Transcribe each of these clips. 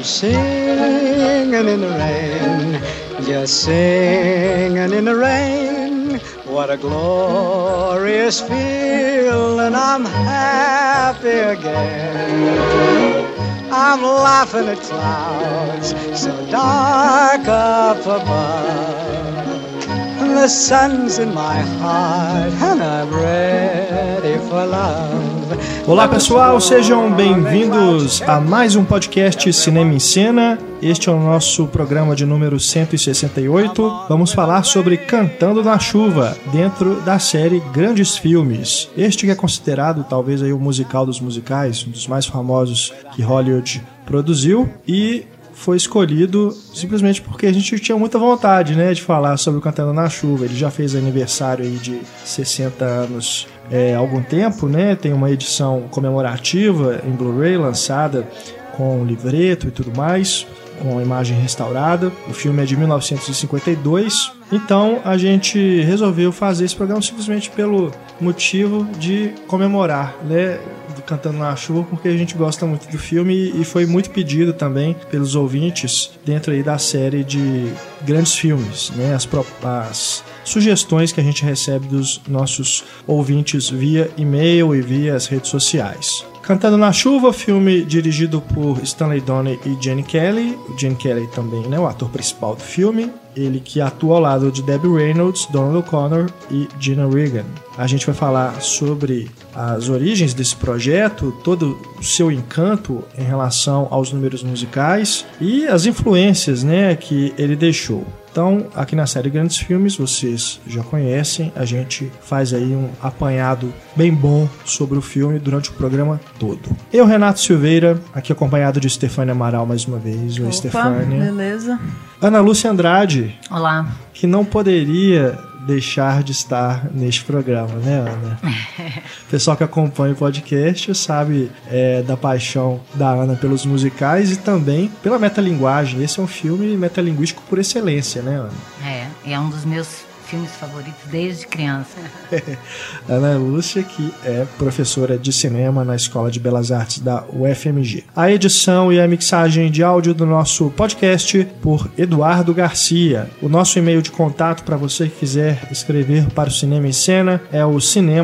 singing in the rain, just singing in the rain. What a glorious feeling, I'm happy again. I'm laughing at clouds so dark up above. The sun's in my heart and I'm ready for love. Olá pessoal, sejam bem-vindos a mais um podcast Cinema em Cena. Este é o nosso programa de número 168. Vamos falar sobre Cantando na Chuva, dentro da série Grandes Filmes. Este que é considerado talvez aí o musical dos musicais, um dos mais famosos que Hollywood produziu, e foi escolhido simplesmente porque a gente tinha muita vontade, né, de falar sobre o Cantando na Chuva. Ele já fez aniversário aí de 60 anos há algum tempo, né? Tem uma edição comemorativa em Blu-ray lançada com livreto e tudo mais, com a imagem restaurada. O filme é de 1952. Então a gente resolveu fazer esse programa simplesmente pelo motivo de comemorar, né, do Cantando na Chuva, porque a gente gosta muito do filme e foi muito pedido também pelos ouvintes dentro aí da série de Grandes Filmes, né, as sugestões que a gente recebe dos nossos ouvintes via e-mail e via as redes sociais. Cantando na Chuva, filme dirigido por Stanley Donen e Gene Kelly. O Gene Kelly também, né, o ator principal do filme. Ele que atua ao lado de Debbie Reynolds, Donald O'Connor e Gina Regan. A gente vai falar sobre as origens desse projeto, todo o seu encanto em relação aos números musicais e as influências, né, que ele deixou. Então, aqui na série Grandes Filmes, vocês já conhecem, a gente faz aí um apanhado bem bom sobre o filme durante o programa todo. Eu, Renato Silveira, aqui acompanhado de Stefânia Amaral mais uma vez. Oi, Stefânia. Beleza. Ana Lúcia Andrade. Olá. Que não poderia deixar de estar neste programa, né, Ana? O pessoal que acompanha o podcast sabe da paixão da Ana pelos musicais e também pela metalinguagem. Esse é um filme metalinguístico por excelência, né, Ana? É um dos meus filmes favoritos desde criança. Ana Lúcia, que é professora de cinema na Escola de Belas Artes da UFMG. A edição e a mixagem de áudio do nosso podcast por Eduardo Garcia. O nosso e-mail de contato para você que quiser escrever para o Cinema em Cena é o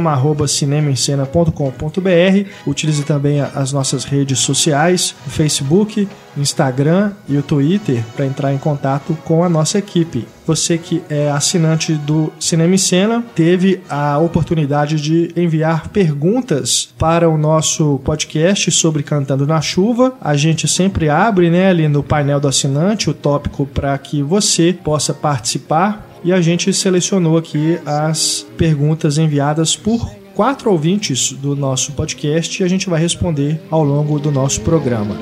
cinema@cinemaemcena.com.br. Utilize também as nossas redes sociais, o Facebook, Instagram e o Twitter para entrar em contato com a nossa equipe. Você que é assinante do Cinema em Cena teve a oportunidade de enviar perguntas para o nosso podcast sobre Cantando na Chuva. A gente sempre abre, né, ali no painel do assinante o tópico para que você possa participar, e a gente selecionou aqui as perguntas enviadas por 4 ouvintes do nosso podcast e a gente vai responder ao longo do nosso programa.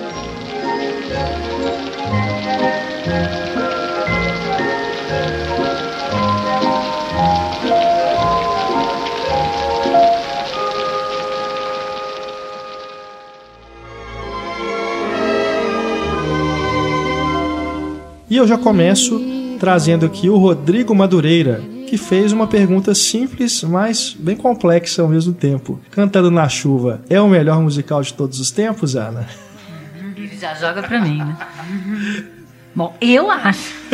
E eu já começo trazendo aqui o Rodrigo Madureira, que fez uma pergunta simples, mas bem complexa ao mesmo tempo. Cantando na Chuva é o melhor musical de todos os tempos, Ana? Já joga pra mim, né? Bom, eu acho.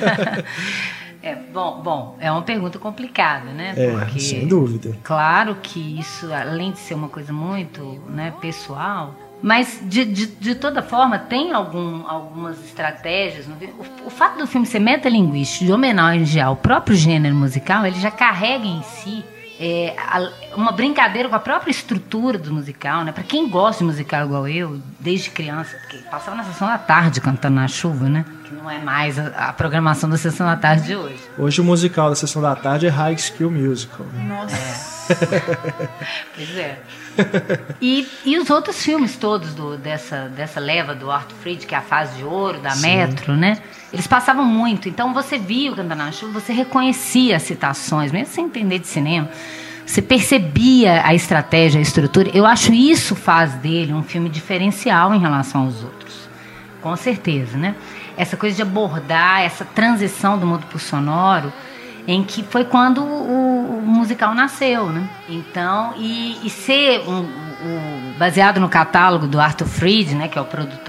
Bom, é uma pergunta complicada, né? Porque, sem dúvida. Claro que isso, além de ser uma coisa muito, né, pessoal, mas de toda forma tem algumas estratégias. O fato do filme ser metalinguístico, de homenagem ao próprio gênero musical, ele já carrega em si uma brincadeira com a própria estrutura do musical, né? Para quem gosta de musical igual eu, desde criança, porque passava na sessão da tarde Cantando na Chuva, né? Que não é mais a programação da sessão da tarde de hoje. Hoje o musical da sessão da tarde é High School Musical. Nossa. Pois é. E os outros filmes todos dessa leva do Arthur Freed, que é a fase de ouro da Metro, né? Eles passavam muito. Então você via o Cantando na Chuva, você reconhecia as citações, mesmo sem entender de cinema. Você percebia a estratégia, a estrutura. Eu acho isso faz dele um filme diferencial em relação aos outros. Com certeza, né? Essa coisa de abordar essa transição do mundo pro sonoro, em que foi quando o musical nasceu, né? Então, e ser baseado no catálogo do Arthur Freed, né, que é o produtor,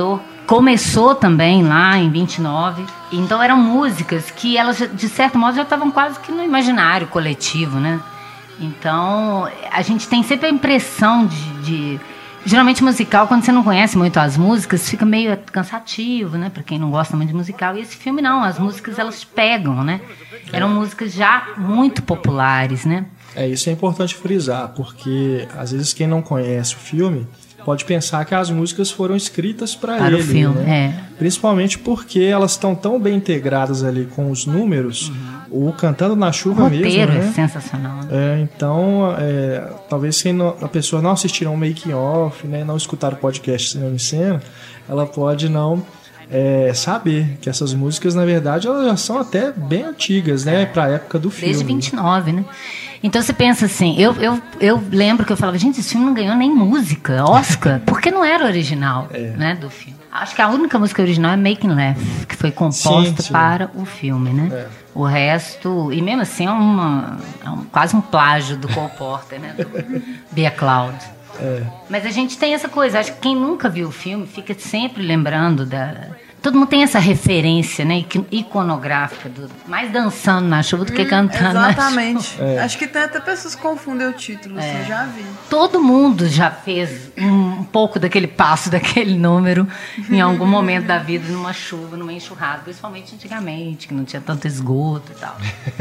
começou também lá em 29. Então eram músicas que elas, de certo modo, já estavam quase que no imaginário coletivo, né? Então a gente tem sempre a impressão de geralmente musical, quando você não conhece muito as músicas, fica meio cansativo, né? Pra quem não gosta muito de musical. E esse filme não, as músicas elas pegam, né? Eram músicas já muito populares, né? Isso é importante frisar, porque às vezes quem não conhece o filme pode pensar que as músicas foram escritas para ele, o filme, né? Principalmente porque elas estão tão bem integradas ali com os números. O Cantando na Chuva o roteiro mesmo, né? É sensacional. Né? Então, talvez se a pessoa não assistir um making off, né, não escutar o podcast Cinema em Cena, ela pode não saber que essas músicas, na verdade, elas já são até bem antigas, né, para a época do filme. Desde 29, né? Então você pensa assim, eu lembro que eu falava, gente, esse filme não ganhou nem música, Oscar, porque não era original, né, do filme. Acho que a única música original é Making Love, que foi composta para o filme, né? O resto, e mesmo assim quase um plágio do Cole Porter, né? Do Be a Cloud. Mas a gente tem essa coisa, acho que quem nunca viu o filme fica sempre lembrando todo mundo tem essa referência, né, iconográfica, mais dançando na chuva do que cantando na chuva. Exatamente. Acho que tem até pessoas que confundem o título, eu já vi. Todo mundo já fez um pouco daquele passo, daquele número, em algum momento da vida, numa chuva, numa enxurrada, principalmente antigamente, que não tinha tanto esgoto e tal.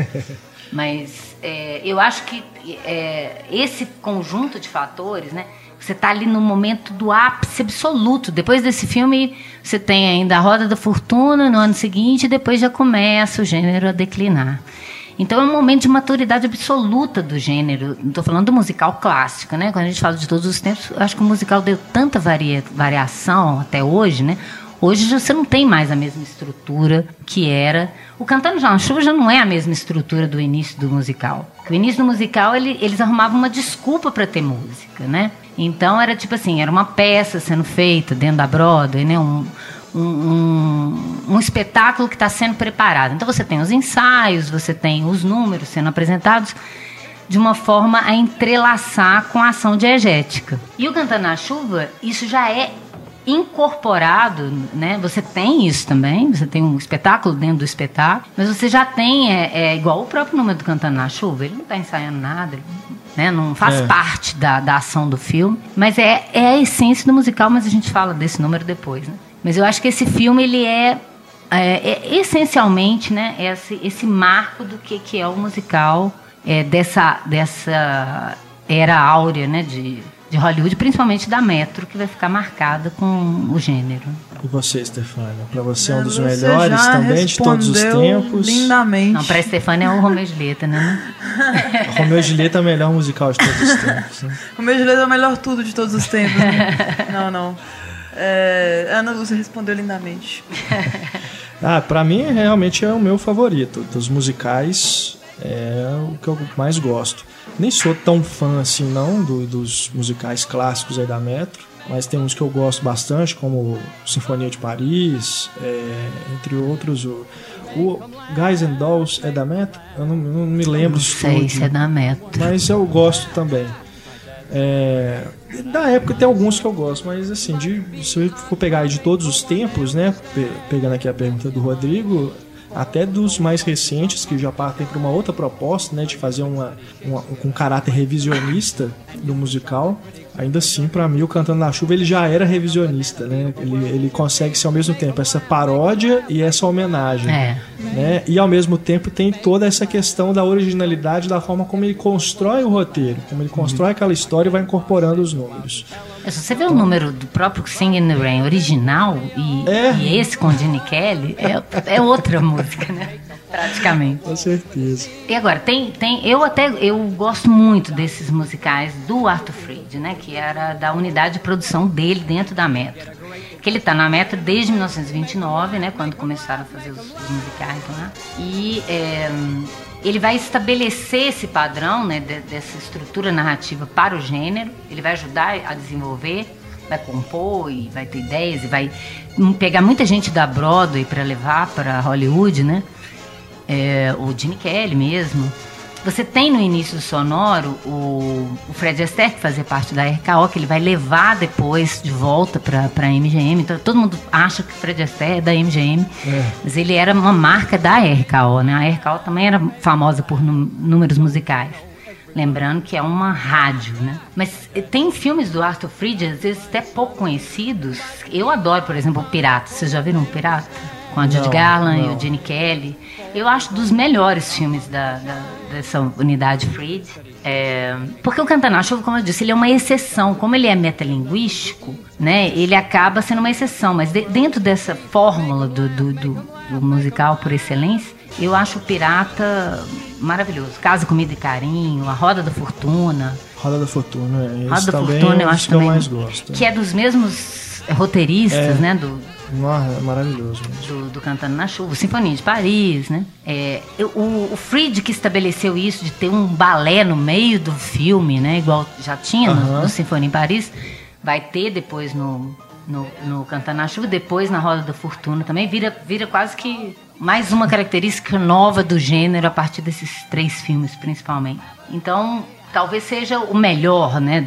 Mas eu acho que esse conjunto de fatores, né, você está ali no momento do ápice absoluto. Depois desse filme, você tem ainda a Roda da Fortuna no ano seguinte, e depois já começa o gênero a declinar. Então é um momento de maturidade absoluta do gênero. Não estou falando do musical clássico, né? Quando a gente fala de todos os tempos, eu acho que o musical deu tanta variação até hoje, né? Hoje você não tem mais a mesma estrutura que era. O Cantando na Chuva já não é a mesma estrutura do início do musical. O início do musical, eles arrumavam uma desculpa para ter música, né? Então era tipo assim, era uma peça sendo feita dentro da Broadway, né? Um espetáculo que está sendo preparado. Então você tem os ensaios, você tem os números sendo apresentados de uma forma a entrelaçar com a ação diegética. E o Cantando na Chuva, isso já é incorporado, né? Você tem isso também, você tem um espetáculo dentro do espetáculo, mas você já tem, igual o próprio número do Cantando na Chuva, ele não está ensaiando nada, né? Não faz parte da ação do filme, mas é a essência do musical, mas a gente fala desse número depois, né? Mas eu acho que esse filme, ele é essencialmente, né, esse marco do que é o musical, dessa era áurea, né, de Hollywood, principalmente da Metro, que vai ficar marcada com o gênero. E você, Stefania? Para você é um dos melhores também de todos os tempos? Lindamente. Não, para a Stefania é o Romeu e Julieta, né? Romeu e Julieta é o melhor musical de todos os tempos. Né? Romeu e Julieta é o melhor tudo de todos os tempos. Né? Não. Ana Lúcia respondeu lindamente. Para mim, realmente é o meu favorito. Dos musicais, é o que eu mais gosto. Nem sou tão fã assim, não, dos musicais clássicos aí da Metro, mas tem uns que eu gosto bastante, como Sinfonia de Paris, entre outros. O Guys and Dolls é da Metro? Eu não me lembro. Não sei se é da Metro. Mas eu gosto também. Da época tem alguns que eu gosto, mas assim, se eu for pegar aí de todos os tempos, né, pegando aqui a pergunta do Rodrigo, até dos mais recentes, que já partem para uma outra proposta, né, de fazer um caráter revisionista do musical, ainda assim, para mim, o Cantando na Chuva, ele já era revisionista, né? Ele consegue ser ao mesmo tempo essa paródia e essa homenagem, né? E ao mesmo tempo tem toda essa questão da originalidade, da forma como ele constrói o roteiro, como ele constrói aquela história e vai incorporando os números. Se você vê o número do próprio Singing in the Rain original e esse com Gene Kelly, é outra música, né? Praticamente. Com certeza. E agora, eu gosto muito desses musicais do Arthur Freed, né? Que era da unidade de produção dele dentro da Metro. Que ele está na Metro desde 1929, né? Quando começaram a fazer os musicais lá. E ele vai estabelecer esse padrão, né? Dessa estrutura narrativa para o gênero. Ele vai ajudar a desenvolver, vai compor e vai ter ideias e vai pegar muita gente da Broadway para levar para Hollywood, né? O Gene Kelly mesmo. Você tem no início do sonoro o Fred Astaire, que fazia parte da RKO, que ele vai levar depois de volta para a MGM. Então todo mundo acha que o Fred Astaire é da MGM, mas ele era uma marca da RKO, né? A RKO também era famosa por números musicais. Lembrando que é uma rádio, né? Mas tem filmes do Arthur Freed, às vezes até pouco conhecidos. Eu adoro, por exemplo, o Pirata. Vocês já viram o Pirata? Com a Judy Garland e o Gene Kelly. Eu acho dos melhores filmes dessa unidade Freed. Porque o Cantando na Chuva, como eu disse, ele é uma exceção. Como ele é metalinguístico, né, ele acaba sendo uma exceção. Mas dentro dessa fórmula do musical por excelência, eu acho o Pirata maravilhoso. Casa, Comida e Carinho, A Roda da Fortuna. Roda da Fortuna, Roda da Fortuna, eu acho que eu também, mais gosto. Que é dos mesmos roteiristas, né, É maravilhoso mesmo. Do Cantando na Chuva, Sinfonia de Paris, né? O Freed que estabeleceu isso de ter um balé no meio do filme, né? Igual já tinha no Sinfonia em Paris, vai ter depois no Cantando na Chuva, depois na Roda da Fortuna também, vira quase que mais uma característica nova do gênero a partir desses 3 filmes, principalmente. Então, talvez seja o melhor, né?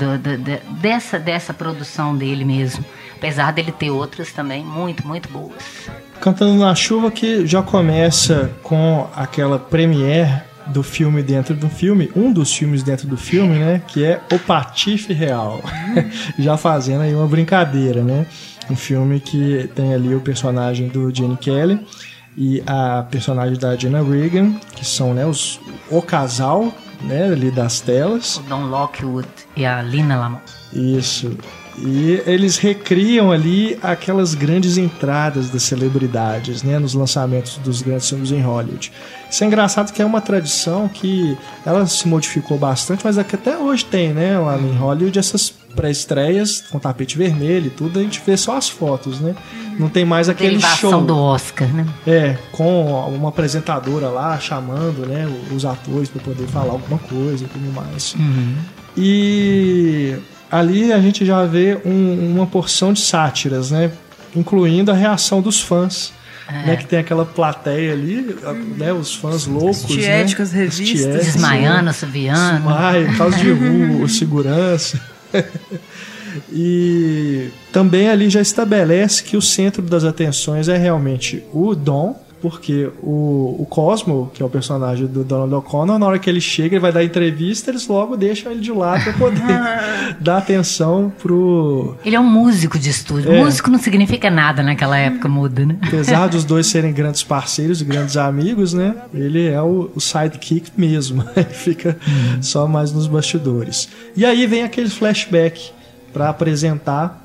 Dessa produção dele mesmo. Apesar dele ter outras também muito, muito boas. Cantando na Chuva, que já começa com aquela premiere do filme dentro do filme, um dos filmes dentro do filme, né? Que é O Patife Real. Já fazendo aí uma brincadeira, né? Um filme que tem ali o personagem do Gene Kelly e a personagem da Gina Regan, que são, né, o casal, né, ali das telas. O Don Lockwood e a Lina Lamont. Isso. E eles recriam ali aquelas grandes entradas das celebridades, né, nos lançamentos dos grandes filmes em Hollywood. Isso é engraçado, que é uma tradição que ela se modificou bastante, mas é que até hoje tem, né, lá em Hollywood, essas pré-estreias com tapete vermelho e tudo, a gente vê só as fotos, né? Não tem mais aquele show do Oscar, né? Com uma apresentadora lá chamando, né, os atores para poder falar alguma coisa e tudo mais. E ali a gente já vê uma porção de sátiras, né? Incluindo a reação dos fãs, né? Que tem aquela plateia ali, né? Os fãs loucos, tiéticas, né? revistas. Desmaiando, subiando. Desmaio, causa de rua, segurança. E também ali já estabelece que o centro das atenções é realmente o Don, porque o Cosmo, que é o personagem do Donald O'Connor, na hora que ele chega, ele vai dar entrevista, eles logo deixam ele de lado para poder dar atenção pro... Ele é um músico de estúdio. Músico não significa nada naquela época, muda, né? Apesar dos dois serem grandes parceiros e grandes amigos, né? Ele é o sidekick mesmo. Ele fica só mais nos bastidores. E aí vem aquele flashback para apresentar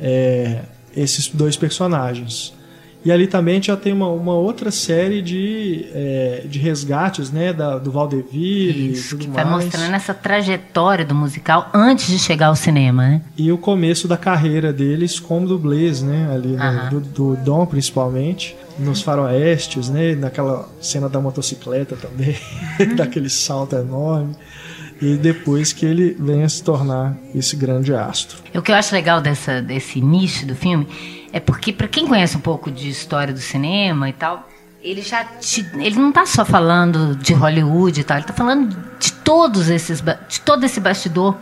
esses dois personagens. E ali também a gente já tem uma outra série de resgates, né, do Valdeville e tudo mais. Vai mostrando essa trajetória do musical antes de chegar ao cinema, né? E o começo da carreira deles como dublês, né, ali do Dom principalmente, nos faroestes, né, naquela cena da motocicleta também, daquele salto enorme. E depois que ele venha se tornar esse grande astro. O que eu acho legal desse início do filme é porque, para quem conhece um pouco de história do cinema e tal, ele não está só falando de Hollywood e tal, ele está falando de todo esse bastidor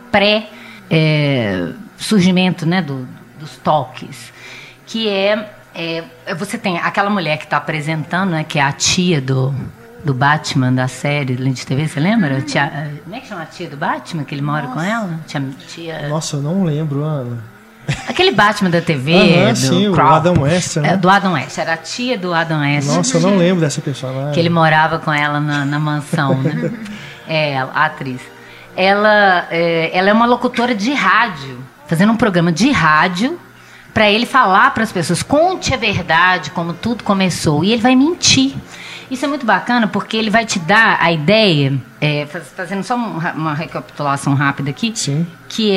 pré-surgimento, né, dos talkies, que você tem aquela mulher que está apresentando, né, que é a tia do Batman, da série de TV, você lembra? Como é que chama a tia do Batman, que ele mora com ela? Tia... Nossa, eu não lembro, Ana. Aquele Batman da TV, sim, o Adam West, né? Do Adam West, era a tia do Adam West. Nossa, eu não lembro dessa personagem. Que ele morava com ela na mansão, né? A atriz. Ela é uma locutora de rádio, fazendo um programa de rádio para ele falar para as pessoas, conte a verdade, como tudo começou. E ele vai mentir. Isso é muito bacana porque ele vai te dar a ideia, fazendo só uma recapitulação rápida aqui, sim, que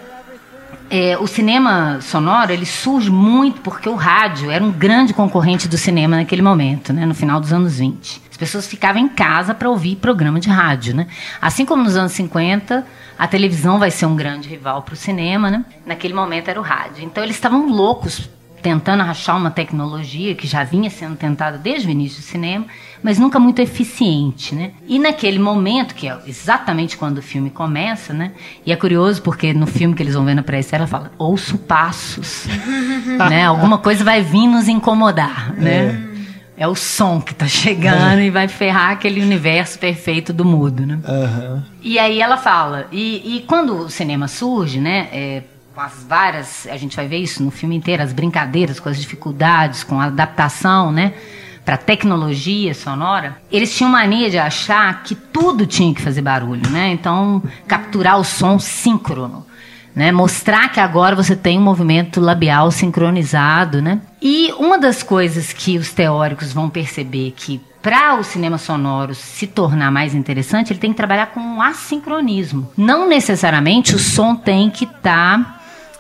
o cinema sonoro, ele surge muito porque o rádio era um grande concorrente do cinema naquele momento, né, no final dos anos 20. As pessoas ficavam em casa para ouvir programa de rádio, né? Assim como nos anos 50, a televisão vai ser um grande rival para o cinema, né? Naquele momento era o rádio. Então eles estavam loucos tentando achar uma tecnologia que já vinha sendo tentada desde o início do cinema, mas nunca muito eficiente, né? E naquele momento, que é exatamente quando o filme começa, né? E é curioso porque no filme que eles vão ver na pré-estreia, ela fala, ouço passos, né? Alguma coisa vai vir nos incomodar, né? É o som que tá chegando e vai ferrar aquele universo perfeito do mudo, né? Aham. E aí ela fala, e quando o cinema surge, né? Com as várias, a gente vai ver isso no filme inteiro, as brincadeiras, com as dificuldades, com a adaptação, né? Para tecnologia sonora, eles tinham mania de achar que tudo tinha que fazer barulho, né? Então, capturar o som síncrono, né? Mostrar que agora você tem um movimento labial sincronizado, né? E uma das coisas que os teóricos vão perceber que para o cinema sonoro se tornar mais interessante, ele tem que trabalhar com um assincronismo. Não necessariamente o som tem que estar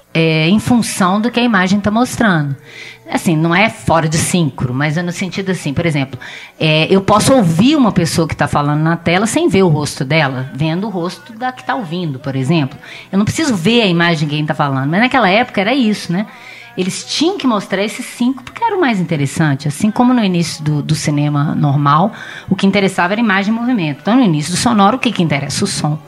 em função do que a imagem está mostrando. Assim, não é fora de sincro, mas é no sentido assim, por exemplo, eu posso ouvir uma pessoa que está falando na tela sem ver o rosto dela, vendo o rosto da que está ouvindo, por exemplo. Eu não preciso ver a imagem de quem está falando, mas naquela época era isso, né? Eles tinham que mostrar esses 5 porque era o mais interessante. Assim como no início do cinema normal, o que interessava era a imagem e movimento. Então, no início do sonoro, o que interessa? O som.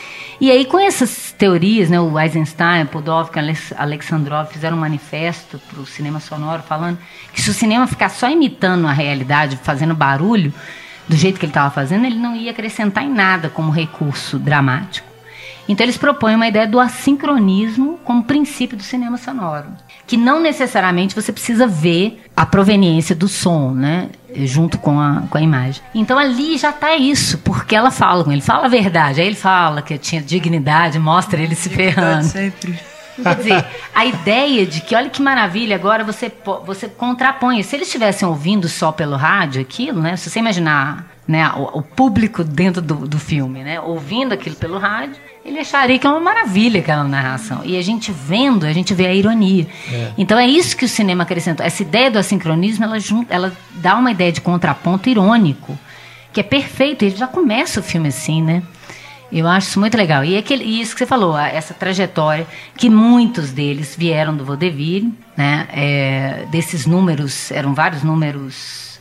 E aí, com essas teorias, né, o Eisenstein, Podolsky, Alexandrov fizeram um manifesto para o cinema sonoro falando que se o cinema ficar só imitando a realidade, fazendo barulho, do jeito que ele estava fazendo, ele não ia acrescentar em nada como recurso dramático. Então, eles propõem uma ideia do assincronismo como princípio do cinema sonoro, que não necessariamente você precisa ver a proveniência do som, né, junto com a imagem. Então, ali já está isso, porque ela fala com ele, fala a verdade. Aí ele fala que tinha dignidade, mostra ele se ferrando. Sempre. Quer dizer, a ideia de que, olha que maravilha, agora você contrapõe. Se eles estivessem ouvindo só pelo rádio aquilo, né, se você imaginar, né, o público dentro do filme, né, ouvindo aquilo pelo rádio, ele acharia que é uma maravilha aquela narração. E a gente vendo, a gente vê a ironia. Então é isso que o cinema acrescentou. Essa ideia do assincronismo, ela dá uma ideia de contraponto irônico, que é perfeito. E já começa o filme assim, né? Eu acho isso muito legal. E isso que você falou, essa trajetória, que muitos deles vieram do vaudeville, né? Desses números, eram vários números...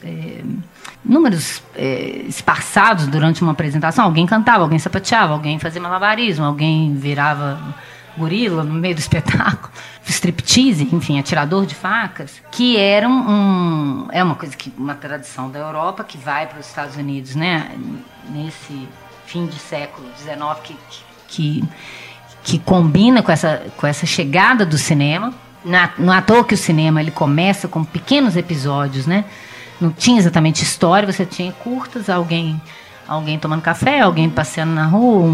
esparçados durante uma apresentação. Alguém cantava, alguém sapateava, alguém fazia malabarismo, alguém virava gorila no meio do espetáculo, striptease, enfim, atirador de facas, que era uma coisa uma tradição da Europa que vai para os Estados Unidos, né, nesse fim de século XIX, que combina com essa chegada do cinema. Não é à toa que o cinema ele começa com pequenos episódios, né? Não tinha exatamente história, você tinha curtas, alguém tomando café, alguém passeando na rua.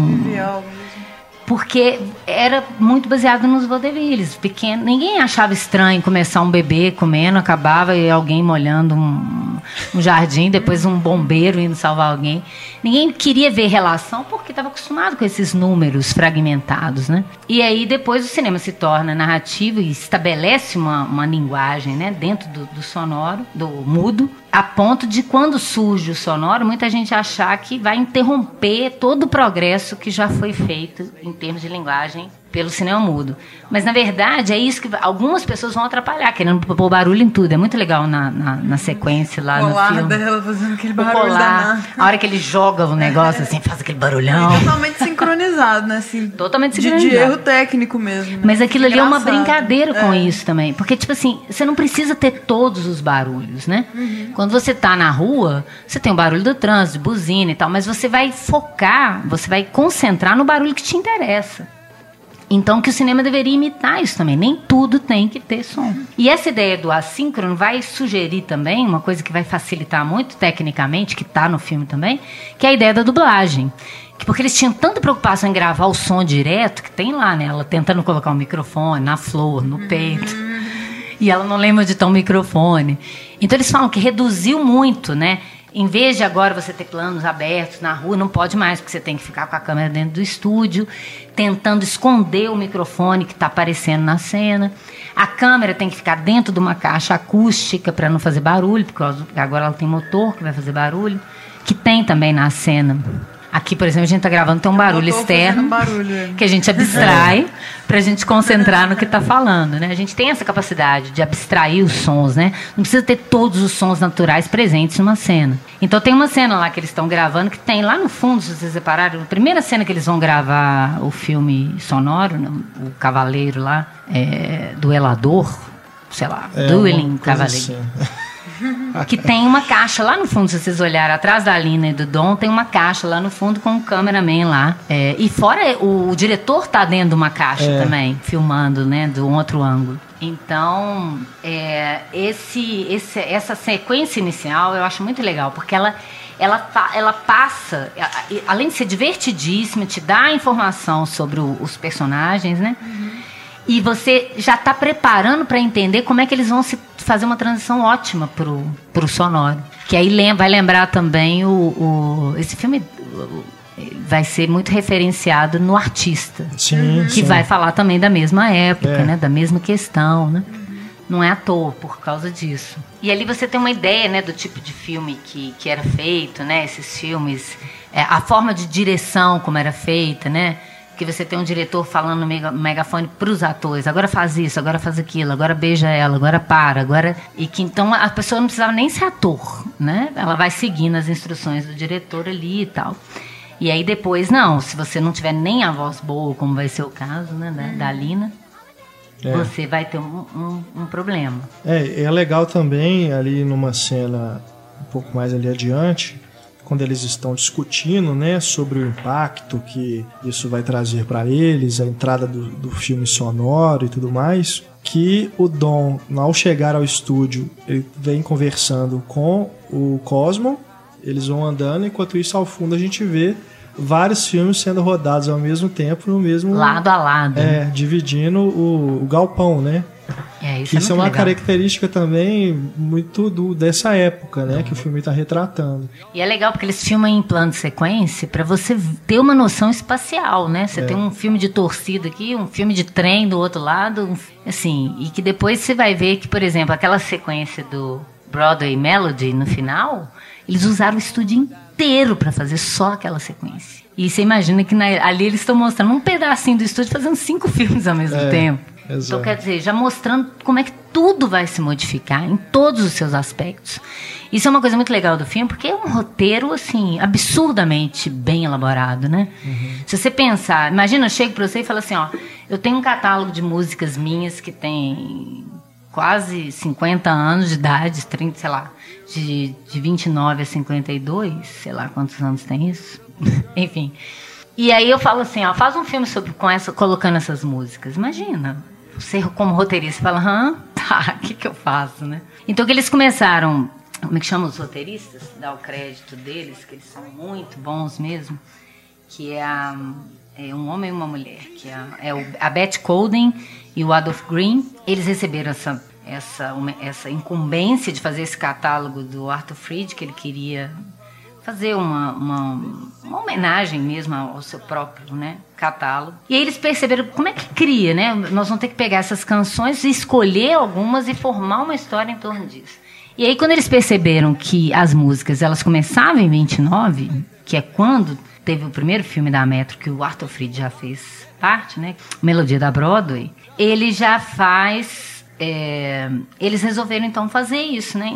Porque era muito baseado nos vaudevilles, pequeno. Ninguém achava estranho começar um bebê comendo, acabava e alguém molhando um jardim, depois um bombeiro indo salvar alguém. Ninguém queria ver relação porque estava acostumado com esses números fragmentados, né? E aí depois o cinema se torna narrativo e estabelece uma linguagem, né, dentro do sonoro, do mudo, a ponto de quando surge o sonoro, muita gente achar que vai interromper todo o progresso que já foi feito em termos de linguagem pelo cinema mudo. Mas, na verdade, é isso que algumas pessoas vão atrapalhar, querendo pôr barulho em tudo. É muito legal na sequência lá no filme. Dela fazendo aquele barulho danado. A hora que ele joga o negócio, assim, faz aquele barulhão. Totalmente sincronizado, né? Assim, totalmente sincronizado. De erro técnico mesmo. Né? Mas aquilo ali é uma brincadeira com isso também. Porque, tipo assim, você não precisa ter todos os barulhos, né? Quando você tá na rua, você tem o barulho do trânsito, de buzina e tal, mas você vai focar, você vai concentrar no barulho que te interessa. Então, que o cinema deveria imitar isso também. Nem tudo tem que ter som. E essa ideia do assíncrono vai sugerir também uma coisa que vai facilitar muito tecnicamente, que está no filme também, que é a ideia da dublagem. Porque eles tinham tanta preocupação em gravar o som direto, que tem lá, né? Ela tentando colocar um microfone na flor, no peito. E ela não lembra de ter um microfone. Então, eles falam que reduziu muito, né? Em vez de agora você ter planos abertos na rua, não pode mais, porque você tem que ficar com a câmera dentro do estúdio, tentando esconder o microfone que está aparecendo na cena. A câmera tem que ficar dentro de uma caixa acústica para não fazer barulho, porque agora ela tem motor que vai fazer barulho, que tem também na cena Aqui, por exemplo, a gente tá gravando, tem um barulho externo que a gente abstrai pra gente concentrar no que tá falando, né? A gente tem essa capacidade de abstrair os sons, né? Não precisa ter todos os sons naturais presentes numa cena. Então tem uma cena lá que eles estão gravando que tem lá no fundo, se vocês repararam, a primeira cena que eles vão gravar o filme sonoro, né? O Cavaleiro lá, Duelador, sei lá, Dueling Cavaleiro. Assim. Que tem uma caixa lá no fundo, se vocês olharem atrás da Lina e do Dom, tem uma caixa lá no fundo com um cameraman lá. E fora, o diretor tá dentro de uma caixa também, filmando, né, de um outro ângulo. Então, essa sequência inicial eu acho muito legal, porque ela passa, além de ser divertidíssima, te dá informação sobre os personagens, né? E você já está preparando para entender como é que eles vão fazer uma transição ótima pro sonoro. Que aí vai lembrar também esse filme vai ser muito referenciado no Artista. Sim, que vai falar também da mesma época, né? Da mesma questão, né? Não é à toa por causa disso. E ali você tem uma ideia, né, do tipo de filme que era feito, né? Esses filmes, a forma de direção como era feita, né? Que você tem um diretor falando no megafone para os atores, agora faz isso, agora faz aquilo, agora beija ela, agora para, agora... E que então a pessoa não precisava nem ser ator, né? Ela vai seguindo as instruções do diretor ali e tal. E aí depois, não, se você não tiver nem a voz boa, como vai ser o caso, né, da Lina, você vai ter um problema. É legal também ali numa cena um pouco mais ali adiante, quando eles estão discutindo, né, sobre o impacto que isso vai trazer para eles, a entrada do filme sonoro e tudo mais, que o Dom, ao chegar ao estúdio, ele vem conversando com o Cosmo, eles vão andando, enquanto isso ao fundo a gente vê vários filmes sendo rodados ao mesmo tempo, no mesmo... Lado a lado. Dividindo o galpão, né? Isso é uma legal. Característica também muito dessa época, né? Que o filme está retratando. E é legal porque eles filmam em plano de sequência para você ter uma noção espacial, né? Você tem um filme de torcida aqui, um filme de trem do outro lado, assim, e que depois você vai ver que, por exemplo, aquela sequência do Broadway Melody no final, eles usaram o estúdio inteiro para fazer só aquela sequência. E você imagina que ali eles estão mostrando um pedacinho do estúdio fazendo 5 filmes ao mesmo tempo. Exato. Então, quer dizer, já mostrando como é que tudo vai se modificar em todos os seus aspectos. Isso é uma coisa muito legal do filme, porque é um roteiro, assim, absurdamente bem elaborado, né? Se você pensar, imagina, eu chego para você e falo assim, ó, eu tenho um catálogo de músicas minhas que tem quase 50 anos de idade, 30, sei lá, de 29 a 52, sei lá quantos anos tem isso. Enfim. E aí eu falo assim, ó, faz um filme colocando essas músicas. Imagina, você como roteirista fala, tá, o que eu faço, né? Então que eles começaram, como é que chama os roteiristas? Dar o crédito deles, que eles são muito bons mesmo, que é um homem e uma mulher, que a Beth Colden e o Adolph Green. Eles receberam essa incumbência de fazer esse catálogo do Arthur Freed, que ele queria fazer uma homenagem mesmo ao seu próprio, né, catálogo. E aí eles perceberam como é que cria, né? Nós vamos ter que pegar essas canções, escolher algumas e formar uma história em torno disso. E aí quando eles perceberam que as músicas elas começavam em 29, que é quando teve o primeiro filme da Metro, que o Arthur Freed já fez parte, né, Melodia da Broadway, ele já faz... eles resolveram então fazer isso, né,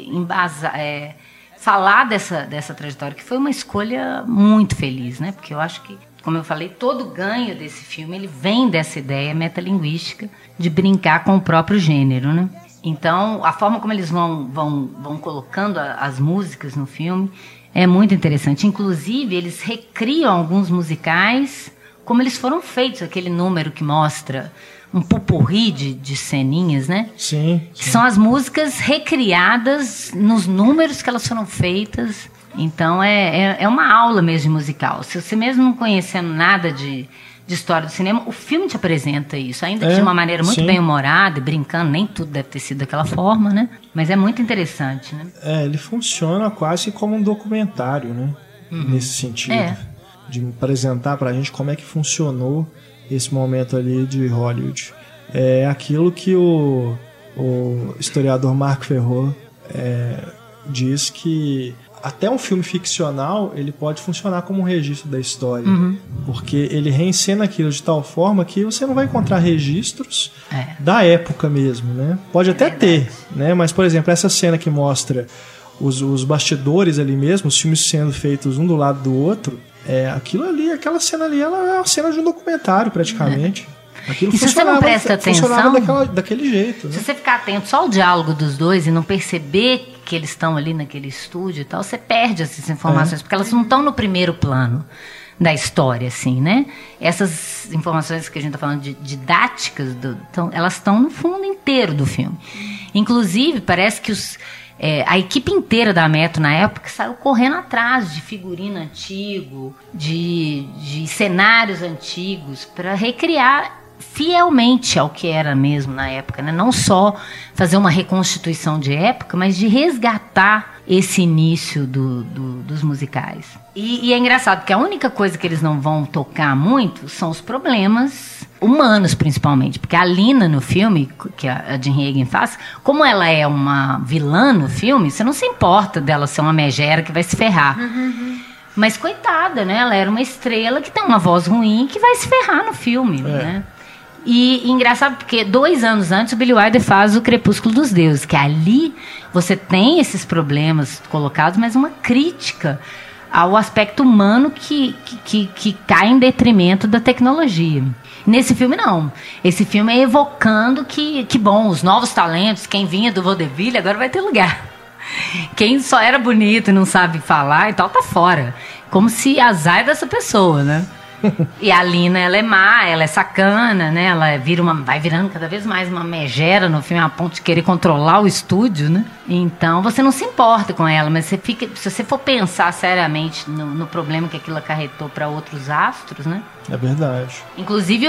falar dessa trajetória, que foi uma escolha muito feliz, né? Porque eu acho que, como eu falei, todo o ganho desse filme, ele vem dessa ideia metalinguística de brincar com o próprio gênero, né? Então, a forma como eles vão colocando as músicas no filme é muito interessante. Inclusive, eles recriam alguns musicais como eles foram feitos, aquele número que mostra um popurrí de ceninhas, né? Sim. Que são as músicas recriadas nos números que elas foram feitas. Então, é uma aula mesmo de musical. Se você mesmo não conhecendo nada de história do cinema, o filme te apresenta isso. Ainda que de uma maneira muito bem humorada e brincando, nem tudo deve ter sido daquela forma, né? Mas é muito interessante, né? Ele funciona quase como um documentário, né? Nesse sentido. De apresentar pra gente como é que funcionou esse momento ali de Hollywood. É aquilo que o historiador Marco Ferro diz, que até um filme ficcional, ele pode funcionar como um registro da história. Porque ele reencena aquilo de tal forma que você não vai encontrar registros da época mesmo, né? Pode até ter, né? Mas, por exemplo, essa cena que mostra os bastidores ali mesmo, os filmes sendo feitos um do lado do outro, aquilo ali, aquela cena ali, ela é uma cena de um documentário, praticamente. Aquilo e se você não presta atenção, daquele jeito. Se você ficar atento só ao diálogo dos dois e não perceber que eles estão ali naquele estúdio e tal, você perde essas informações, porque elas não estão no primeiro plano da história, assim, né? Essas informações que a gente está falando de didáticas, elas estão no fundo inteiro do filme. Inclusive, parece que a equipe inteira da Metro na época saiu correndo atrás de figurino antigo, de cenários antigos, para recriar fielmente ao que era mesmo na época, né? Não só fazer uma reconstituição de época, mas de resgatar esse início dos musicais. E é engraçado, porque a única coisa que eles não vão tocar muito são os problemas humanos, principalmente. Porque a Lina no filme, que a Jean Hagen faz, como ela é uma vilã no filme, você não se importa dela ser uma megera que vai se ferrar. Mas coitada, né? Ela era uma estrela que tem uma voz ruim que vai se ferrar no filme, né? E engraçado porque 2 anos antes o Billy Wilder faz o Crepúsculo dos Deuses, que ali você tem esses problemas colocados, mas uma crítica ao aspecto humano que cai em detrimento da tecnologia. Nesse filme, não. Esse filme é evocando que bom, os novos talentos, quem vinha do vaudeville agora vai ter lugar. Quem só era bonito e não sabe falar e tal, tá fora. Como se azar dessa pessoa, né? E a Lina, ela é má, ela é sacana, né? Ela vai virando cada vez mais uma megera no filme, a ponto de querer controlar o estúdio, né? Então você não se importa com ela, mas se você for pensar seriamente no problema que aquilo acarretou para outros astros, né? É verdade. Inclusive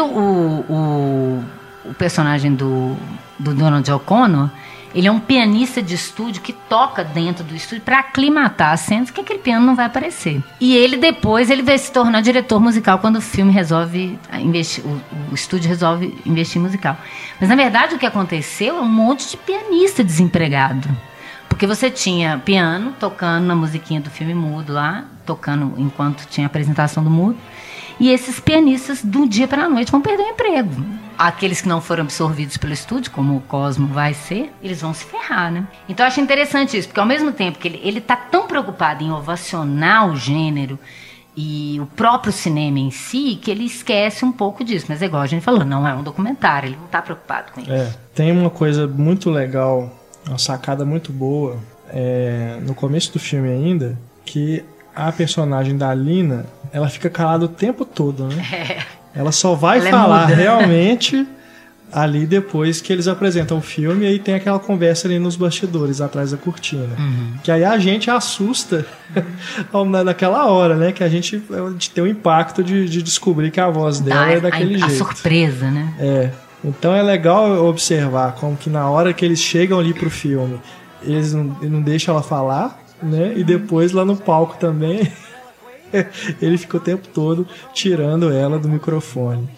o personagem do Donald O'Connor, ele é um pianista de estúdio que toca dentro do estúdio para aclimatar as cenas que aquele piano não vai aparecer. E ele vai se tornar diretor musical quando o filme resolve investir, o estúdio resolve investir em musical. Mas na verdade o que aconteceu é um monte de pianista desempregado. Porque você tinha piano tocando na musiquinha do filme mudo lá, tocando enquanto tinha a apresentação do mudo. E esses pianistas, do dia para a noite, vão perder o emprego. Aqueles que não foram absorvidos pelo estúdio, como o Cosmo vai ser, eles vão se ferrar, né? Então eu acho interessante isso, porque ao mesmo tempo que ele tá tão preocupado em ovacionar o gênero e o próprio cinema em si, que ele esquece um pouco disso. Mas é igual a gente falou, não é um documentário, ele não tá preocupado com isso. Tem uma coisa muito legal, uma sacada muito boa, no começo do filme ainda, que a personagem da Lina, ela fica calada o tempo todo, né? Ela só vai falar realmente ali depois que eles apresentam o filme, e aí tem aquela conversa ali nos bastidores, atrás da cortina. Que aí a gente assusta naquela hora, né? Que a gente tem o impacto de descobrir que a voz dela é daquele jeito. A surpresa, né? Então é legal observar como que na hora que eles chegam ali pro filme, eles não deixam ela falar, né? E depois lá no palco também ele fica o tempo todo tirando ela do microfone.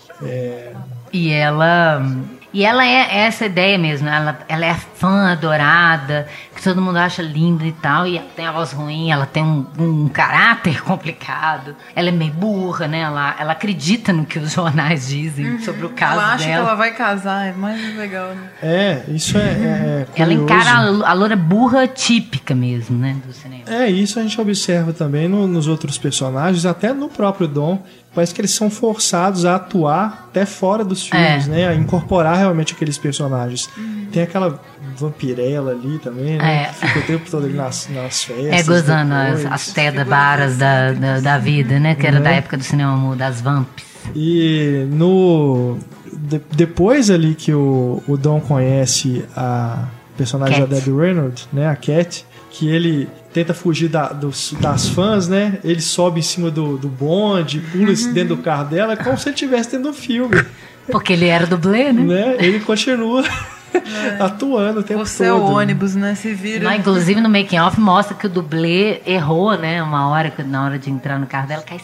E ela é essa ideia mesmo, ela é a fã adorada, que todo mundo acha linda e tal, e ela tem a voz ruim, ela tem um caráter complicado, ela é meio burra, né? Ela acredita no que os jornais dizem sobre o caso dela. Ela acha que ela vai casar, é mais legal, né? Isso é ela encara a loura burra típica mesmo, né, do cinema. Isso a gente observa também nos outros personagens, até no próprio Dom. Parece que eles são forçados a atuar até fora dos filmes, né? A incorporar realmente aqueles personagens. Tem aquela vampirela ali também, né? Que fica o tempo todo ali nas festas. Gozando as tedas-baras da vida, né? Que era da época do cinema mudo, das vamps. E depois ali que o Dom conhece a personagem da Debbie Reynolds, né? A Cat, que ele tenta fugir das fãs, né? Ele sobe em cima do bonde, pula dentro do carro dela, como se ele estivesse dentro do filme. Porque ele era dublê, né? Ele continua atuando o tempo todo. Você é o ônibus, né? Se vira. Não, inclusive no making off mostra que o dublê errou, né? Uma hora, na hora de entrar no carro dela, cai sentado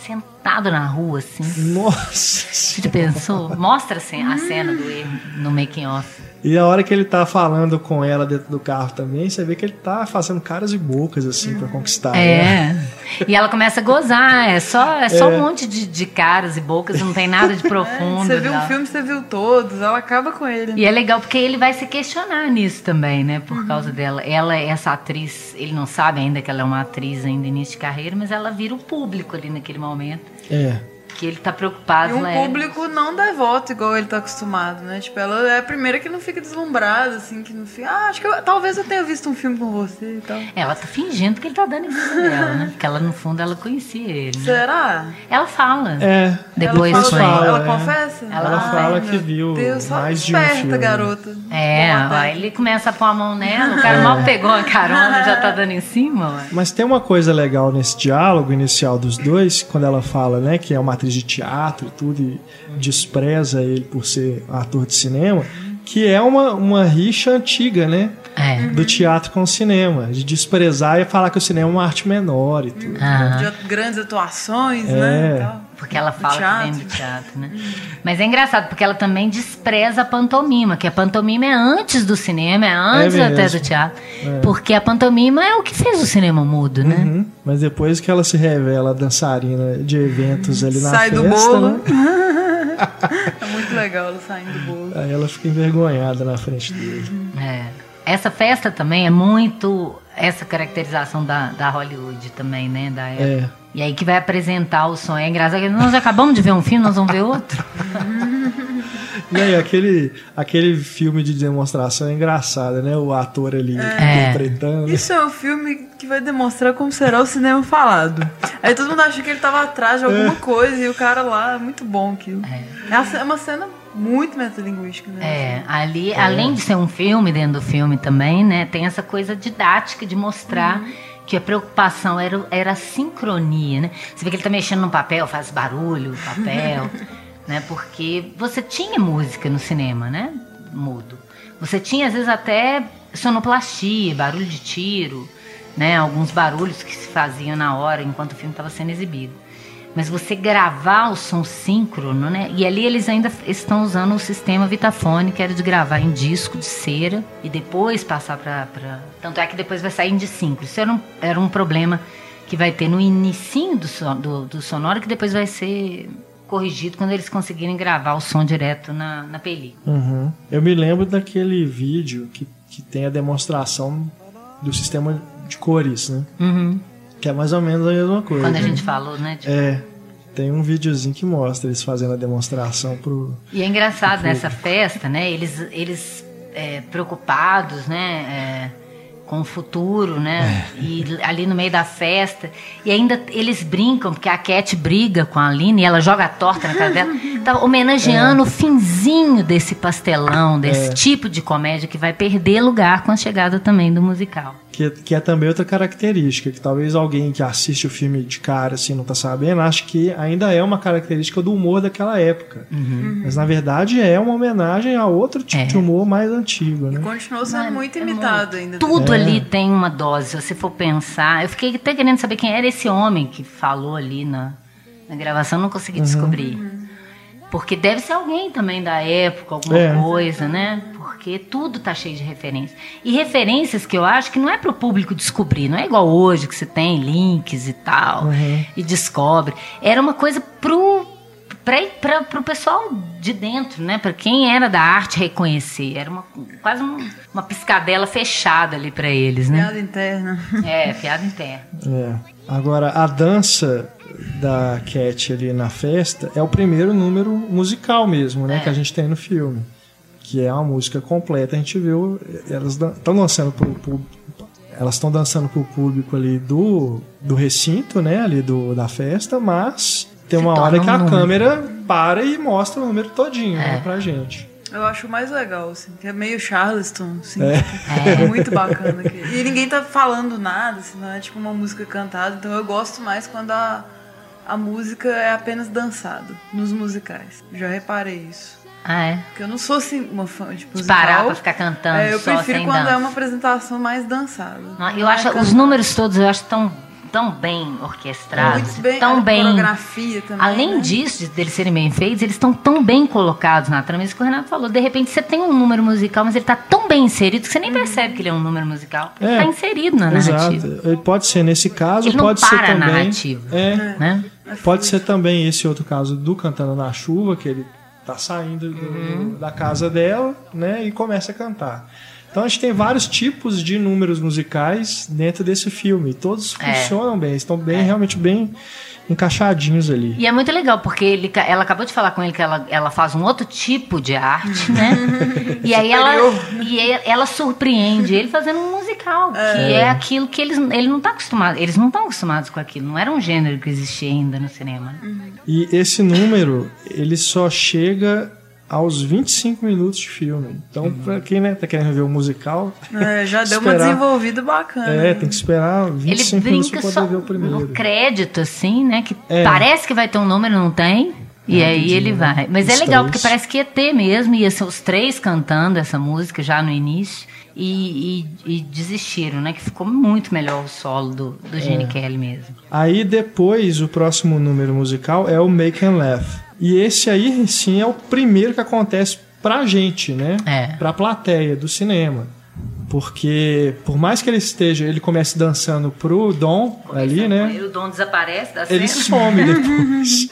sentado na rua, assim. Nossa! Você já pensou? Mostra assim, a cena do erro no making off. E a hora que ele tá falando com ela dentro do carro também, você vê que ele tá fazendo caras e bocas, assim, pra conquistar ela. E ela começa a gozar, é só um monte de caras e bocas, não tem nada de profundo. Você viu um filme, você viu todos, ela acaba com ele. E é legal porque ele vai se questionar nisso também, né, por causa dela. Ela, essa atriz, ele não sabe ainda que ela é uma atriz ainda início de carreira, mas ela vira o público ali naquele momento. Que ele tá preocupado. E um público não devoto, igual ele tá acostumado, né? Tipo, ela é a primeira que não fica deslumbrada, assim, que não fica... acho que talvez eu tenha visto um filme com você e tal. Ela tá fingindo que ele tá dando em cima dela, né? Porque ela, no fundo, ela conhecia ele. Né? Será? Ela fala. Depois ela fala, ela confessa? Ela fala que viu mais de um filme. Garota. Aí ele começa a pôr a mão nela, o cara mal pegou a carona, já tá dando em cima. Ué. Mas tem uma coisa legal nesse diálogo inicial dos dois, quando ela fala, né, que é uma atriz de teatro e tudo, e despreza ele por ser ator de cinema, que é uma rixa antiga, né? Do teatro com o cinema, de desprezar e falar que o cinema é uma arte menor e tudo. De grandes atuações, né? Tal. Porque ela fala que vem do teatro, né? Mas é engraçado, porque ela também despreza a pantomima, que a pantomima é antes do cinema, é antes até do teatro. Porque a pantomima é o que fez o cinema mudo, né? Mas depois que ela se revela dançarina de eventos ali na Sai festa, do bolo. Né? É muito legal ela saindo do bolo. Aí ela fica envergonhada na frente dele. Essa festa também é muito essa caracterização da Hollywood também, né? Da época. E aí que vai apresentar o sonho. É engraçado que nós acabamos de ver um filme, nós vamos ver outro. E aí, aquele filme de demonstração é engraçado, né? O ator ali interpretando. Isso é um filme que vai demonstrar como será o cinema falado. Aí todo mundo acha que ele tava atrás de alguma coisa e o cara lá, é muito bom aquilo. É uma cena muito metalinguística, né? Ali, além de ser um filme dentro do filme também, né? Tem essa coisa didática de mostrar que a preocupação era a sincronia, né? Você vê que ele tá mexendo no papel, faz barulho, o papel, né? Porque você tinha música no cinema, né? Mudo. Você tinha, às vezes, até sonoplastia, barulho de tiro, né? Alguns barulhos que se faziam na hora, enquanto o filme estava sendo exibido. Mas você gravar o som síncrono, né? E ali eles ainda estão usando o sistema Vitaphone, que era de gravar em disco de cera e depois passar para... Tanto é que depois vai sair em D5. Isso era um problema que vai ter no inicinho do sonoro, que depois vai ser corrigido quando eles conseguirem gravar o som direto na película. Eu me lembro daquele vídeo que tem a demonstração do sistema de cores, né? Que é mais ou menos a mesma coisa. Quando a gente falou, né? Tem um videozinho que mostra eles fazendo a demonstração pro... E é engraçado nessa festa, né? Eles preocupados, né? Com o futuro, né? E ali no meio da festa. E ainda eles brincam, porque a Cat briga com a Aline e ela joga a torta na cara dela. Tá homenageando o finzinho desse pastelão, desse tipo de comédia que vai perder lugar com a chegada também do musical. Que é também outra característica, que talvez alguém que assiste o filme de cara, assim, não tá sabendo, acha que ainda é uma característica do humor daquela época. Mas, na verdade, é uma homenagem a outro tipo de humor mais antigo, né? E continuou sendo muito imitado ainda. Tudo ali tem uma dose, se você for pensar. Eu fiquei até querendo saber quem era esse homem que falou ali na gravação, não consegui descobrir. Porque deve ser alguém também da época, alguma coisa, né? Porque tudo tá cheio de referências. E referências que eu acho que não é pro público descobrir, não é igual hoje que você tem links e tal, e descobre. Era uma coisa pro pessoal de dentro, né? Para quem era da arte reconhecer. Era quase uma piscadela fechada ali para eles, né? Piada interna. Piada interna. Agora, a dança da Cat ali na festa é o primeiro número musical mesmo, né? Que a gente tem no filme. Que é uma música completa. A gente viu, elas estão dançando elas estão dançando pro público ali do recinto, né? Ali da festa, mas tem uma hora que a câmera para e mostra o número todinho, né, pra gente. Eu acho o mais legal, assim, que é meio Charleston, assim. É muito bacana. E ninguém tá falando nada, assim, não é tipo uma música cantada. Então eu gosto mais quando a música é apenas dançada nos musicais. Já reparei isso. Porque eu não sou assim uma fã de musical. Parar pra ficar cantando eu só prefiro sem quando dança. é uma apresentação mais dançada. Eu acho os números todos, eu acho tão tão bem orquestrados, Muito bem, tão bem... coreografia também, Além né? disso, deles serem bem feitos, eles estão tão bem colocados na trama. Isso que o Renato falou. De repente, você tem um número musical, mas ele está tão bem inserido que você nem percebe que ele é um número musical. Ele está inserido na narrativa. Exato. Ele pode ser nesse caso, Ele não pode para ser a também... narrativa. Né? Pode ser também esse outro caso do Cantando na Chuva, que ele tá saindo da casa dela, né, e começa a cantar. Então a gente tem vários tipos de números musicais dentro desse filme. Todos funcionam bem, estão realmente bem encaixadinhos ali. E é muito legal, porque ela acabou de falar com ele que ela faz um outro tipo de arte, né? E aí ela surpreende ele fazendo um musical, que é aquilo que ele não tá acostumado. Eles não estão acostumados com aquilo. Não era um gênero que existia ainda no cinema. E esse número, ele só chega aos 25 minutos de filme. Então, pra quem tá querendo ver o musical... já deu uma desenvolvida bacana. Tem que esperar 25 minutos pra poder ver o primeiro. No crédito, assim, né? Que parece que vai ter um número, não tem. E aí ele vai. Mas é legal, porque parece que ia ter mesmo. Ia ser os três cantando essa música já no início. E desistiram, né? Que ficou muito melhor o solo do Gene Kelly mesmo. Aí depois, o próximo número musical é o Make and Laugh. E esse aí, sim, é o primeiro que acontece pra gente, né? Pra plateia do cinema. Porque, por mais que ele comece dançando pro Dom ali, né? O Dom desaparece da cena. Ele some depois.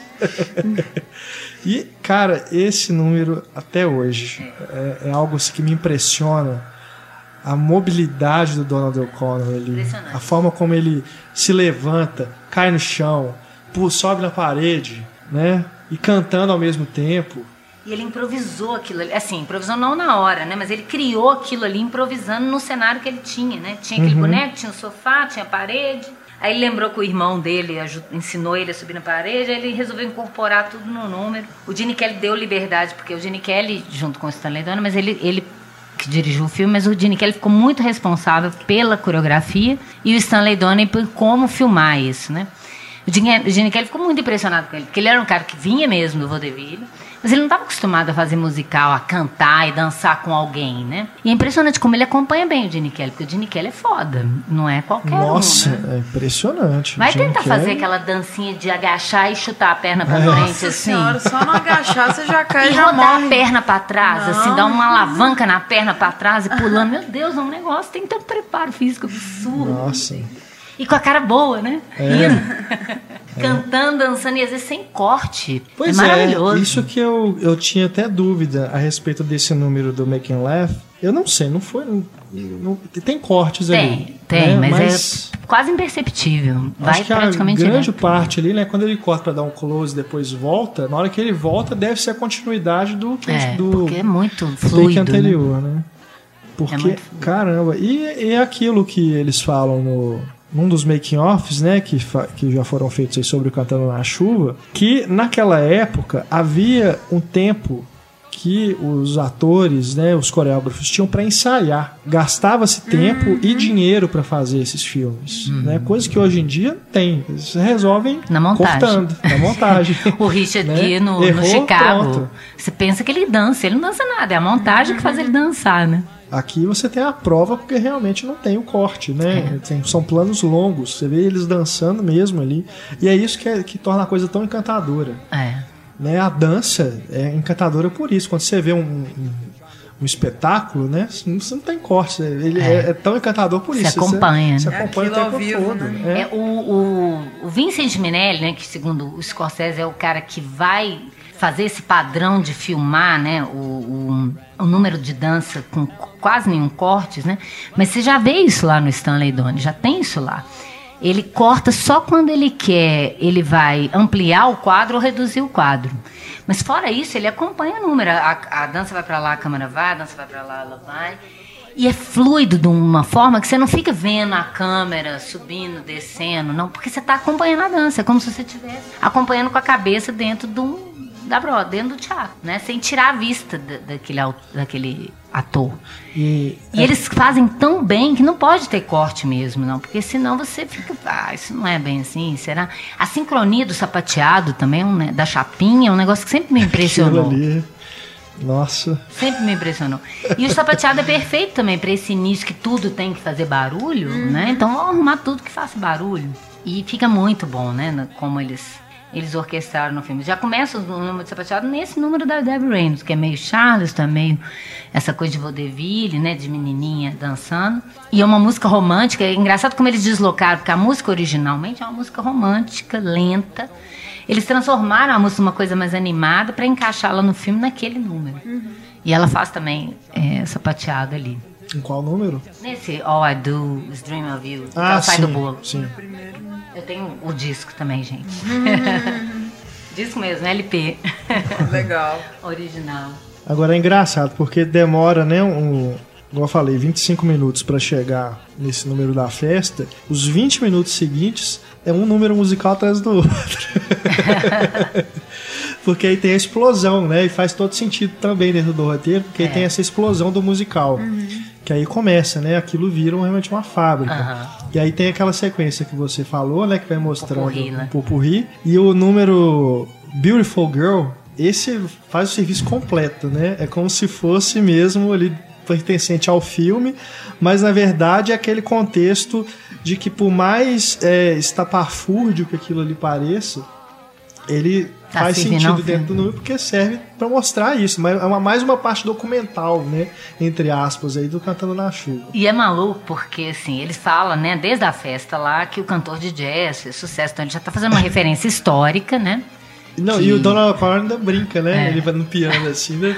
E, cara, esse número, até hoje, é algo assim, que me impressiona. A mobilidade do Donald O'Connor ali. A forma como ele se levanta, cai no chão, sobe na parede, né? E cantando ao mesmo tempo. E ele improvisou aquilo ali. Assim, improvisou não na hora, né? Mas ele criou aquilo ali improvisando no cenário que ele tinha, né? Tinha aquele boneco, tinha o sofá, tinha a parede. Aí ele lembrou que o irmão dele ensinou ele a subir na parede. Aí ele resolveu incorporar tudo no número. O Gene Kelly deu liberdade, porque o Gene Kelly, junto com o Stanley Donen, mas ele que dirigiu o filme, mas o Gene Kelly ficou muito responsável pela coreografia e o Stanley Donen por como filmar isso, né? O Gene Kelly ficou muito impressionado com ele, porque ele era um cara que vinha mesmo do vaudeville, mas ele não estava acostumado a fazer musical, a cantar e dançar com alguém, né? E é impressionante como ele acompanha bem o Gene Kelly, porque o Gene Kelly é foda, não é qualquer Nossa, né? É impressionante. Vai tentar fazer aquela dancinha de agachar e chutar a perna pra frente, Nossa assim. senhora, só não agachar você já cai e e já rodar morre. a perna pra trás, assim, dar uma alavanca na perna pra trás e pulando. Meu Deus, é um negócio, tem que ter um preparo físico absurdo. Nossa. E com a cara boa, né? Cantando, dançando e às vezes sem corte. Pois maravilhoso. Isso que eu tinha até dúvida a respeito desse número do Make and Laugh. Eu não sei, não foi... tem cortes ali. Tem, né? mas é quase imperceptível. Vai acho que praticamente a grande direto. parte ali, né? Quando ele corta pra dar um close e depois volta, na hora que ele volta deve ser a continuidade do porque é muito take fluido, anterior, né? Porque, É caramba, e é aquilo que eles falam num dos making-offs, né, que já foram feitos aí sobre o Cantando na Chuva, que naquela época havia um tempo que os atores, né, os coreógrafos tinham para ensaiar. Gastava-se tempo e dinheiro para fazer esses filmes, né? Coisa que hoje em dia tem. Eles resolvem na montagem. cortando, na montagem. O Richard né? Gere no Errou, Chicago. pronto. Você pensa que ele dança, ele não dança nada, é a montagem que faz ele dançar, né? Aqui você tem a prova porque realmente não tem o corte, né? São planos longos, você vê eles dançando mesmo ali. E é isso que torna a coisa tão encantadora. Né? A dança é encantadora por isso. Quando você vê um espetáculo, né? Você não tem corte. Ele é tão encantador por isso. Você acompanha. Você acompanha o tempo vivo, todo. né? O Vincent Minnelli, né, que segundo o Scorsese é o cara que vai fazer esse padrão de filmar, né, o número de dança com quase nenhum cortes, né? Mas você já vê isso lá no Stanley Donen, já tem isso lá. Ele corta só quando ele quer, ele vai ampliar o quadro ou reduzir o quadro. Mas fora isso, ele acompanha o número. A dança vai para lá, a câmera vai, a dança vai para lá, ela vai. E é fluido de uma forma que você não fica vendo a câmera subindo, descendo, não, porque você está acompanhando a dança. É como se você estivesse acompanhando com a cabeça dentro dentro do teatro, né? Sem tirar a vista daquele ator. E eles fazem tão bem que não pode ter corte mesmo, não, porque senão você fica, isso não é bem assim, será? A sincronia do sapateado também, da chapinha, é um negócio que sempre me impressionou. Ali, nossa. Sempre me impressionou. E o sapateado é perfeito também para esse início que tudo tem que fazer barulho, né? Então vamos arrumar tudo que faça barulho. E fica muito bom, né? Como eles orquestraram no filme. Já começa o número de sapateado nesse número da Debbie Reynolds, que é meio Charleston, meio essa coisa de vaudeville, né? De menininha dançando. E é uma música romântica. É engraçado como eles deslocaram, porque a música originalmente é uma música romântica, lenta. Eles transformaram a música numa coisa mais animada para encaixá-la no filme naquele número. E ela faz também sapateado ali. Em qual número? Nesse All I Do Is Dream of You, que ela sai do bolo. Sim. Eu tenho o disco também, gente. Disco mesmo, LP. Legal. Original. Agora é engraçado, porque demora, né, como eu falei, 25 minutos para chegar nesse número da festa. Os 20 minutos seguintes é um número musical atrás do outro. Porque aí tem a explosão, né? E faz todo sentido também dentro do roteiro, porque aí tem essa explosão do musical. Que aí começa, né? Aquilo vira realmente uma fábrica. E aí tem aquela sequência que você falou, né? Que vai mostrando um popurrí. E o número Beautiful Girl, esse faz o serviço completo, né? É como se fosse mesmo ali pertencente ao filme, mas na verdade é aquele contexto de que por mais estapafúrdio que aquilo ali pareça, ele faz sentido dentro do número porque serve para mostrar isso, mas é mais uma parte documental, né, entre aspas, aí do Cantando na Chuva. E é maluco porque, assim, eles falam, né, desde a festa lá, que o cantor de jazz fez sucesso, então ele já tá fazendo uma referência histórica, né? Não, e o Donald Connor ainda brinca, né? Ele vai no piano assim, né?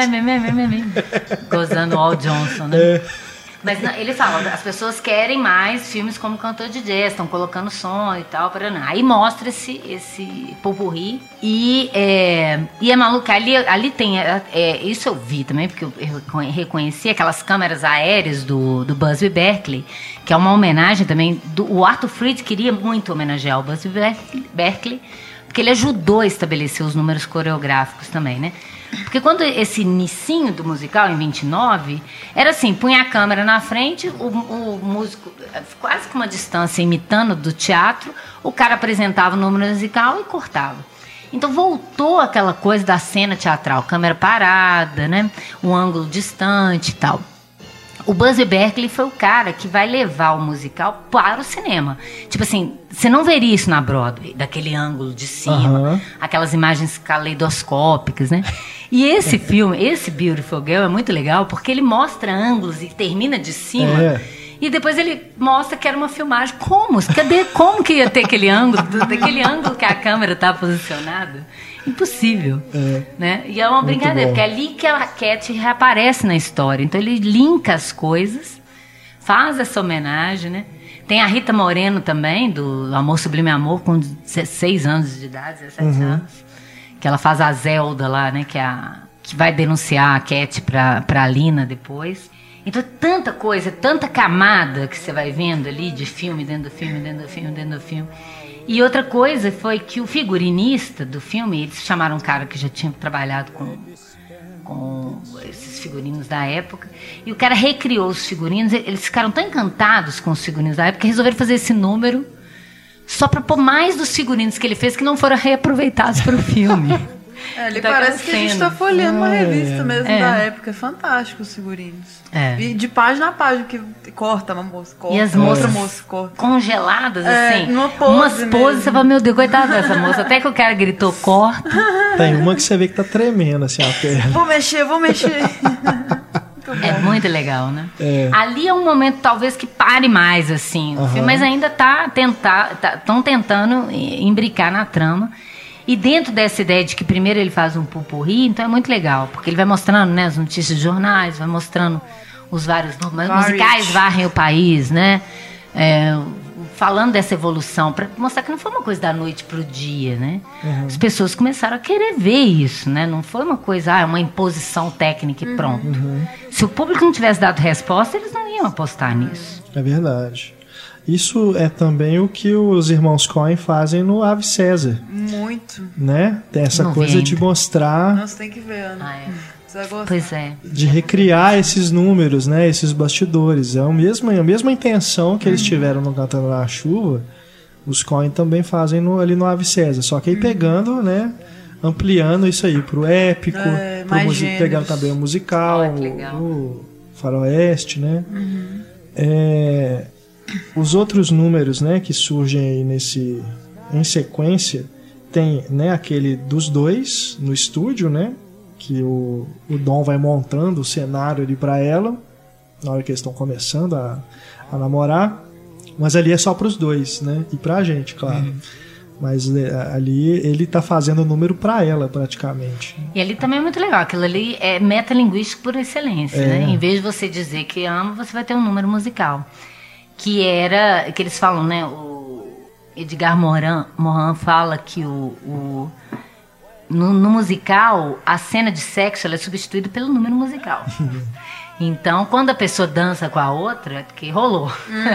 Gozando o Al Johnson, né? Mas não, ele fala, as pessoas querem mais filmes como Cantor de Jazz, estão colocando som e tal, aí mostra esse popurrí e é maluco, ali tem, isso eu vi também, porque eu reconheci aquelas câmeras aéreas do Busby Berkeley, que é uma homenagem também, o Arthur Freed queria muito homenagear o Busby Berkeley, porque ele ajudou a estabelecer os números coreográficos também, né? Porque quando esse inicinho do musical, em 29, era assim, punha a câmera na frente, o músico, quase com uma distância, imitando do teatro, o cara apresentava o número musical e cortava. Então voltou aquela coisa da cena teatral, câmera parada, né? Um ângulo distante e tal. O Busby Berkeley foi o cara que vai levar o musical para o cinema. Tipo assim, você não veria isso na Broadway, daquele ângulo de cima, aquelas imagens caleidoscópicas, né? E esse filme, esse Beautiful Girl, é muito legal porque ele mostra ângulos e termina de cima. E depois ele mostra que era uma filmagem. Como que ia ter aquele ângulo, daquele ângulo que a câmera está posicionada? Impossível, né? E é uma brincadeira, porque é ali que a Cat reaparece na história. Então ele linka as coisas, faz essa homenagem, né? Tem a Rita Moreno também, do Amor Sublime Amor, com 16 anos de idade, 17 anos, que ela faz a Zelda lá, né? Que vai denunciar a Cat pra Lina depois. Então tanta coisa, tanta camada que você vai vendo ali de filme, dentro do filme, dentro do filme, dentro do filme. E outra coisa foi que o figurinista do filme, eles chamaram um cara que já tinha trabalhado com esses figurinos da época, e o cara recriou os figurinos, eles ficaram tão encantados com os figurinos da época que resolveram fazer esse número só para pôr mais dos figurinos que ele fez que não foram reaproveitados para o filme. Ele parece que a gente está folheando uma revista mesmo da época. É fantástico os figurinos. E de página a página, que corta uma moça, corta, e as moças corta. Congeladas, assim. Umas poses, você fala, meu Deus, coitada dessa moça. Até que o cara gritou, corta. Tem uma que você vê que tá tremendo, assim, a perna. Vou mexer. É muito legal, né? Ali é um momento, talvez, que pare mais, assim, o filme, mas ainda estão tentando imbricar na trama. E dentro dessa ideia de que primeiro ele faz um popurrí, então é muito legal, porque ele vai mostrando, né, as notícias de jornais, vai mostrando os vários musicais varrem o país, né? Falando dessa evolução, para mostrar que não foi uma coisa da noite pro dia, né? As pessoas começaram a querer ver isso, né? Não foi uma coisa, uma imposição técnica e pronto. Se o público não tivesse dado resposta, eles não iam apostar nisso. É verdade. Isso é também o que os irmãos Coen fazem no Ave César. Muito. Né? Tem essa coisa de mostrar... Nossa, tem que ver, Ana. Você vai gostar. Pois é. De recriar esses números, né? Esses bastidores. É a mesma intenção que eles tiveram no Cantando na Chuva, os Coen também fazem ali no Ave César. Só que aí pegando, né? Ampliando isso aí pro épico, pegando também o musical, o faroeste, né? os outros números, né, que surgem aí em sequência, tem, né, aquele dos dois no estúdio, né, que o Dom vai montando o cenário ali pra ela, na hora que eles estão começando a namorar, mas ali é só pros dois, né, e pra gente, claro. Mas ali ele tá fazendo o número pra ela, praticamente. E ali também é muito legal. Aquilo ali é metalinguístico por excelência, né? Em vez de você dizer que ama, você vai ter um número musical. Que eles falam, né? O Edgar Morin fala que no musical, a cena de sexo ela é substituída pelo número musical. Então, quando a pessoa dança com a outra, é porque rolou.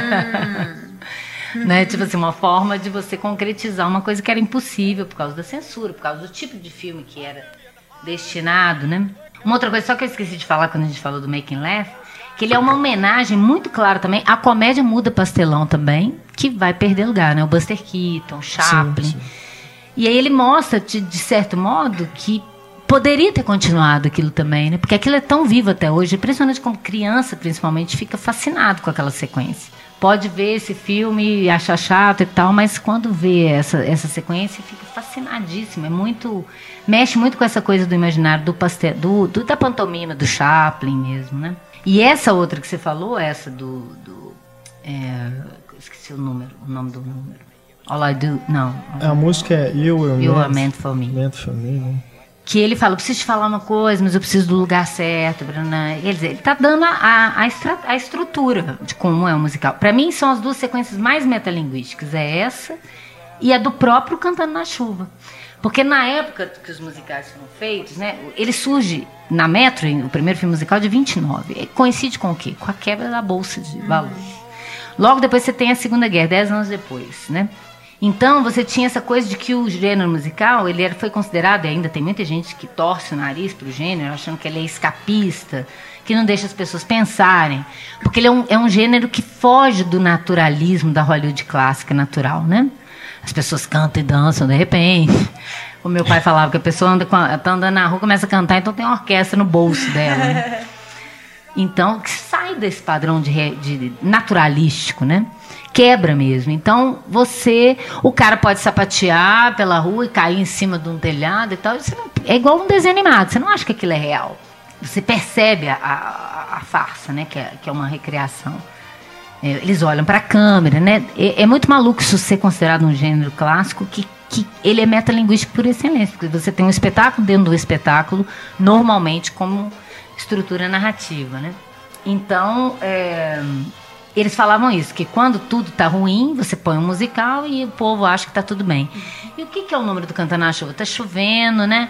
Né? Tipo assim, uma forma de você concretizar uma coisa que era impossível por causa da censura, por causa do tipo de filme que era destinado, né? Uma outra coisa, só que eu esqueci de falar quando a gente falou do Making Laugh, que ele é uma homenagem muito clara também à comédia muda pastelão também, que vai perder lugar, né? O Buster Keaton, Chaplin. Sim. E aí ele mostra, de certo modo, que poderia ter continuado aquilo também, né? Porque aquilo é tão vivo até hoje, impressionante como criança, principalmente, fica fascinado com aquela sequência. Pode ver esse filme e achar chato e tal, mas quando vê essa sequência, fica fascinadíssimo. Mexe muito com essa coisa do imaginário, da pantomima, do Chaplin mesmo, né? E essa outra que você falou, essa esqueci o nome do número. All I Do, não. A música é You Are Meant For Me. Meant For Me, né? Que ele fala, preciso te falar uma coisa, mas eu preciso do lugar certo. Quer dizer, ele está dando a estrutura de como é o musical. Para mim, são as duas sequências mais metalinguísticas. É essa e a do próprio Cantando na Chuva. Porque na época que os musicais foram feitos, né, ele surge na Metro, o primeiro filme musical, de 29. Coincide com o quê? Com a quebra da Bolsa de Valores. Logo depois você tem a Segunda Guerra, 10 anos depois, né? Então, você tinha essa coisa de que o gênero musical, foi considerado, e ainda tem muita gente que torce o nariz para o gênero, achando que ele é escapista, que não deixa as pessoas pensarem, porque ele é um gênero que foge do naturalismo da Hollywood clássica natural, né? As pessoas cantam e dançam de repente. O meu pai falava que a pessoa tá andando na rua, começa a cantar, então tem uma orquestra no bolso dela, né? Então, que sai desse padrão de naturalístico, né? Quebra mesmo. Então, o cara pode sapatear pela rua e cair em cima de um telhado e tal. É igual um desenho animado, você não acha que aquilo é real. Você percebe a farsa, né? Que é uma recriação. Eles olham para a câmera, né? É muito maluco isso ser considerado um gênero clássico que ele é metalinguístico por excelência, porque você tem um espetáculo dentro do espetáculo, normalmente como estrutura narrativa, né? Então, eles falavam isso, que quando tudo tá ruim, você põe um musical e o povo acha que tá tudo bem. E o que é o número do Cantando na Chuva? Tá chovendo, né?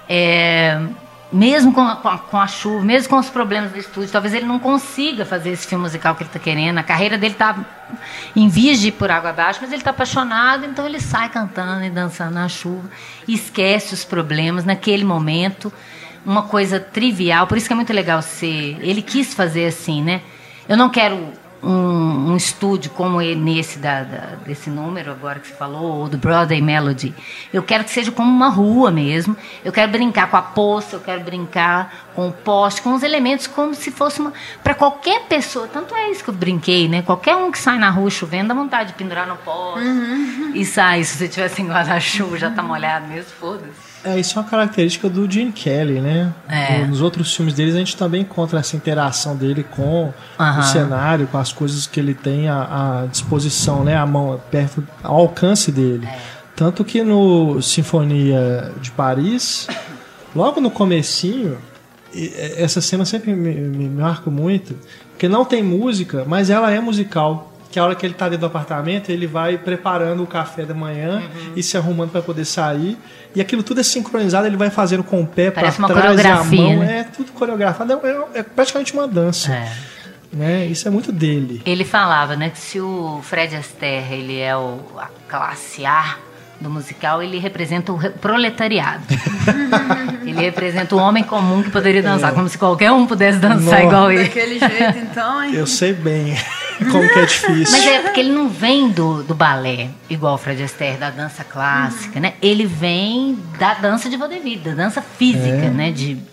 Mesmo com a chuva, mesmo com os problemas do estúdio, talvez ele não consiga fazer esse filme musical que ele tá querendo. A carreira dele tá em vias de ir por água abaixo, mas ele tá apaixonado, então ele sai cantando e dançando na chuva e esquece os problemas naquele momento. Uma coisa trivial, por isso que é muito legal ele quis fazer assim, né? Eu não quero um estúdio como desse número agora que você falou, ou do Broadway Melody. Eu quero que seja como uma rua mesmo. Eu quero brincar com a poça, eu quero brincar com o poste, com os elementos como se fosse para qualquer pessoa. Tanto é isso que eu brinquei, né? Qualquer um que sai na rua chovendo dá vontade de pendurar no poste e sai. Se você tivesse em guarda-chuva, já tá molhado mesmo, foda-se. Isso é uma característica do Gene Kelly, né? Nos outros filmes deles a gente também encontra essa interação dele com o cenário, com as coisas que ele tem à disposição, né? A mão perto, ao alcance dele. Tanto que no Sinfonia de Paris, logo no comecinho, essa cena sempre me marca muito, porque não tem música, mas ela é musical. Que a hora que ele está dentro do apartamento, ele vai preparando o café da manhã e se arrumando para poder sair. E aquilo tudo é sincronizado, ele vai fazendo com o pé para trás e a mão. Né? É tudo coreografado, é praticamente uma dança. Né? Isso é muito dele. Ele falava, né, que se o Fred Astaire ele é a classe A do musical, ele representa o proletariado. Ele representa o homem comum que poderia dançar, como se qualquer um pudesse dançar igual ele. Daquele jeito, então, hein? Eu sei bem como que é difícil. Mas é porque ele não vem do balé, igual o Fred Astaire, da dança clássica, né? Ele vem da dança de vaudeville, da dança física, né? De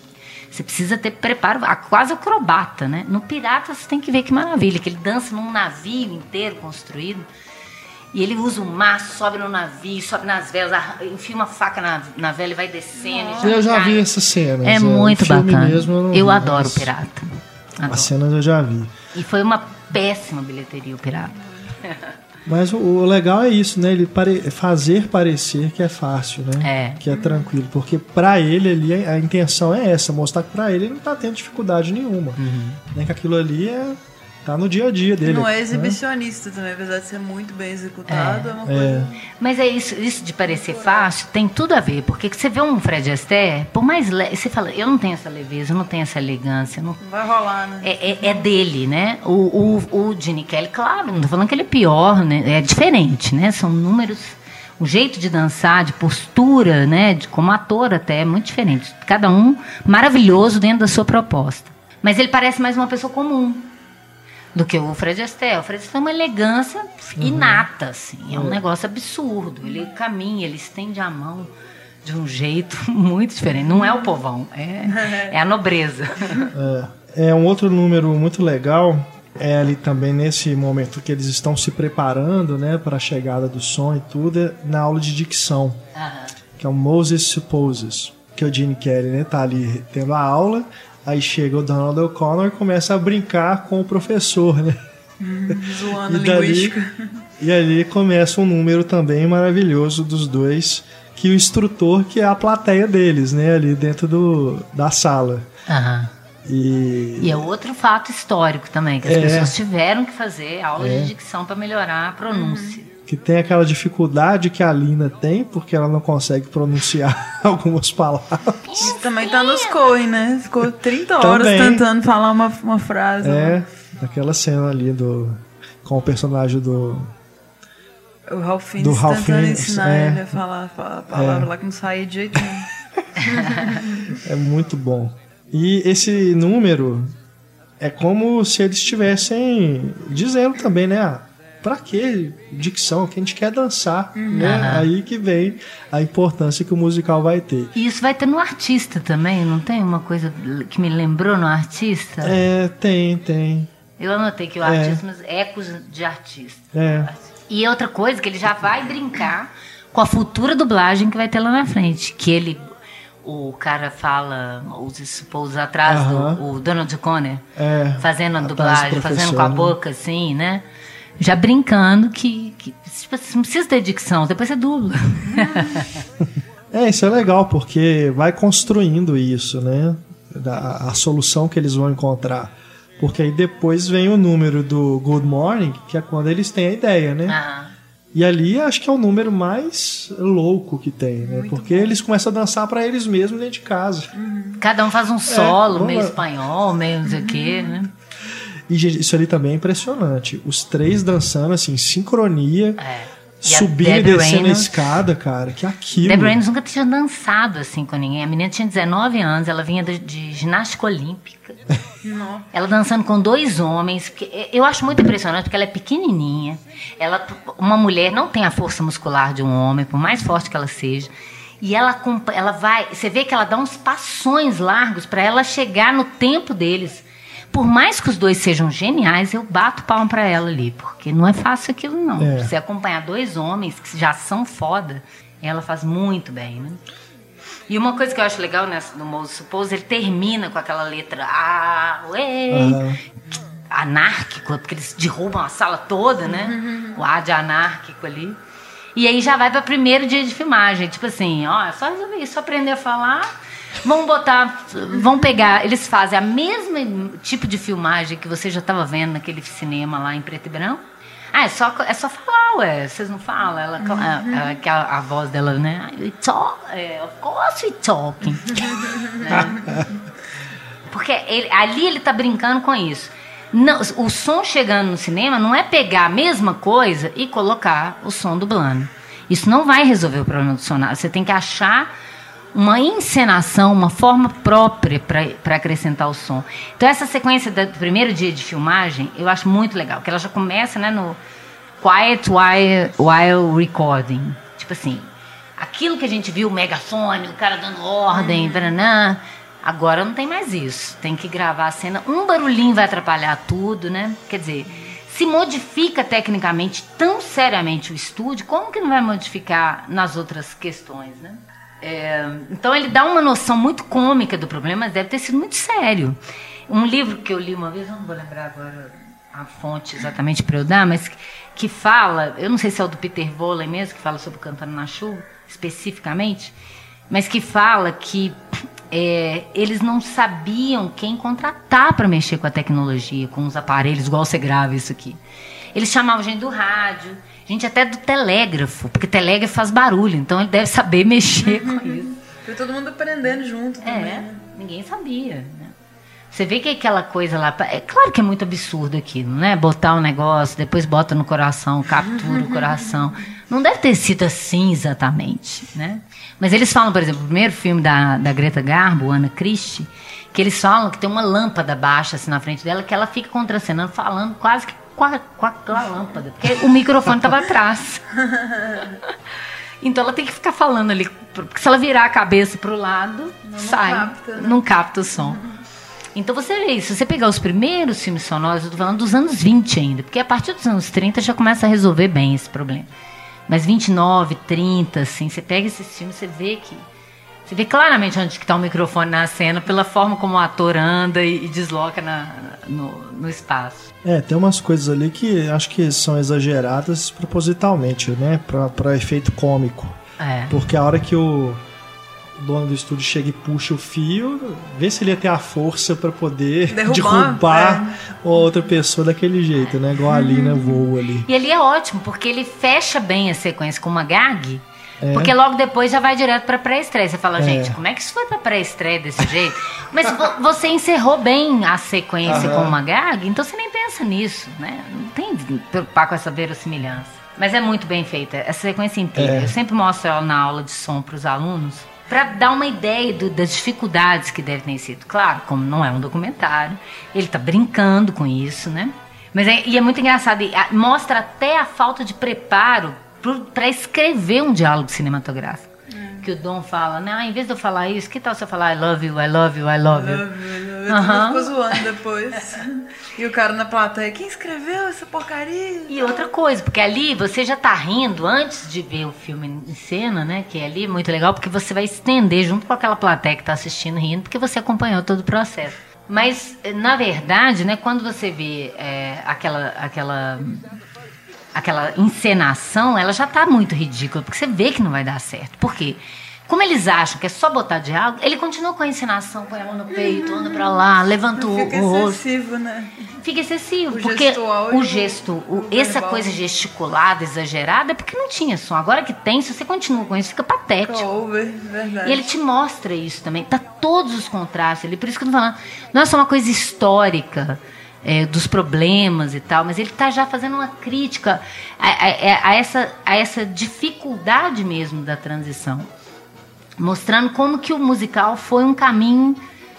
Você precisa ter preparo, quase acrobata, né? No Pirata você tem que ver que maravilha, que ele dança num navio inteiro construído. E ele usa o maço, sobe no navio, sobe nas velas, enfia uma faca na vela e vai descendo. Eu já vi essas cenas. É muito bacana. Mesmo, eu adoro o Pirata. Adoro. As cenas eu já vi. E foi uma péssima bilheteria o Pirata. Mas o legal é isso, né? Ele fazer parecer que é fácil, né? Que é tranquilo. Porque pra ele ali, a intenção é essa, mostrar que pra ele não tá tendo dificuldade nenhuma. Nem que aquilo ali tá no dia a dia dele. Não é exibicionista, né? Também, apesar de ser muito bem executado, é uma coisa... Mas é isso de parecer fácil, tem tudo a ver, porque você vê um Fred Astaire, por mais você fala, eu não tenho essa leveza, eu não tenho essa elegância. Não vai rolar, né? É dele, né? O Gene Kelly, claro, não tô falando que ele é pior, né? É diferente, né? São números... O jeito de dançar, de postura, né? Como ator até, é muito diferente. Cada um maravilhoso dentro da sua proposta. Mas ele parece mais uma pessoa comum do que o Fred Astaire. O Fred Astaire tem uma elegância inata, assim. É um negócio absurdo. Ele caminha, ele estende a mão de um jeito muito diferente. Não é o povão, é a nobreza. É um outro número muito legal. É ali também nesse momento que eles estão se preparando, né, para a chegada do som e tudo, na aula de dicção. Que é o Moses Supposes. Que o Gene Kelly, né, tá ali tendo a aula. Aí chega o Donald O'Connor e começa a brincar com o professor, né? Zoando linguística. E ali começa um número também maravilhoso dos dois, que o instrutor, que é a plateia deles, né? Ali dentro da sala. E é outro fato histórico também, que as pessoas tiveram que fazer aula de dicção para melhorar a pronúncia. Que tem aquela dificuldade que a Lina tem, porque ela não consegue pronunciar algumas palavras. Isso também tá nos Coen, né? Ficou 30 horas tentando falar uma frase. Aquela cena ali com o personagem do... O Ralph Fiennes tentando ensinar ele a falar a palavra lá que não saía de jeito nenhum. É muito bom. E esse número é como se eles estivessem dizendo também, né? Pra que dicção? Que a gente quer dançar, né? Aí que vem a importância que o musical vai ter. E isso vai ter no Artista também, não tem uma coisa que me lembrou no Artista? Tem. Eu anotei que o Artista, mas ecos de Artista. E outra coisa, que ele já vai brincar com a futura dublagem que vai ter lá na frente. Que o cara fala, os atrás o Donald O'Connor, fazendo a dublagem, fazendo com a boca assim, né? Já brincando que tipo, você não precisa ter dicção, depois você dubla. Isso é legal, porque vai construindo isso, né? A solução que eles vão encontrar. Porque aí depois vem o número do Good Morning, que é quando eles têm a ideia, né? E ali acho que é o número mais louco que tem, né? Muito porque bom. Eles começam a dançar pra eles mesmos dentro de casa. Cada um faz um solo, meio espanhol, meio não sei o quê, né? E isso ali também é impressionante. Os três dançando, assim, em sincronia, subindo e descendo a escada, cara. Que aquilo. Debbie Reynolds nunca tinha dançado assim com ninguém. A menina tinha 19 anos, ela vinha de ginástica olímpica. Ela dançando com 2 homens. Eu acho muito impressionante, porque ela é pequenininha. Uma mulher não tem a força muscular de um homem, por mais forte que ela seja. E ela vai... Você vê que ela dá uns passões largos para ela chegar no tempo deles. Por mais que os dois sejam geniais, eu bato palma pra ela ali, porque não é fácil aquilo, não. Você acompanhar 2 homens que já são foda, ela faz muito bem, né? E uma coisa que eu acho legal no Moses Suppose, ele termina com aquela letra anárquico, porque eles derrubam a sala toda, né? O A de anárquico ali. E aí já vai para o primeiro dia de filmagem, tipo assim, é só resolver isso, só aprender a falar... Vão pegar, eles fazem a mesma tipo de filmagem que você já estava vendo naquele cinema lá em preto e branco. É só falar, vocês não falam? A voz dela, né? Of course we talking. Porque ali ele tá brincando com isso. Não, o som chegando no cinema não é pegar a mesma coisa e colocar o som dublando. Isso não vai resolver o problema do sonar. Você tem que achar uma encenação, uma forma própria para acrescentar o som. Então essa sequência do primeiro dia de filmagem eu acho muito legal, que ela já começa, né, no Quiet while recording, tipo assim, aquilo que a gente viu, o megafone, o cara dando ordem, Agora não tem mais isso. Tem que gravar a cena. Um barulhinho vai atrapalhar tudo, né? Quer dizer, se modifica tecnicamente tão seriamente o estúdio, como que não vai modificar nas outras questões, né? Então ele dá uma noção muito cômica do problema, mas deve ter sido muito sério. Um livro que eu li uma vez, eu não vou lembrar agora a fonte exatamente para eu dar, mas que fala, eu não sei se é o do Peter Volley mesmo, que fala sobre Cantando na Chuva, especificamente, mas que fala que eles não sabiam quem contratar para mexer com a tecnologia, com os aparelhos, igual você grava isso aqui. Eles chamavam gente do rádio, gente até do telégrafo, porque telégrafo faz barulho, então ele deve saber mexer com isso. Foi todo mundo aprendendo junto também. Né? Ninguém sabia, né? Você vê que aquela coisa lá... É claro que é muito absurdo aquilo, né? Botar um negócio, depois bota no coração, captura o coração. Não deve ter sido assim exatamente, né? Mas eles falam, por exemplo, o primeiro filme da Greta Garbo, Ana Christie, que eles falam que tem uma lâmpada baixa assim na frente dela, que ela fica contracenando, falando quase que com a lâmpada, porque o microfone estava atrás. Então ela tem que ficar falando ali, porque se ela virar a cabeça para o lado, não capta o som. Então você vê isso, se você pegar os primeiros filmes sonoros, eu tô falando dos anos 20 ainda, porque a partir dos anos 30 já começa a resolver bem esse problema. Mas 29, 30, assim, você pega esses filmes, você vê claramente onde que está o microfone na cena, pela forma como o ator anda e desloca no espaço. Tem umas coisas ali que acho que são exageradas propositalmente, né? Pra efeito cômico. Porque a hora que o dono do estúdio chega e puxa o fio, vê se ele ia ter a força para poder derrubar outra pessoa daquele jeito, né? Igual a Lina voa ali. E ali é ótimo, porque ele fecha bem a sequência com uma gag, porque logo depois já vai direto pra pré-estreia. Você fala, gente, como é que isso foi pra pré-estreia desse jeito? Mas você encerrou bem a sequência com uma gag, então você nem pensa nisso, né? Não tem que preocupar com essa verossimilhança. Mas é muito bem feita, essa sequência inteira. Eu sempre mostro ela na aula de som pros alunos, para dar uma ideia das dificuldades que devem ter sido. Claro, como não é um documentário, ele está brincando com isso, né? Mas é muito engraçado, mostra até a falta de preparo para escrever um diálogo cinematográfico. Que o Dom fala, em vez de eu falar isso, que tal se eu falar I love you, I love you, I love you? Ficou zoando depois. E o cara na plateia, quem escreveu essa porcaria? E outra coisa, porque ali você já tá rindo antes de ver o filme em cena, né? Que é ali muito legal, porque você vai estender junto com aquela plateia que tá assistindo rindo, porque você acompanhou todo o processo. Mas, na verdade, né, quando você vê aquela encenação, ela já tá muito ridícula, porque você vê que não vai dar certo. Por quê? Como eles acham que é só botar diálogo, ele continua com a encenação, põe a mão no peito, anda pra lá, levanta o rosto. Fica excessivo, né? Fica excessivo, porque o gesto, essa coisa gesticulada, exagerada, é porque não tinha som. Agora que tem, se você continua com isso, fica patético. Fica over, verdade. E ele te mostra isso também, tá todos os contrastes ali, por isso que eu tô falando, não é só uma coisa histórica, dos problemas e tal, mas ele está já fazendo uma crítica a essa dificuldade mesmo da transição, mostrando como que o musical foi um caminho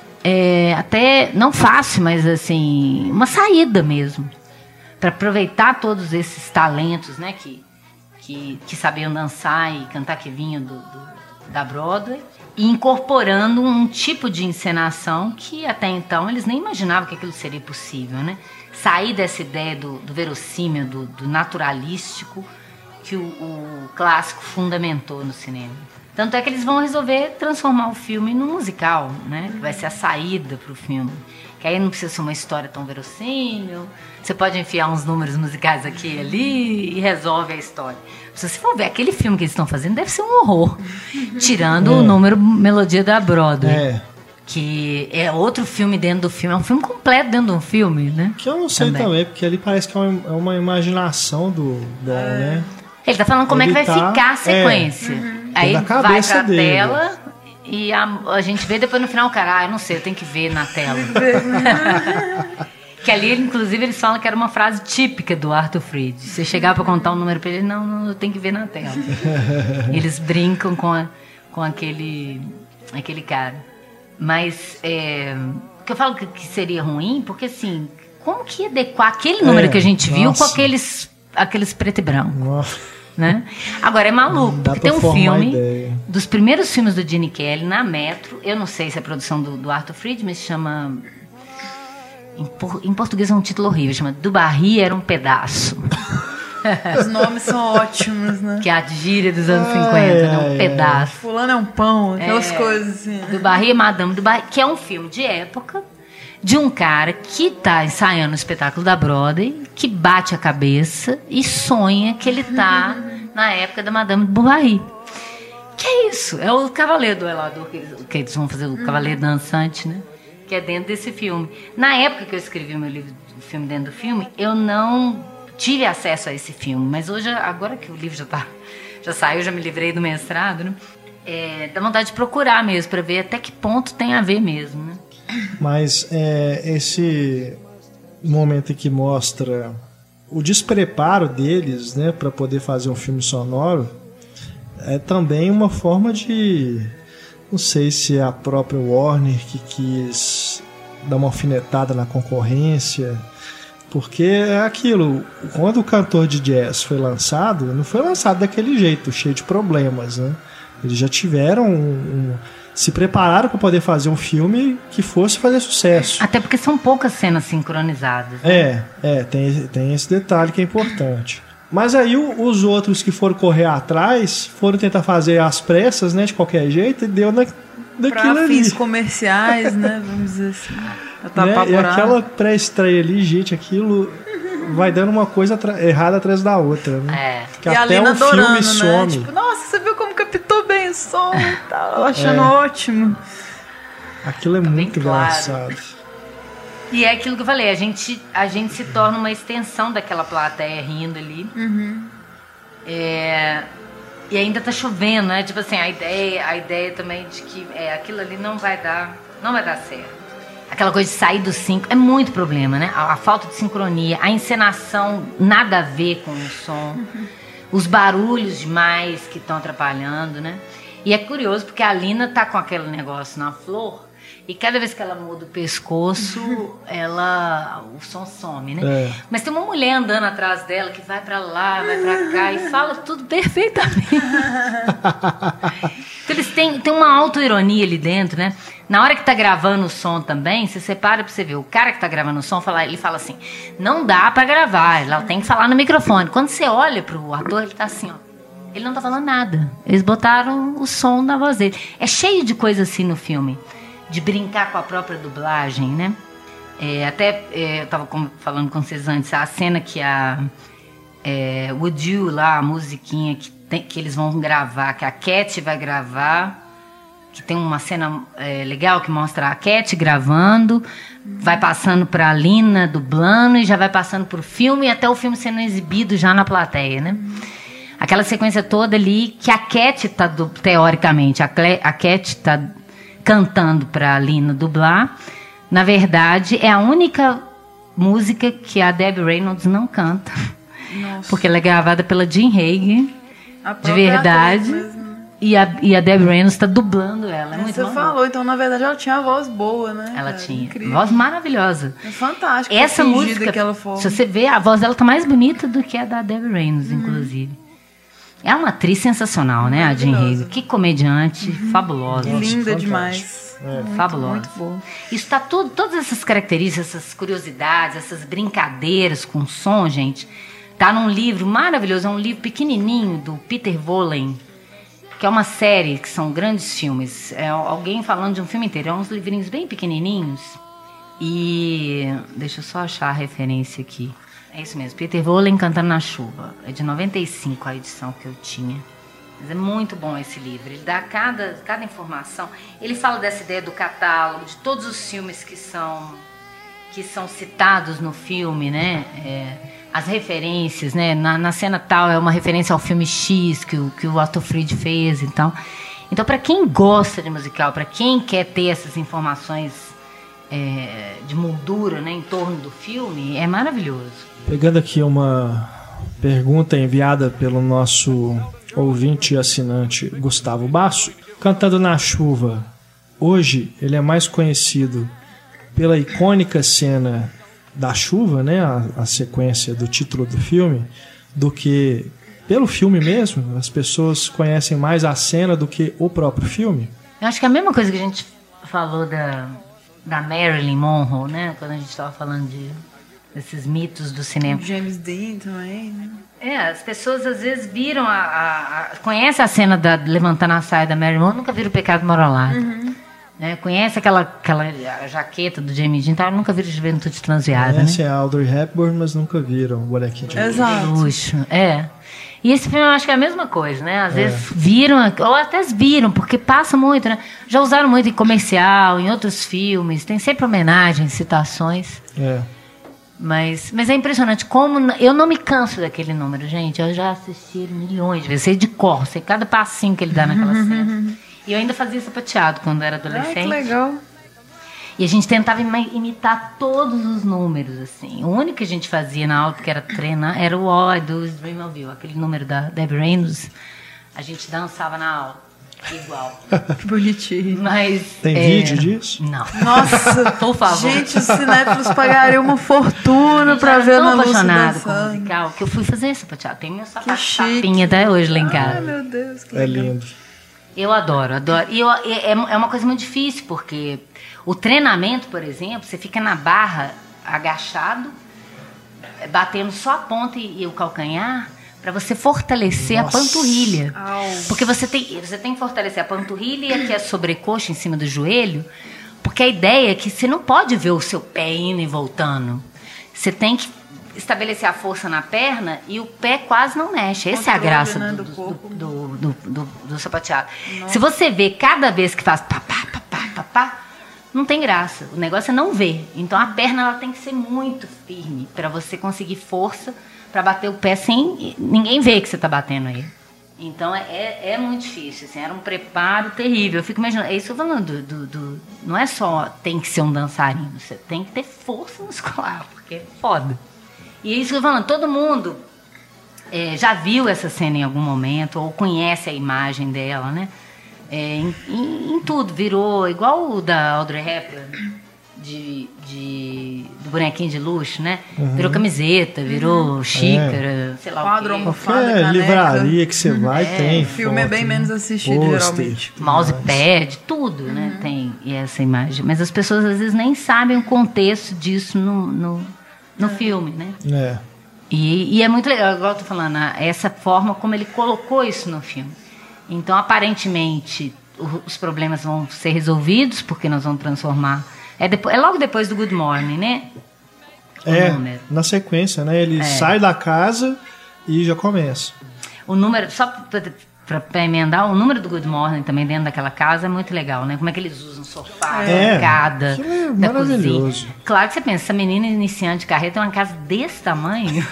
até não fácil, mas assim, uma saída mesmo, para aproveitar todos esses talentos, né, que sabiam dançar e cantar, que vinham da Broadway, e incorporando um tipo de encenação que até então eles nem imaginavam que aquilo seria possível, né? Sair dessa ideia do verossímil, do naturalístico que o clássico fundamentou no cinema. Tanto é que eles vão resolver transformar o filme num musical, né? Que vai ser a saída para o filme. Que aí não precisa ser uma história tão verossímil. Você pode enfiar uns números musicais aqui e ali e resolve a história. Se você for ver aquele filme que eles estão fazendo, deve ser um horror. Tirando o número melodia da Broadway. Que é outro filme dentro do filme. É um filme completo dentro de um filme, né? Que eu não sei também porque ali parece que é uma imaginação do Dom, né? Ele tá falando como é que vai ficar a sequência. Aí vai pra tela e a gente vê depois no final o cara, eu não sei, eu tenho que ver na tela. Que ali, inclusive, eles falam que era uma frase típica do Arthur Freed. Você chegar para contar um número para ele, não, eu tenho que ver na tela. Eles brincam com aquele cara. Mas, que eu falo que seria ruim, porque assim, como que ia adequar aquele número que a gente viu com aqueles preto e branco? né? Agora é maluco, porque tem um filme dos primeiros filmes do Gene Kelly na Metro. Eu não sei se é produção do Arthur Freed, mas chama... Em português é um título horrível, chama Do Barry Era um Pedaço. Os nomes são ótimos, né? Que é a gíria dos anos 50, né? Um pedaço. Fulano é um pão, aquelas coisas assim. Do Barry e Madame do Barry, que é um filme de época de um cara que tá ensaiando o espetáculo da Broadway, que bate a cabeça e sonha que ele tá na época da Madame do Barry. Que é isso? É o Cavaleiro Duelador que eles vão fazer, o Cavaleiro Dançante, né? Que é dentro desse filme. Na época que eu escrevi o meu livro, o filme dentro do filme, eu não tive acesso a esse filme, mas hoje, agora que o livro já saiu, já me livrei do mestrado, né? Dá vontade de procurar mesmo, para ver até que ponto tem a ver mesmo, né? Mas esse momento em que mostra o despreparo deles, né, para poder fazer um filme sonoro, é também uma forma de... Não sei se é a própria Warner que quis dar uma alfinetada na concorrência... Porque é aquilo, quando o Cantor de Jazz foi lançado, não foi lançado daquele jeito, cheio de problemas, né? Eles já tiveram se prepararam para poder fazer um filme que fosse fazer sucesso. Até porque são poucas cenas sincronizadas. Né? Tem esse detalhe que é importante. Mas aí os outros que foram correr atrás, foram tentar fazer às pressas, né, de qualquer jeito, e deu daquilo pra ali. Fins comerciais, né, vamos dizer assim. Tá, né? E aquela pré-estreia ali, gente, aquilo vai dando uma coisa errada atrás da outra, né? Que e até o filme some. Né? Tipo, nossa, você viu como captou bem o som e tal, ela achando ótimo. Aquilo é muito engraçado. E é aquilo que eu falei, a gente se torna uma extensão daquela plateia rindo ali. Uhum. E ainda tá chovendo, né? Tipo assim, a ideia também de que aquilo ali não vai dar certo. Aquela coisa de sair do 5 é muito problema, né? A falta de sincronia, a encenação nada a ver com o som, os barulhos demais que estão atrapalhando, né? E é curioso porque a Lina tá com aquele negócio na flor e cada vez que ela muda o pescoço, o som some, né? Mas tem uma mulher andando atrás dela que vai pra lá, vai pra cá e fala tudo perfeitamente. Então eles têm uma autoironia ali dentro, né? Na hora que tá gravando o som também, você separa pra você ver. O cara que tá gravando o som, ele fala assim, não dá pra gravar, ela tem que falar no microfone. Quando você olha pro ator, ele tá assim, ó. Ele não tá falando nada. Eles botaram o som na voz dele. É cheio de coisa assim no filme. De brincar com a própria dublagem, né? Eu tava falando com vocês antes, a cena que Would You lá, a musiquinha que eles vão gravar, que a Cat vai gravar, que tem uma cena legal que mostra a Cat gravando, vai passando pra Lina dublando e já vai passando pro filme e até o filme sendo exibido já na plateia, né? Aquela sequência toda ali que a Cat tá, teoricamente, a Cat tá cantando pra Lina dublar, na verdade é a única música que a Debbie Reynolds não canta. Nossa. Porque ela é gravada pela Jean Hagen, de verdade, e a Debbie Reynolds está dublando ela. Você falou, então na verdade ela tinha a voz boa, né? Ela tinha, incrível. Voz maravilhosa. É fantástico. Essa música, que ela se você ver, a voz dela tá mais bonita do que a da Debbie Reynolds, inclusive. É uma atriz sensacional, né, a Jean Hagen? Que comediante, fabulosa. Linda demais. Fabulosa. Muito boa. Isso tá todas essas características, essas curiosidades, essas brincadeiras com som, gente, tá num livro maravilhoso, é um livro pequenininho do Peter Vollen, que é uma série, que são grandes filmes. É alguém falando de um filme inteiro, é uns livrinhos bem pequenininhos. E deixa eu só achar a referência aqui. É isso mesmo, Peter Vollen Cantando na Chuva. É de 95 a edição que eu tinha. Mas é muito bom esse livro. Ele dá cada informação. Ele fala dessa ideia do catálogo, de todos os filmes que são citados no filme, né? As referências, né? Na cena tal é uma referência ao filme X que o Arthur Freed fez e tal. Então, para quem gosta de musical, para quem quer ter essas informações de moldura, né, em torno do filme, é maravilhoso. Pegando aqui uma pergunta enviada pelo nosso ouvinte e assinante Gustavo Basso, Cantando na Chuva, hoje ele é mais conhecido pela icônica cena da chuva, né, a sequência do título do filme, do que pelo filme mesmo? As pessoas conhecem mais a cena do que o próprio filme? Eu acho que é a mesma coisa que a gente falou da Marilyn Monroe, né? Quando a gente estava falando desses mitos do cinema. James Dean também, né? As pessoas às vezes viram conhecem a cena da levantando a saia da Marilyn Monroe, nunca viram o Pecado Moralado. Né? Conhece aquela jaqueta do James Dean, tá? Nunca viram Juventude Transviada, Conhece né? a Audrey Hepburn, mas nunca viram o Bonequinho de Luxo. Exato. Luxo, E esse filme eu acho que é a mesma coisa, né? Às vezes viram, ou até viram, porque passa muito, né? Já usaram muito em comercial, em outros filmes, tem sempre homenagens, citações. Mas é impressionante como... Eu não me canso daquele número, gente. Eu já assisti milhões de vezes. Sei de cor, sei cada passinho que ele dá naquela cena. E eu ainda fazia sapateado quando era adolescente. Ai, que legal. E a gente tentava imitar todos os números, assim. O único que a gente fazia na aula, que era treinar, era o All I Do Is Dream of You. Aquele número da Debbie Reynolds. A gente dançava na aula. Igual. Que bonitinho. Mas, Tem vídeo disso? Não. Nossa, por favor. Gente, os cinéfilos pagariam uma fortuna pra ver na Lúcia apaixonada com dançando. musical, que eu fui fazer sapateado. Tem meu Que chique. sapinho até hoje lá em casa. Ai, meu Deus, que É legal. lindo. Eu adoro. E é uma coisa muito difícil, porque o treinamento, por exemplo, você fica na barra agachado, batendo só a ponta e o calcanhar, para você fortalecer a panturrilha. Porque você tem que fortalecer a panturrilha e aqui a sobrecoxa em cima do joelho, porque a ideia é que você não pode ver o seu pé indo e voltando. Você tem que estabelecer a força na perna e o pé quase não mexe. Essa é a graça, né, do sapateado. Nossa. Se você vê cada vez que faz pá, pá, pá, pá, pá, pá, não tem graça. O negócio é não ver. Então a perna ela tem que ser muito firme para você conseguir força para bater o pé sem ninguém ver que você está batendo aí. Então é muito difícil. Assim, era um preparo terrível. Eu fico imaginando. É isso que eu tô falando. Não é só tem que ser um dançarino. Você tem que ter força muscular, porque é foda. E é isso que eu tô falando. Todo mundo já viu essa cena em algum momento ou conhece a imagem dela, né? Em tudo. Virou igual o da Audrey Hepburn, do bonequinho de luxo, né? Virou camiseta, virou xícara, sei lá Quadro, o quê. almofada, Qualquer caneca. livraria que você vai tem. O filme é bem menos assistido, geralmente. Mousepad, tudo, né? Tem essa imagem. Mas as pessoas às vezes nem sabem o contexto disso no filme, né? E é muito legal, igual eu tô falando, essa forma como ele colocou isso no filme. Então, aparentemente, os problemas vão ser resolvidos, porque nós vamos transformar... É logo depois do Good Morning, né? Na sequência, né? Ele sai da casa e já começa. O número, só para emendar, o número do Good Morning também dentro daquela casa é muito legal, né? Como é que eles usam sofá, bancada, da maravilhoso. cozinha. Claro que você pensa, essa menina iniciante de carreira tem uma casa desse tamanho.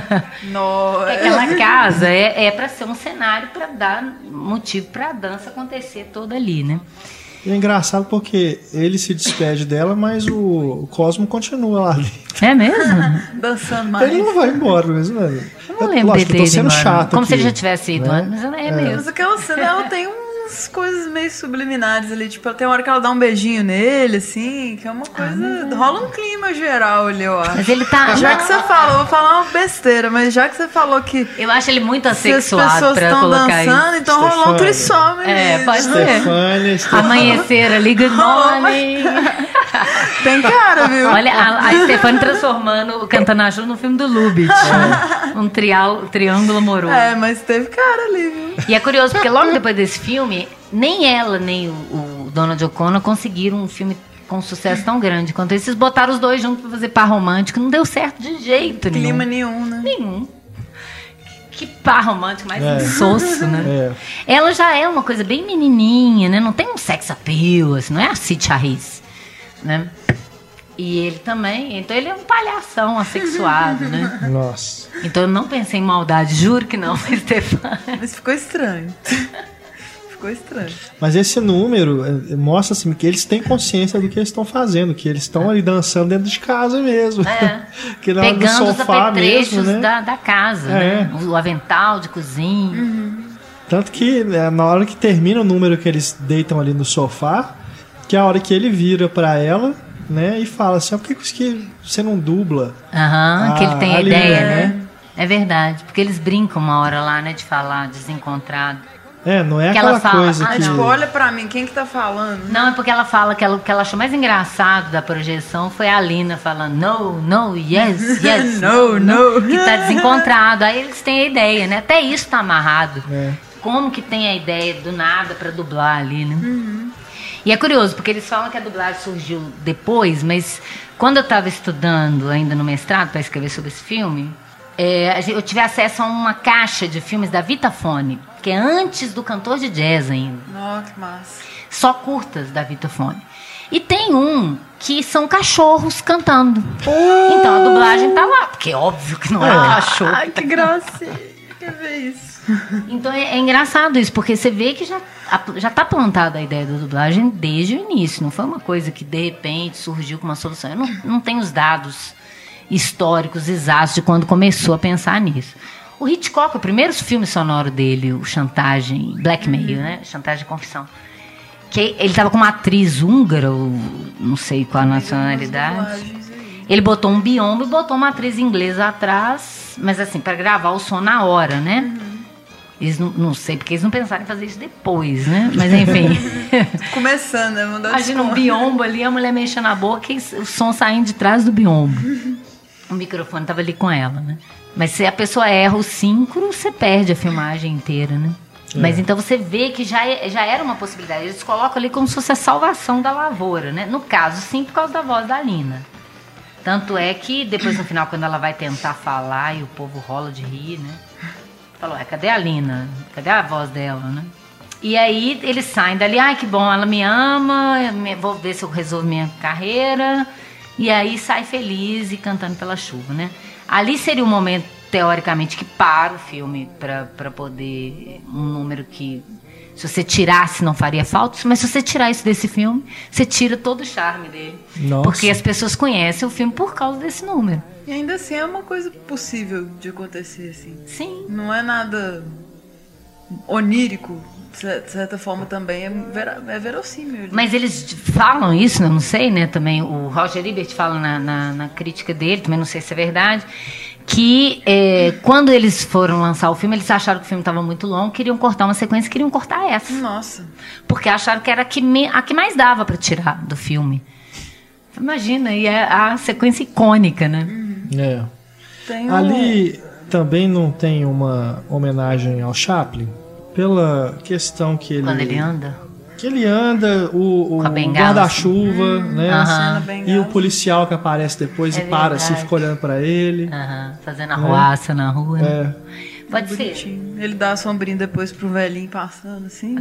Nossa. Aquela casa é para ser um cenário para dar motivo para a dança acontecer toda ali, né? E é engraçado porque ele se despede dela, mas o Cosmo continua lá dentro. É mesmo? Dançando mais. Ele não vai embora mesmo, né? Eu não lembro Lógico, eu tô sendo chato como aqui, se ele já tivesse ido né? antes, mas é mesmo. Mas aquela cena, ela tem umas coisas meio subliminares ali. Tipo, tem uma hora que ela dá um beijinho nele, assim, que é uma coisa... Rola um clima geral ali, eu acho. Mas ele tá... Já que você falou, eu vou falar uma besteira, mas já que você falou que... Eu acho ele muito se as assexuado pessoas pra estão colocar dançando, isso. então rolou um trissome. Pode ser. Stefania. Amanhecer ali, good morning. Tem cara, viu? Olha, a Stefania transformando o Cantanacho no filme do Lubitsch. Um triângulo amoroso. Mas teve cara ali, viu? E é curioso, porque logo depois desse filme, nem ela, nem o Donald O'Connor conseguiram um filme com sucesso tão grande quanto esse. Eles botaram os dois juntos pra fazer par romântico. Não deu certo de jeito nenhum. Clima nenhum, né? Nenhum. Que par romântico mais insosso, né? Ela já é uma coisa bem menininha, né? Não tem um sex appeal, assim, não é a Cid Charisse, né? E ele também, então ele é um palhação assexuado, né? Nossa. Então eu não pensei em maldade, juro que não, Stefania. Mas ficou estranho. Ficou estranho. Mas esse número mostra assim, que eles têm consciência do que eles estão fazendo, que eles estão ali dançando dentro de casa mesmo. Que na hora do pegando os sofá apetrechos mesmo, né? da casa, né? O avental de cozinha. Tanto que na hora que termina o número que eles deitam ali no sofá, que é a hora que ele vira pra ela, né, e fala assim, por que você não dubla? Que ele tem a ali, ideia, né? É verdade, porque eles brincam uma hora lá, né, de falar desencontrado. Não é que aquela ela fala, coisa que... Tipo, olha pra mim, quem que tá falando? Não, é porque ela fala que o que ela achou mais engraçado da projeção foi a Lina falando no, yes, no, que tá desencontrado. Aí eles têm a ideia, né? Até isso tá amarrado. Como que tem a ideia do nada pra dublar ali, né? E é curioso, porque eles falam que a dublagem surgiu depois, mas quando eu tava estudando ainda no mestrado para escrever sobre esse filme, eu tive acesso a uma caixa de filmes da Vitaphone, que é antes do Cantor de Jazz ainda. Nossa, que massa. Só curtas da Vitaphone. E tem um que são cachorros cantando. Então a dublagem tá lá, porque é óbvio que não é cachorro. Ai, que gracinha. Quer ver isso? Então é engraçado isso, porque você vê que já tá plantada a ideia da dublagem desde o início. Não foi uma coisa que de repente surgiu com uma solução. Eu não tenho os dados históricos exatos de quando começou a pensar nisso. O Hitchcock, o primeiro filme sonoro dele, o Chantagem, Blackmail, né? Chantagem e Confissão. Que ele estava com uma atriz húngara, ou não sei qual a nacionalidade. Ele botou um biombo e botou uma atriz inglesa atrás, mas assim, para gravar o som na hora, né? Eles não sei, porque eles não pensaram em fazer isso depois, né? Mas enfim. Começando, né? Imagina um biombo ali, a mulher mexendo na boca e o som saindo de trás do biombo. O microfone estava ali com ela, né? Mas se a pessoa erra o síncro, você perde a filmagem inteira, né? Mas então você vê que já era uma possibilidade. Eles colocam ali como se fosse a salvação da lavoura, né? No caso, sim, por causa da voz da Lina. Tanto é que depois, no final, quando ela vai tentar falar e o povo rola de rir, né? Falou, cadê a Lina? Cadê a voz dela, né? E aí eles saem dali, que bom, ela me ama, vou ver se eu resolvo minha carreira. E aí sai feliz e cantando pela chuva, né? Ali seria um momento, teoricamente, que para o filme para poder... Um número que, se você tirasse, não faria falta. Mas se você tirar isso desse filme, você tira todo o charme dele. Nossa. Porque as pessoas conhecem o filme por causa desse número. E ainda assim é uma coisa possível de acontecer, assim. Sim. Não é nada onírico. De certa forma também é verossímil. Mas eles falam isso, né? Não sei, né? Também o Roger Ebert fala na crítica dele, também não sei se é verdade, que quando eles foram lançar o filme, eles acharam que o filme estava muito longo, queriam cortar uma sequência, queriam cortar essa. Nossa. Porque acharam que era a que mais dava para tirar do filme. Imagina, e é a sequência icônica, né? Ali também não tem uma homenagem ao Chaplin? Pela questão que ele... Quando ele anda? Que ele anda, o guarda-chuva, né? E o policial que aparece depois e para assim, fica olhando pra ele. Fazendo arruaça na rua. Né? Pode ser. Ele dá a sombrinha depois pro velhinho passando, assim.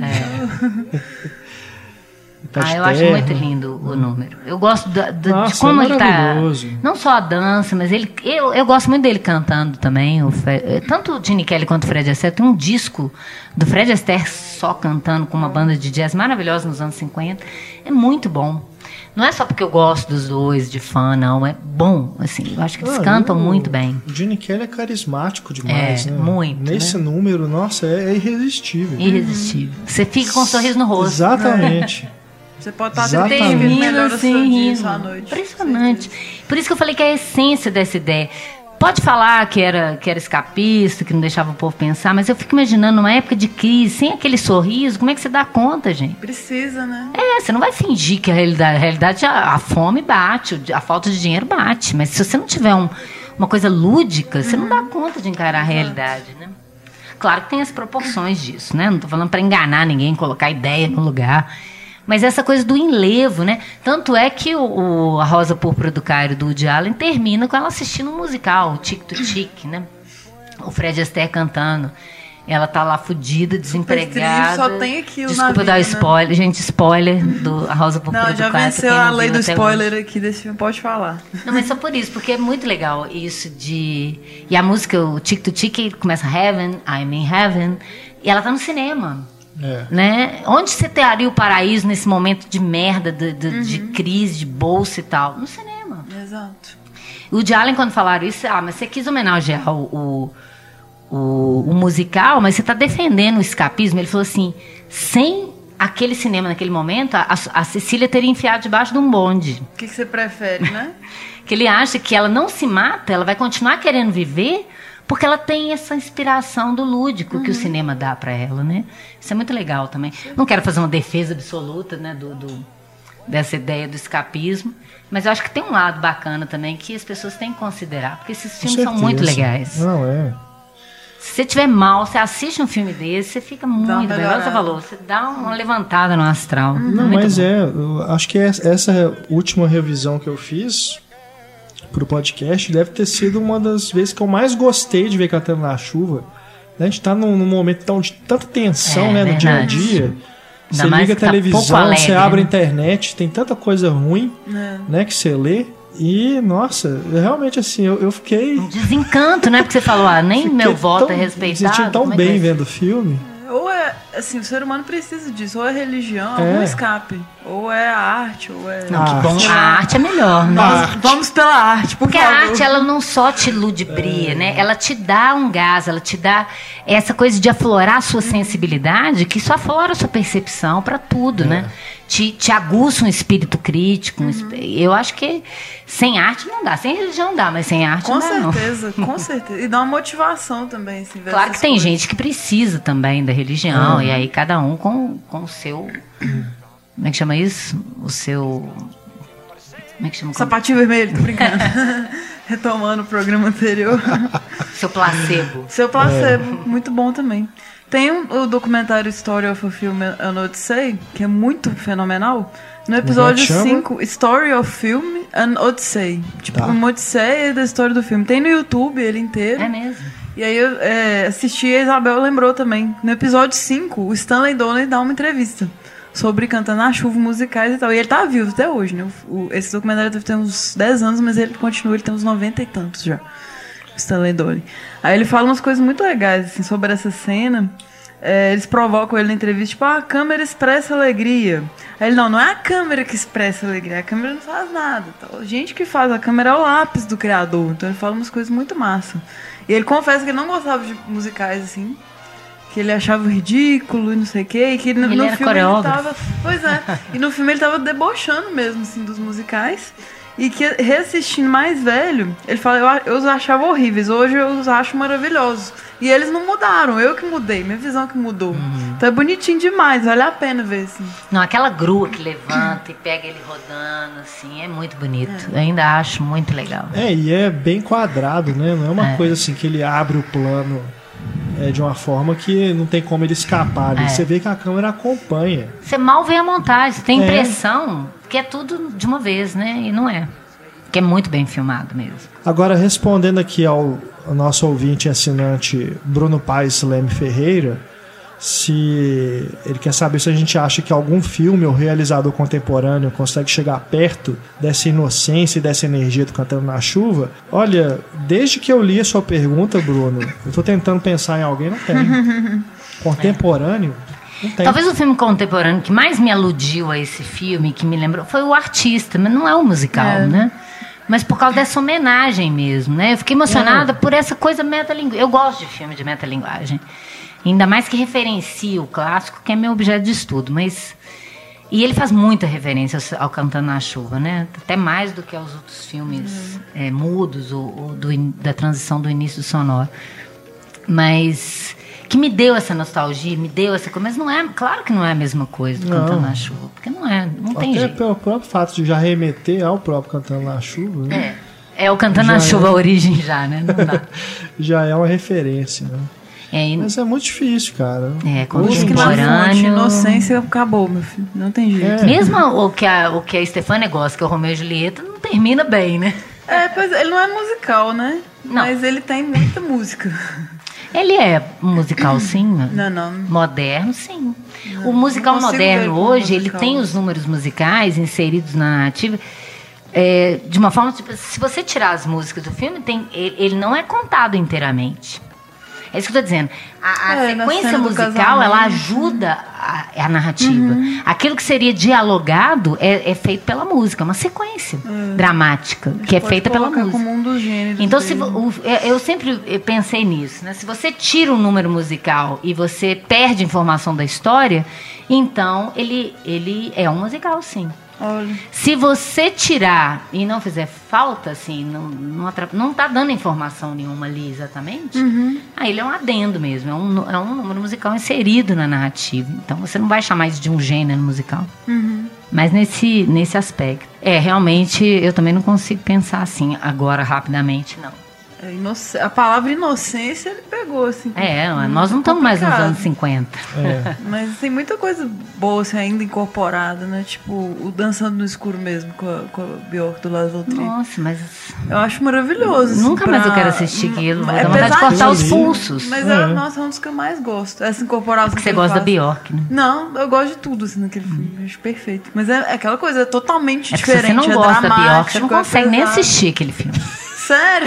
Eu acho muito lindo o número. Eu gosto de como ele tá. Não só a dança, mas eu gosto muito dele cantando também. Tanto o Gene Kelly quanto o Fred Astaire. Tem um disco do Fred Astaire só cantando com uma banda de jazz maravilhosa nos anos 50. É muito bom. Não é só porque eu gosto dos dois, de fã, não. É bom, assim. Eu acho que eles cantam muito bem. O Gene Kelly é carismático demais, né? Muito. Nesse número, nossa, é irresistível. Irresistível. Você fica com um sorriso no rosto. Exatamente. Você pode estar termina assim, à noite. Impressionante. Por isso que eu falei que é a essência dessa ideia. Pode falar que era escapista, que não deixava o povo pensar, mas eu fico imaginando uma época de crise, sem aquele sorriso, como é que você dá conta, gente? Precisa, né? Você não vai fingir que a realidade a fome bate, a falta de dinheiro bate, mas se você não tiver uma coisa lúdica, você não dá conta de encarar a realidade, né? Claro que tem as proporções disso, né? Não estou falando para enganar ninguém, colocar ideia no lugar. Mas essa coisa do enlevo, né? Tanto é que a Rosa Púrpura do Cairo, do Woody Allen, termina com ela assistindo um musical, o Tic to Tic, né? O Fred Astaire cantando. Ela tá lá fudida, desempregada. Só tem aquilo. Desculpa dar o spoiler. Né? Gente, spoiler do A Rosa Púrpura do Cairo. Não, já venceu a lei do spoiler aqui desse filme, pode falar. Não, mas só por isso, porque é muito legal isso de... E a música, o Tic to Tic, começa Heaven, I'm in Heaven, e ela tá no cinema. Né? Onde você teria o paraíso nesse momento de merda, de crise, de bolsa e tal? No cinema. Exato. O Woody Allen, quando falaram isso, mas você quis homenagear o musical, mas você está defendendo o escapismo. Ele falou assim, sem aquele cinema naquele momento, a Cecília teria enfiado debaixo de um bonde. O que você prefere, né? Que ele acha que ela não se mata, ela vai continuar querendo viver, porque ela tem essa inspiração do lúdico que o cinema dá para ela, né? Isso é muito legal também. Não quero fazer uma defesa absoluta, né, dessa ideia do escapismo, mas eu acho que tem um lado bacana também que as pessoas têm que considerar, porque esses filmes são muito legais. Não, é. Se você estiver mal, você assiste um filme desse, você fica muito bem. Você falou, você dá uma levantada no astral. Não, mas eu acho que essa última revisão que eu fiz pro podcast deve ter sido uma das vezes que eu mais gostei de ver Cantando na Chuva. A gente tá num momento de tanta tensão, né, no dia a dia. Você liga a televisão, você abre a internet, tem tanta coisa ruim, né, que você lê. E, nossa, realmente assim, eu fiquei... Um desencanto, né? Porque você falou, nem meu voto é respeitado. Me senti tão bem vendo o filme. Ou é, assim, o ser humano precisa disso. Ou é religião, ou é escape. Ou é a arte, ou é... Não, que bom. A arte é melhor, né? Vamos pela arte, por favor. Porque a arte, ela não só te ludibria, né? Ela te dá um gás, ela te dá essa coisa de aflorar a sua sensibilidade, que isso aflora a sua percepção para tudo, né? Te aguça um espírito crítico. Eu acho que sem arte não dá. Sem religião não dá, mas sem arte não dá, não. Com certeza. E dá uma motivação também. Assim, claro que tem gente que precisa também da religião, e aí cada um com o seu... Como é que chama isso? O seu... Como é que chama? Sapatinho vermelho, tô brincando. Retomando o programa anterior. Seu placebo. Seu placebo, muito bom também. Tem o documentário Story of a Film An Odyssey, que é muito fenomenal. No episódio 5, Story of Film An Odyssey. Tipo, uma odisseia da história do filme. Tem no YouTube ele inteiro. É mesmo. E aí eu assisti e a Isabel lembrou também. No episódio 5, o Stanley Donen dá uma entrevista sobre Cantando na Chuva, musicais e tal. E ele tá vivo até hoje, né? Esse documentário deve ter uns 10 anos, mas ele continua, ele tem uns 90 e tantos já. O Stanley Donen. Aí ele fala umas coisas muito legais, assim, sobre essa cena. Eles provocam ele na entrevista, tipo, a câmera expressa alegria. Aí ele, não é a câmera que expressa alegria, a câmera não faz nada. Então, a gente que faz, a câmera é o lápis do criador. Então ele fala umas coisas muito massa. E ele confessa que ele não gostava de musicais, assim, que ele achava ridículo e não sei o quê, e que no ele filme ele tava... Pois é, e no filme ele tava debochando mesmo, assim, dos musicais, e que reassistindo mais velho, ele fala, eu os achava horríveis, hoje eu os acho maravilhosos. E eles não mudaram, eu que mudei, minha visão que mudou. Então é bonitinho demais, vale a pena ver, assim. Não, aquela grua que levanta e pega ele rodando, assim, é muito bonito. Eu ainda acho muito legal. E é bem quadrado, né? Não é uma coisa assim que ele abre o plano de uma forma que não tem como ele escapar. Você vê que a câmera acompanha. Você mal vê a montagem, você tem a impressão que é tudo de uma vez, né? E não é. Que é muito bem filmado mesmo. Agora, respondendo aqui ao nosso ouvinte assinante Bruno Paes Leme Ferreira, se ele quer saber se a gente acha que algum filme ou realizador contemporâneo consegue chegar perto dessa inocência e dessa energia do Cantando na Chuva. Olha, desde que eu li a sua pergunta, Bruno, eu tô tentando pensar em alguém, não tem. Contemporâneo? Não tem. Talvez o filme contemporâneo que mais me aludiu a esse filme, que me lembrou, foi O Artista, mas não é um musical, né? Mas por causa dessa homenagem mesmo, né? Eu fiquei emocionada por essa coisa metalinguagem. Eu gosto de filme de metalinguagem. Ainda mais que referencia o clássico, que é meu objeto de estudo. Mas... E ele faz muita referência ao Cantando na Chuva, né? Até mais do que aos outros filmes mudos ou da transição do início do sonoro. Mas... que me deu essa nostalgia, me deu essa coisa, mas não é, claro que não é a mesma coisa do Cantando na Chuva, porque não tem jeito. Pelo próprio fato de já remeter ao próprio Cantando na Chuva, né? É o Cantando na Chuva, a origem já, né? Não dá. Já é uma referência, né? Mas é muito difícil, cara. Contemporâneo. Inocência acabou, meu filho. Não tem jeito. Mesmo o que a Stefania gosta, que é o Romeu e Julieta, não termina bem, né? Pois ele não é musical, né? Não. Mas ele tem muita música. Ele é musical, sim. Não. Moderno, sim. Não, o musical moderno hoje, ele tem os números musicais inseridos na narrativa de uma forma... Tipo, se você tirar as músicas do filme, ele não é contado inteiramente. É isso que eu estou dizendo. A sequência musical, ela ajuda a narrativa. Aquilo que seria dialogado é feito pela música. É uma sequência dramática que é feita pela música. Como um dos gêneros então, eu sempre pensei nisso, né? Se você tira um número musical e você perde informação da história, então ele é um musical, sim. Olha. Se você tirar e não fizer falta, assim, não tá dando informação nenhuma ali exatamente, aí ele é um adendo mesmo, é um número musical inserido na narrativa. Então você não vai chamar isso de um gênero musical. Mas nesse aspecto. Realmente eu também não consigo pensar assim agora rapidamente, não. A palavra inocência ele pegou, assim. Nós não estamos mais nos anos 50. Mas tem muita coisa boa assim, ainda incorporada, né? Tipo, o Dançando no Escuro mesmo, com a Björk do Lars von Trier. Nossa, mas... Eu acho maravilhoso. Assim, nunca mais eu quero assistir aquilo. Dá vontade de cortar os pulsos. Mas nossa, é um dos que eu mais gosto. Essa incorporação. Porque você gosta da Björk, né? Não, eu gosto de tudo, assim, naquele filme. Eu acho perfeito. Mas é aquela coisa, é totalmente diferente. Se você não gosta da Björk, você não consegue nem assistir aquele filme. Sério?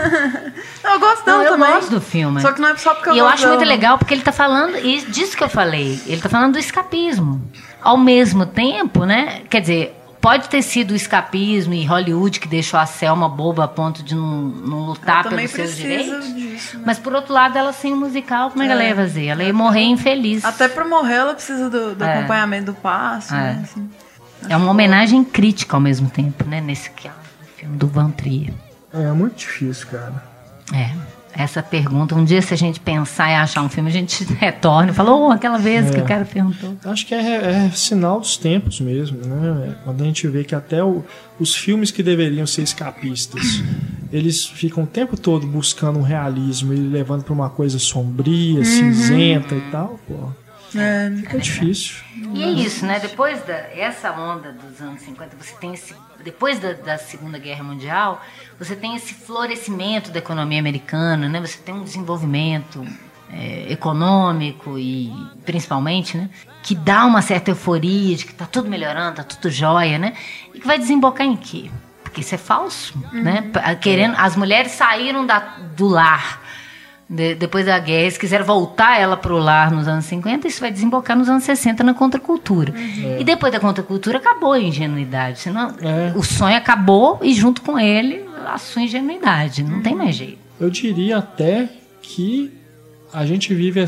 Eu gosto dela também. Eu gosto do filme. Só que não é só porque eu gosto. E eu acho muito legal porque ele tá falando, e disso que eu falei, ele tá falando do escapismo. Ao mesmo tempo, né? Quer dizer, pode ter sido o escapismo e Hollywood que deixou a Selma boba a ponto de não lutar pelos seus direitos. Disso, né? Mas por outro lado, ela sem o musical, como é que ela ia fazer? Ela ia morrer infeliz. Até pra morrer, ela precisa do acompanhamento do passo, né? Assim, é uma homenagem crítica ao mesmo tempo, né? Nesse filme do Von Trier. É muito difícil, cara. Essa pergunta, um dia se a gente pensar e achar um filme, a gente retorna e fala, aquela vez que o cara perguntou. Acho que é sinal dos tempos mesmo, né? Quando a gente vê que até os filmes que deveriam ser escapistas, eles ficam o tempo todo buscando um realismo e levando para uma coisa sombria, cinzenta e tal, pô. Fica difícil. E é isso, né? Depois essa onda dos anos 50, você tem depois da Segunda Guerra Mundial, você tem esse florescimento da economia americana, né? Você tem um desenvolvimento econômico e principalmente, né? Que dá uma certa euforia de que tá tudo melhorando, tá tudo jóia, né? E que vai desembocar em quê? Porque isso é falso, né? As mulheres saíram do lar depois da guerra, eles quiseram voltar ela para o lar nos anos 50, isso vai desembocar nos anos 60 na contracultura. E depois da contracultura acabou a ingenuidade. Senão, o sonho acabou e junto com ele a sua ingenuidade. Não tem mais jeito. Eu diria até que a gente vive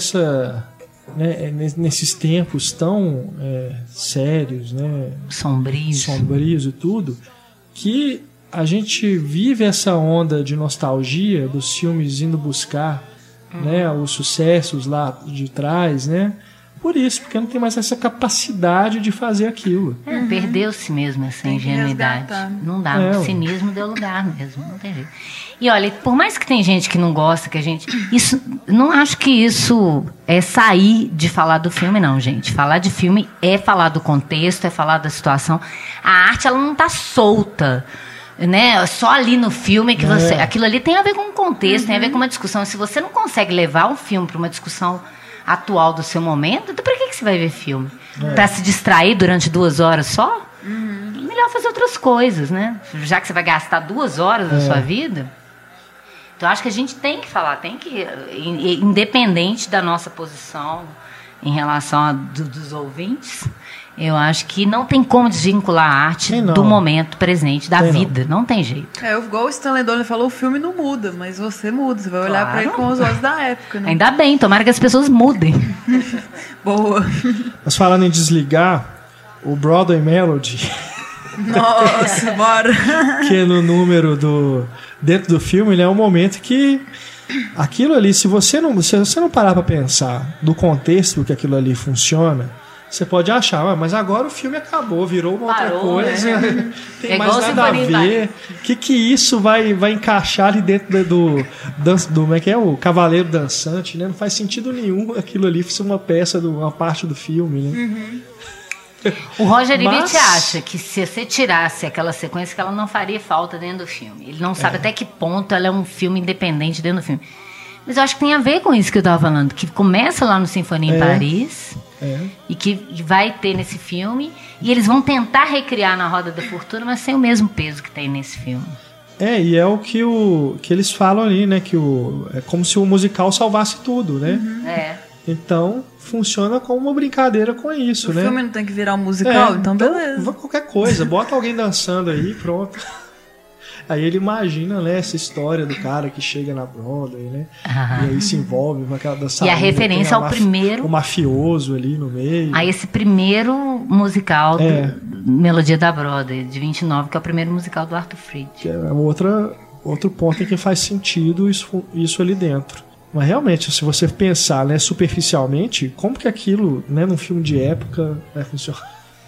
nesses tempos tão sérios, né? Sombrios e tudo, que a gente vive essa onda de nostalgia dos filmes indo buscar né, os sucessos lá de trás, né? Por isso, porque não tem mais essa capacidade de fazer aquilo. Perdeu-se mesmo essa ingenuidade. Não dá, o cinismo deu lugar mesmo, não tem jeito. E olha, por mais que tem gente que não gosta, não acho que isso é sair de falar do filme, não, gente. Falar de filme é falar do contexto, é falar da situação. A arte, ela não está solta, né? Só ali no filme que você... Aquilo ali tem a ver com o contexto, tem a ver com uma discussão. Se você não consegue levar um filme para uma discussão atual do seu momento, então para que você vai ver filme? Para se distrair durante 2 horas só? Melhor fazer outras coisas, né? Já que você vai gastar 2 horas da sua vida. Então acho que a gente tem que falar, independente da nossa posição em relação dos ouvintes, eu acho que não tem como desvincular a arte do momento presente, da vida. Não tem jeito. Igual o Stanley Donen falou, o filme não muda, mas você muda. Você vai olhar para ele com os olhos da época, né? Ainda bem, tomara que as pessoas mudem. Boa. Mas falando em desligar, o Broadway Melody... Nossa, bora! Que no número dentro do filme, ele é um momento que... Aquilo ali, se você não parar para pensar do contexto que aquilo ali funciona... Você pode achar, mas agora o filme acabou, virou uma outra coisa, tem mais nada a ver. O que isso vai encaixar ali dentro do como é que é? O Cavaleiro Dançante, né? Não faz sentido nenhum aquilo ali ser uma peça, uma parte do filme, né? O Roger Ebert acha que se você tirasse aquela sequência, que ela não faria falta dentro do filme. Ele não sabe até que ponto ela é um filme independente dentro do filme. Mas eu acho que tem a ver com isso que eu estava falando, que começa lá no Sinfonia em Paris... E que vai ter nesse filme. E eles vão tentar recriar na Roda da Fortuna, mas sem o mesmo peso que tem nesse filme. E é o que eles falam ali, né? Que é como se o musical salvasse tudo, né? Então, funciona como uma brincadeira com isso, né? O filme não tem que virar um musical, então beleza. Qualquer coisa, bota alguém dançando aí, pronto. Aí ele imagina, né, essa história do cara que chega na Broadway, né? E aí se envolve com aquela dançarina. E a referência ao primeiro... O mafioso ali no meio. A esse primeiro musical Melodia da Broadway, de 29, que é o primeiro musical do Arthur Freed. Que é outro ponto em que faz sentido isso ali dentro. Mas realmente, se você pensar, né, superficialmente, como que aquilo, né, num filme de época vai funcionar?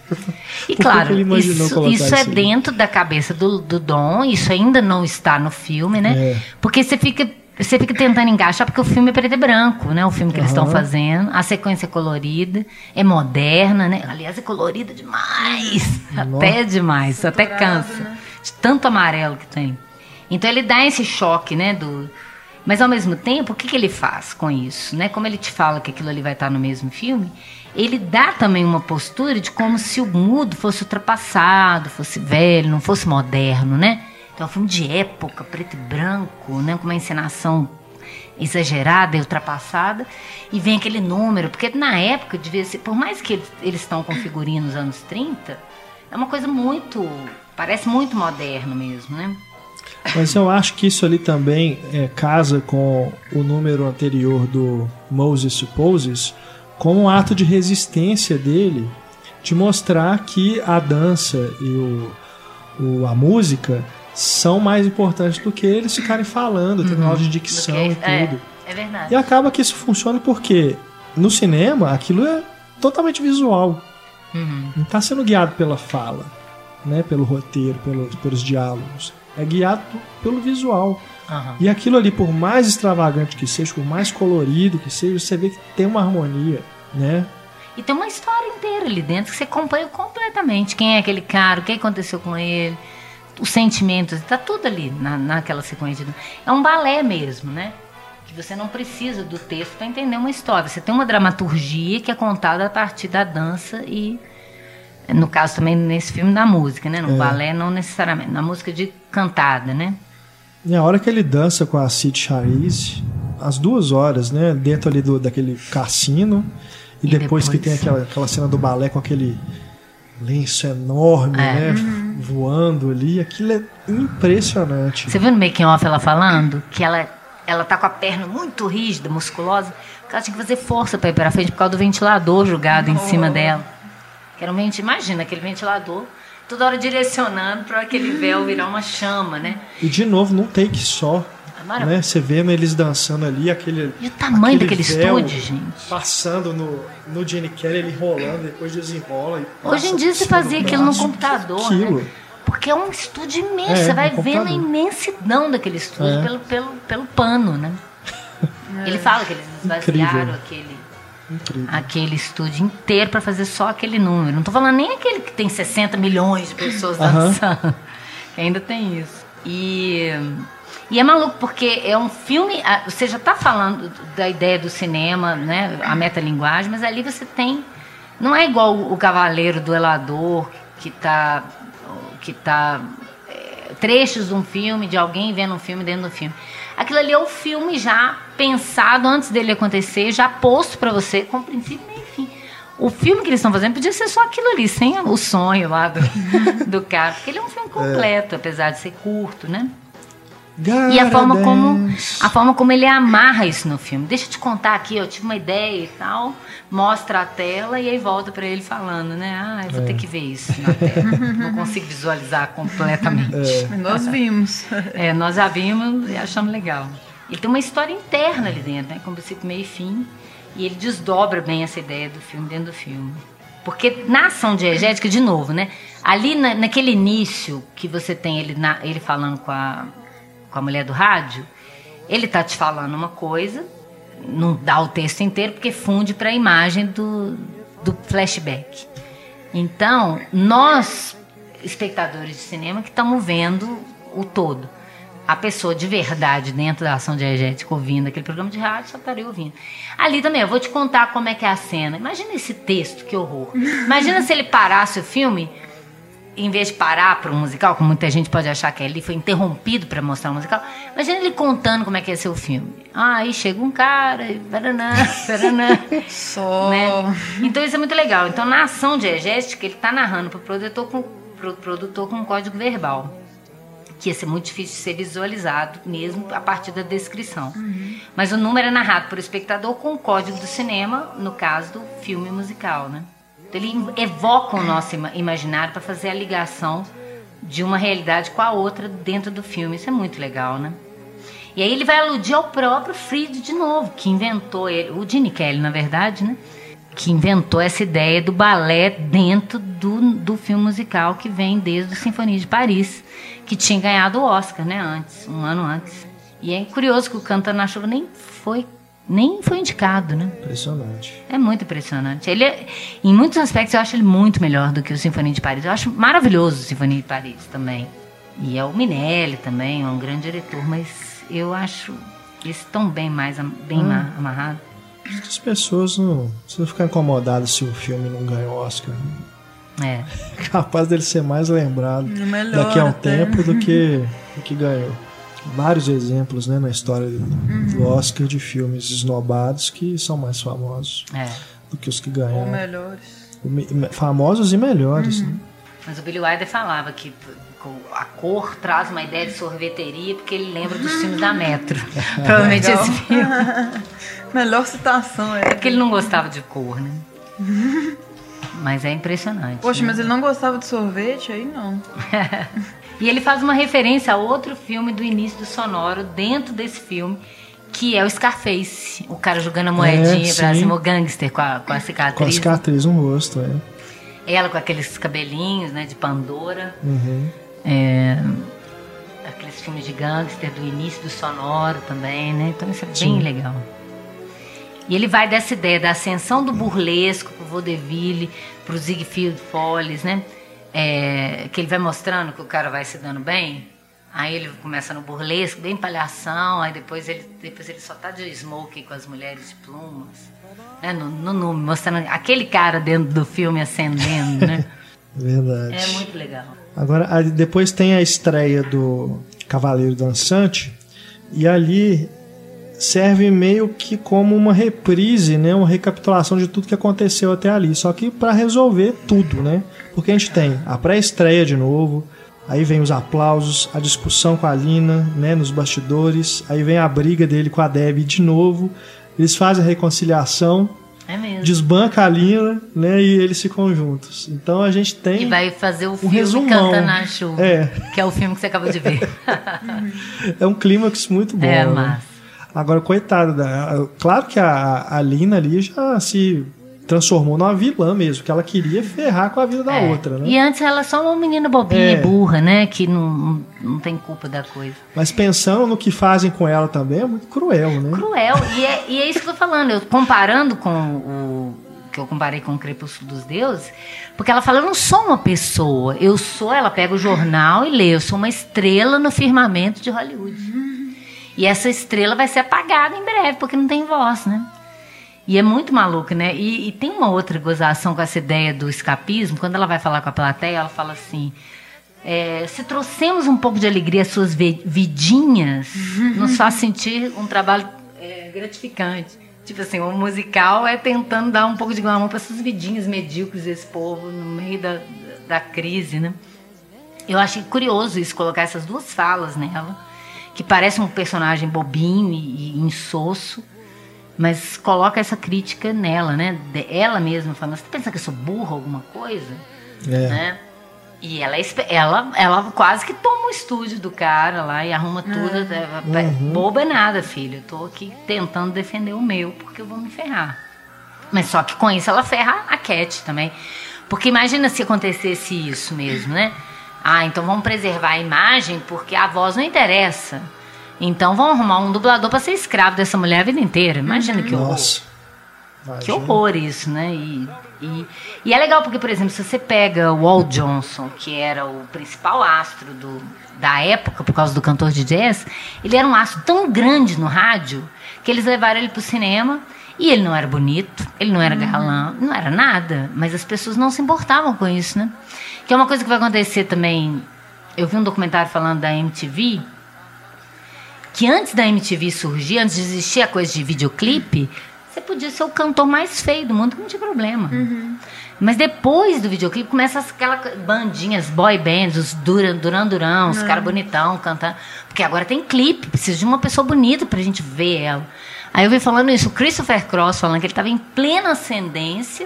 E claro, isso é dentro da cabeça do Don, isso ainda não está no filme, né? Porque você fica tentando encaixar, porque o filme é preto e branco, né? O filme que eles estão fazendo, a sequência é colorida, é moderna, né? Aliás, é colorida demais, até demais, até cansa, né? De tanto amarelo que tem. Então ele dá esse choque, né? Mas ao mesmo tempo, o que ele faz com isso, né? Como ele te fala que aquilo ali vai estar no mesmo filme, ele dá também uma postura de como se o mudo fosse ultrapassado, fosse velho, não fosse moderno, né? Então é um filme de época, preto e branco, né? Com uma encenação exagerada e ultrapassada, e vem aquele número, porque na época devia ser, por mais que eles estão com figurino nos anos 30, é uma coisa parece muito moderno mesmo, né? Mas eu acho que isso ali também casa com o número anterior do Moses Supposes, como um ato de resistência dele, de mostrar que a dança e a música são mais importantes do que eles ficarem falando, tendo aula de dicção e tudo. É verdade. E acaba que isso funciona porque no cinema aquilo é totalmente visual. Não está sendo guiado pela fala, né, pelo roteiro, pelos diálogos. É guiado pelo visual. E aquilo ali, por mais extravagante que seja, por mais colorido que seja, você vê que tem uma harmonia, né? E tem uma história inteira ali dentro que você acompanha completamente. Quem é aquele cara, o que aconteceu com ele, os sentimentos, tá tudo ali naquela sequência. É um balé mesmo, né? Que você não precisa do texto para entender uma história. Você tem uma dramaturgia que é contada a partir da dança e, no caso também nesse filme, da música, né? No balé não necessariamente, na música de cantada, né? E a hora que ele dança com a Cyd Charisse, as 2 horas, né? Dentro ali daquele cassino, e depois que tem aquela cena do balé com aquele lenço enorme, né? Voando ali, aquilo é impressionante. Você viu no making off ela falando que ela tá com a perna muito rígida, musculosa, porque ela tinha que fazer força para ir para frente por causa do ventilador jogado em cima dela. Que era imagina aquele ventilador toda hora direcionando para aquele véu virar uma chama, né? E de novo, num take só. Né? Você vendo eles dançando ali, e o tamanho daquele estúdio, gente. Passando no Gene Kelly, ele rolando, depois desenrola. Hoje em dia você fazia aquilo no computador, né? Porque é um estúdio imenso, você vai vendo a imensidão daquele estúdio pelo pano, né? Ele fala que eles esvaziaram aquele estúdio inteiro para fazer só aquele número. Não tô falando nem aquele que tem 60 milhões de pessoas dançando. Ainda tem isso. E é maluco, porque é um filme. Você já está falando da ideia do cinema, né? A metalinguagem, mas ali você tem. Não é igual o Cavaleiro Duelador, que tá trechos de um filme, de alguém vendo um filme dentro do filme. Aquilo ali é o filme já pensado antes dele acontecer, já posto para você, com princípio e fim. O filme que eles estão fazendo podia ser só aquilo ali, sem o sonho lá do cara. Porque ele é um filme completo, apesar de ser curto, né? E a forma como ele amarra isso no filme. Deixa eu te contar aqui, eu tive uma ideia e tal. Mostra a tela e aí volta pra ele falando, né? Eu vou ter que ver isso na tela. Não consigo visualizar completamente. Nós vimos. Nós já vimos e achamos legal. Ele tem uma história interna ali dentro, né? Com princípio, meio e fim. E ele desdobra bem essa ideia do filme dentro do filme. Porque na ação diegética, de novo, né? Ali naquele início que você tem ele falando com a mulher do rádio, ele tá te falando uma coisa, não dá o texto inteiro, porque funde para a imagem do flashback. Então, nós, espectadores de cinema, que estamos vendo o todo. A pessoa de verdade dentro da ação diegética ouvindo aquele programa de rádio, só estaria ouvindo. Ali também, eu vou te contar como é que é a cena. Imagina esse texto, que horror. Imagina se ele parasse o filme, em vez de parar para um musical, como muita gente pode achar que ele foi interrompido para mostrar um musical, imagina ele contando como é que ia ser o filme. Aí chega um cara e paranã. Só. Né? Então isso é muito legal. Então na ação diegética ele está narrando para o produtor com um código verbal, que ia ser muito difícil de ser visualizado mesmo a partir da descrição. Mas o número é narrado por espectador com o código do cinema, no caso do filme musical, né? Ele evoca o nosso imaginário para fazer a ligação de uma realidade com a outra dentro do filme. Isso é muito legal, né? E aí ele vai aludir ao próprio Fried de novo, que inventou ele, o Gene Kelly, na verdade, né? Que inventou essa ideia do balé dentro do filme musical, que vem desde o Sinfonia de Paris, que tinha ganhado o Oscar, né? Antes, um ano antes. E é curioso que o Cantando na Chuva nem foi indicado, né? Impressionante. É muito impressionante. Ele, em muitos aspectos, eu acho ele muito melhor do que o Sinfonia de Paris. Eu acho maravilhoso o Sinfonia de Paris também. E é o Minelli também, é um grande diretor, mas eu acho esse tão bem amarrado. Acho que as pessoas não precisam ficar incomodadas se o filme não ganha o Oscar. É. Capaz dele ser mais lembrado melhor, daqui a um até. tempo do que ganhou. Vários exemplos, né, na história do Oscar de filmes esnobados que são mais famosos do que os que ganharam. Ou melhores. Famosos e melhores, né? Mas o Billy Wilder falava que a cor traz uma ideia de sorveteria porque ele lembra dos filmes da Metro. Provavelmente Legal. esse filme. Melhor citação É porque ele não gostava de cor, né? Mas é impressionante. Poxa, né? mas ele não gostava de sorvete? Aí não. E ele faz uma referência a outro filme do início do sonoro dentro desse filme, que é o Scarface. O cara jogando a moedinha pra cima, o gangster com a cicatriz. Com a cicatriz no rosto, Ela com aqueles cabelinhos, né, de Pandora. Uhum. Aqueles filmes de gangster do início do sonoro também, né? Então isso é bem legal. E ele vai dessa ideia da ascensão do burlesco pro vaudeville, pro Ziegfeld Follies, né? Que ele vai mostrando que o cara vai se dando bem. Aí ele começa no burlesco, bem palhação. Aí depois ele só tá de smoke com as mulheres de plumas, né? No mostrando aquele cara dentro do filme acendendo, né? Verdade. É muito legal. Agora, depois tem a estreia do Cavaleiro Dançante, e ali serve meio que como uma reprise, né? Uma recapitulação de tudo que aconteceu até ali, só que para resolver tudo, né? Porque a gente tem a pré-estreia de novo, aí vem os aplausos, a discussão com a Lina, né, nos bastidores, aí vem a briga dele com a Debbie de novo, eles fazem a reconciliação, É mesmo. desbanca a Lina, né, e eles ficam juntos. Então a gente tem E vai fazer o filme resumão. Cantando na Chuva, que é o filme que você acabou de ver. É um clímax muito bom. É né? massa. Agora, coitada, claro que a Lina ali já se transformou numa vilã mesmo, que ela queria ferrar com a vida da outra, né? E antes ela é só uma menina bobinha e burra, né? Que não tem culpa da coisa. Mas pensando no que fazem com ela também, é muito cruel, né? Cruel. E é isso que eu tô falando. Eu comparando com o que eu comparei com o Crepúsculo dos Deuses, porque ela fala, eu não sou uma pessoa, ela pega o jornal e lê, eu sou uma estrela no firmamento de Hollywood. E essa estrela vai ser apagada em breve, porque não tem voz, né? E é muito maluco, né? E tem uma outra gozação com essa ideia do escapismo. Quando ela vai falar com a plateia, ela fala assim, se trouxemos um pouco de alegria às suas vidinhas, nos faz sentir um trabalho gratificante. Tipo assim, o musical é tentando dar um pouco de glamour para essas vidinhas medíocres desse povo no meio da crise, né? Eu achei curioso isso, colocar essas duas falas nela, que parece um personagem bobinho e insosso, mas coloca essa crítica nela, né? Ela mesma falando, você pensa que eu sou burra alguma coisa? Né? E ela quase que toma o estúdio do cara lá e arruma tudo. Boba é nada, filho. Eu tô aqui tentando defender o meu, porque eu vou me ferrar. Mas só que com isso ela ferra a Cat também. Porque imagina se acontecesse isso mesmo, né? Então vamos preservar a imagem porque a voz não interessa. Então vamos arrumar um dublador para ser escravo dessa mulher a vida inteira. Imagina que horror. Nossa. Que horror isso, né? E é legal porque, por exemplo, se você pega o Walt Johnson, que era o principal astro da época, por causa do cantor de jazz, ele era um astro tão grande no rádio que eles levaram ele pro cinema e ele não era bonito, ele não era galã, não era nada, mas as pessoas não se importavam com isso, né? Que é uma coisa que vai acontecer também. Eu vi um documentário falando da MTV, que antes da MTV surgir, antes de existir a coisa de videoclipe, você podia ser o cantor mais feio do mundo, que não tinha problema. Mas depois do videoclipe, começa aquelas bandinhas, boy bands, os Duran, os caras bonitão cantando. Porque agora tem clipe, precisa de uma pessoa bonita pra gente ver ela. Aí eu vi falando isso, o Christopher Cross falando que ele estava em plena ascendência,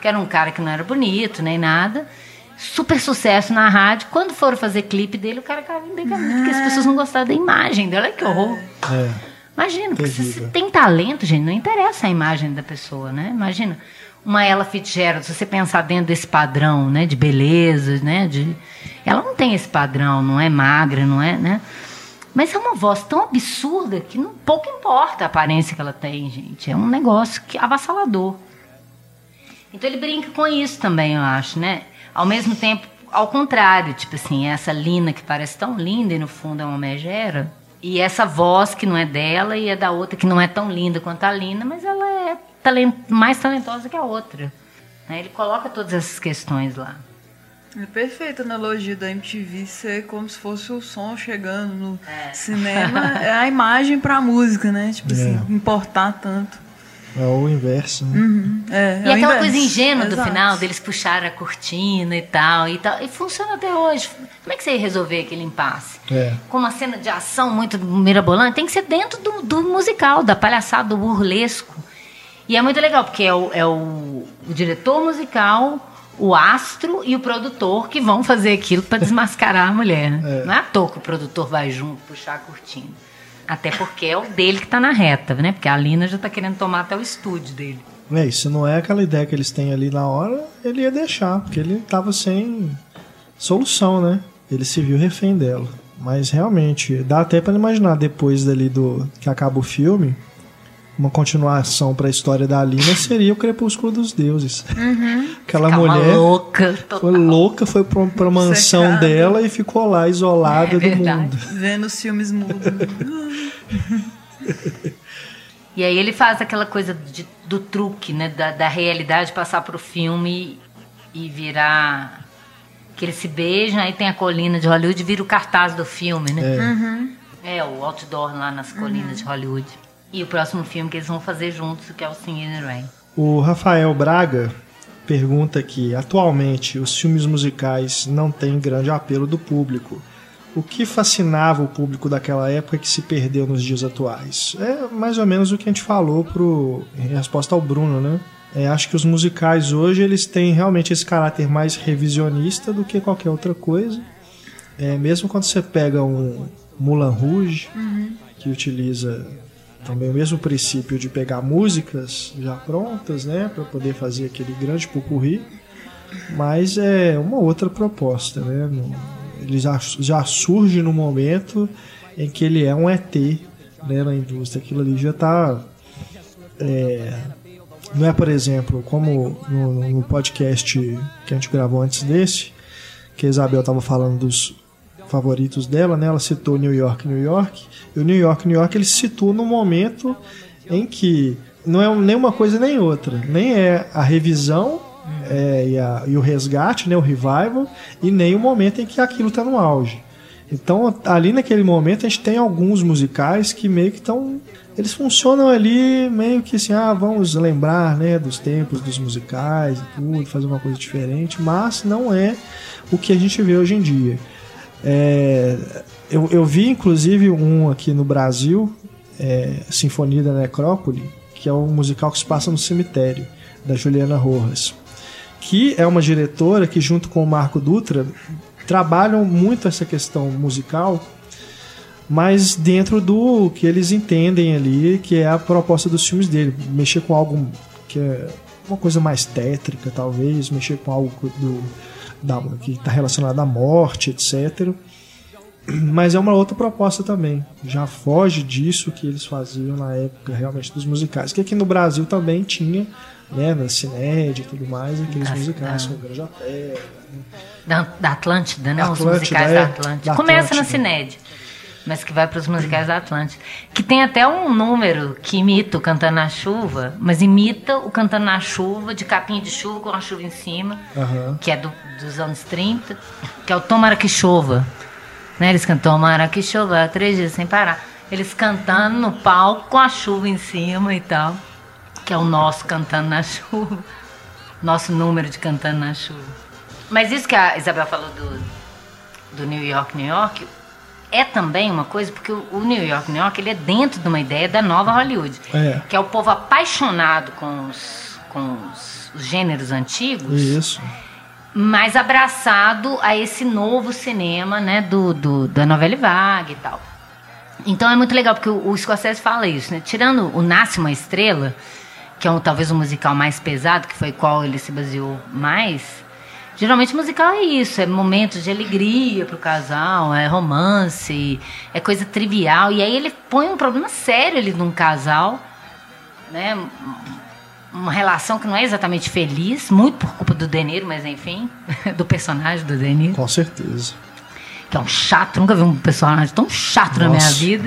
que era um cara que não era bonito nem nada, super sucesso na rádio. Quando foram fazer clipe dele, o cara ficava embecamento, porque as pessoas não gostavam da imagem dela. Que horror. Imagina, porque se você tem talento, gente, não interessa a imagem da pessoa, né? Imagina uma Ella Fitzgerald, se você pensar dentro desse padrão, né, de beleza, né, ela não tem esse padrão, não é magra, não é, né? Mas é uma voz tão absurda que pouco importa a aparência que ela tem, gente. É um negócio avassalador. Então ele brinca com isso também, eu acho, né? Ao mesmo tempo, ao contrário, tipo assim, essa Lina que parece tão linda e no fundo é uma megera, e essa voz que não é dela e é da outra que não é tão linda quanto a Lina, mas ela é mais talentosa que a outra. Né? Ele coloca todas essas questões lá. É perfeita a analogia da MTV ser como se fosse o som chegando no cinema, é a imagem pra música, né? Tipo assim, importar tanto. É o inverso, né? E aquela coisa ingênua do final, deles puxarem a cortina e tal. E funciona até hoje. Como é que você ia resolver aquele impasse? Com uma cena de ação muito mirabolante, tem que ser dentro do musical, da palhaçada, do burlesco. E é muito legal, porque é o diretor musical, o astro e o produtor que vão fazer aquilo para desmascarar a mulher. Né? Não é à toa que o produtor vai junto puxar a cortina. Até porque é o dele que tá na reta, né? Porque a Lina já tá querendo tomar até o estúdio dele. Isso não é aquela ideia que eles têm ali na hora, ele ia deixar, porque ele tava sem solução, né? Ele se viu refém dela. Mas realmente, dá até pra imaginar depois dali que acaba o filme, uma continuação pra história da Lina seria o Crepúsculo dos Deuses. Aquela mulher foi louca, foi pra mansão dela e ficou lá isolada do mundo. Vendo os filmes mudos. E aí ele faz aquela coisa do truque, né? Da realidade passar pro filme e virar... Que eles se beijam, aí tem a colina de Hollywood e vira o cartaz do filme, né? O outdoor lá nas colinas de Hollywood. E o próximo filme que eles vão fazer juntos, que é o Singing in the Rain. O Rafael Braga pergunta que, atualmente, os filmes musicais não têm grande apelo do público. O que fascinava o público daquela época que se perdeu nos dias atuais? É mais ou menos o que a gente falou em resposta ao Bruno, né? Acho que os musicais hoje eles têm realmente esse caráter mais revisionista do que qualquer outra coisa. Mesmo quando você pega um Moulin Rouge, que utiliza também o mesmo princípio de pegar músicas já prontas, né, para poder fazer aquele grande popurrí, mas é uma outra proposta, né? Ele já surge no momento em que ele é um ET, né, na indústria. Aquilo ali já está... não é, por exemplo, como no podcast que a gente gravou antes desse, que a Isabel estava falando dos favoritos dela, né? Ela citou New York, e o New York ele se situa num momento em que não é nem uma coisa nem outra, nem é a revisão e o resgate, né? O revival, e nem o momento em que aquilo está no auge. Então, ali naquele momento, a gente tem alguns musicais que meio que estão... Eles funcionam ali meio que assim, vamos lembrar, né, dos tempos dos musicais e tudo, fazer uma coisa diferente, mas não é o que a gente vê hoje em dia. Eu vi inclusive um aqui no Brasil, Sinfonia da Necrópole, que é um musical que se passa no cemitério, da Juliana Rojas, que é uma diretora que junto com o Marco Dutra trabalham muito essa questão musical, mas dentro do que eles entendem ali, que é a proposta dos filmes dele, mexer com algo que é uma coisa mais tétrica, talvez, mexer com algo que está relacionado à morte, etc. Mas é uma outra proposta também, já foge disso que eles faziam na época realmente dos musicais, que aqui no Brasil também tinha, né, na Cined e tudo mais, aqueles musicais com Grande Hotel, da Atlântida, né? Os musicais da Atlântida. Começa na Cined, mas que vai para os musicais da Atlântida. Que tem até um número que imita o Cantando na Chuva, mas imita o Cantando na Chuva, de capinha de chuva com a chuva em cima, que é dos anos 30, que é o Tomara que Chova. Né? Eles cantam Tomara que Chova 3 dias sem parar. Eles cantando no palco com a chuva em cima e tal, que é o nosso Cantando na Chuva. Nosso número de Cantando na Chuva. Mas isso que a Isabel falou do New York, é também uma coisa, porque o New York, ele é dentro de uma ideia da nova Hollywood, que é o povo apaixonado com com os gêneros antigos. Isso. Mas abraçado a esse novo cinema, né, da novela vague e tal. Então é muito legal, porque o Scorsese fala isso, né? Tirando o Nasce uma Estrela, que é talvez o musical mais pesado, que foi qual ele se baseou mais, geralmente musical é isso, é momentos de alegria pro casal, é romance, é coisa trivial, e aí ele põe um problema sério ali num casal, né? Uma relação que não é exatamente feliz, muito por culpa do De Niro, mas enfim, do personagem do De Niro. Com certeza. Que é um chato, nunca vi um personagem tão chato na minha vida.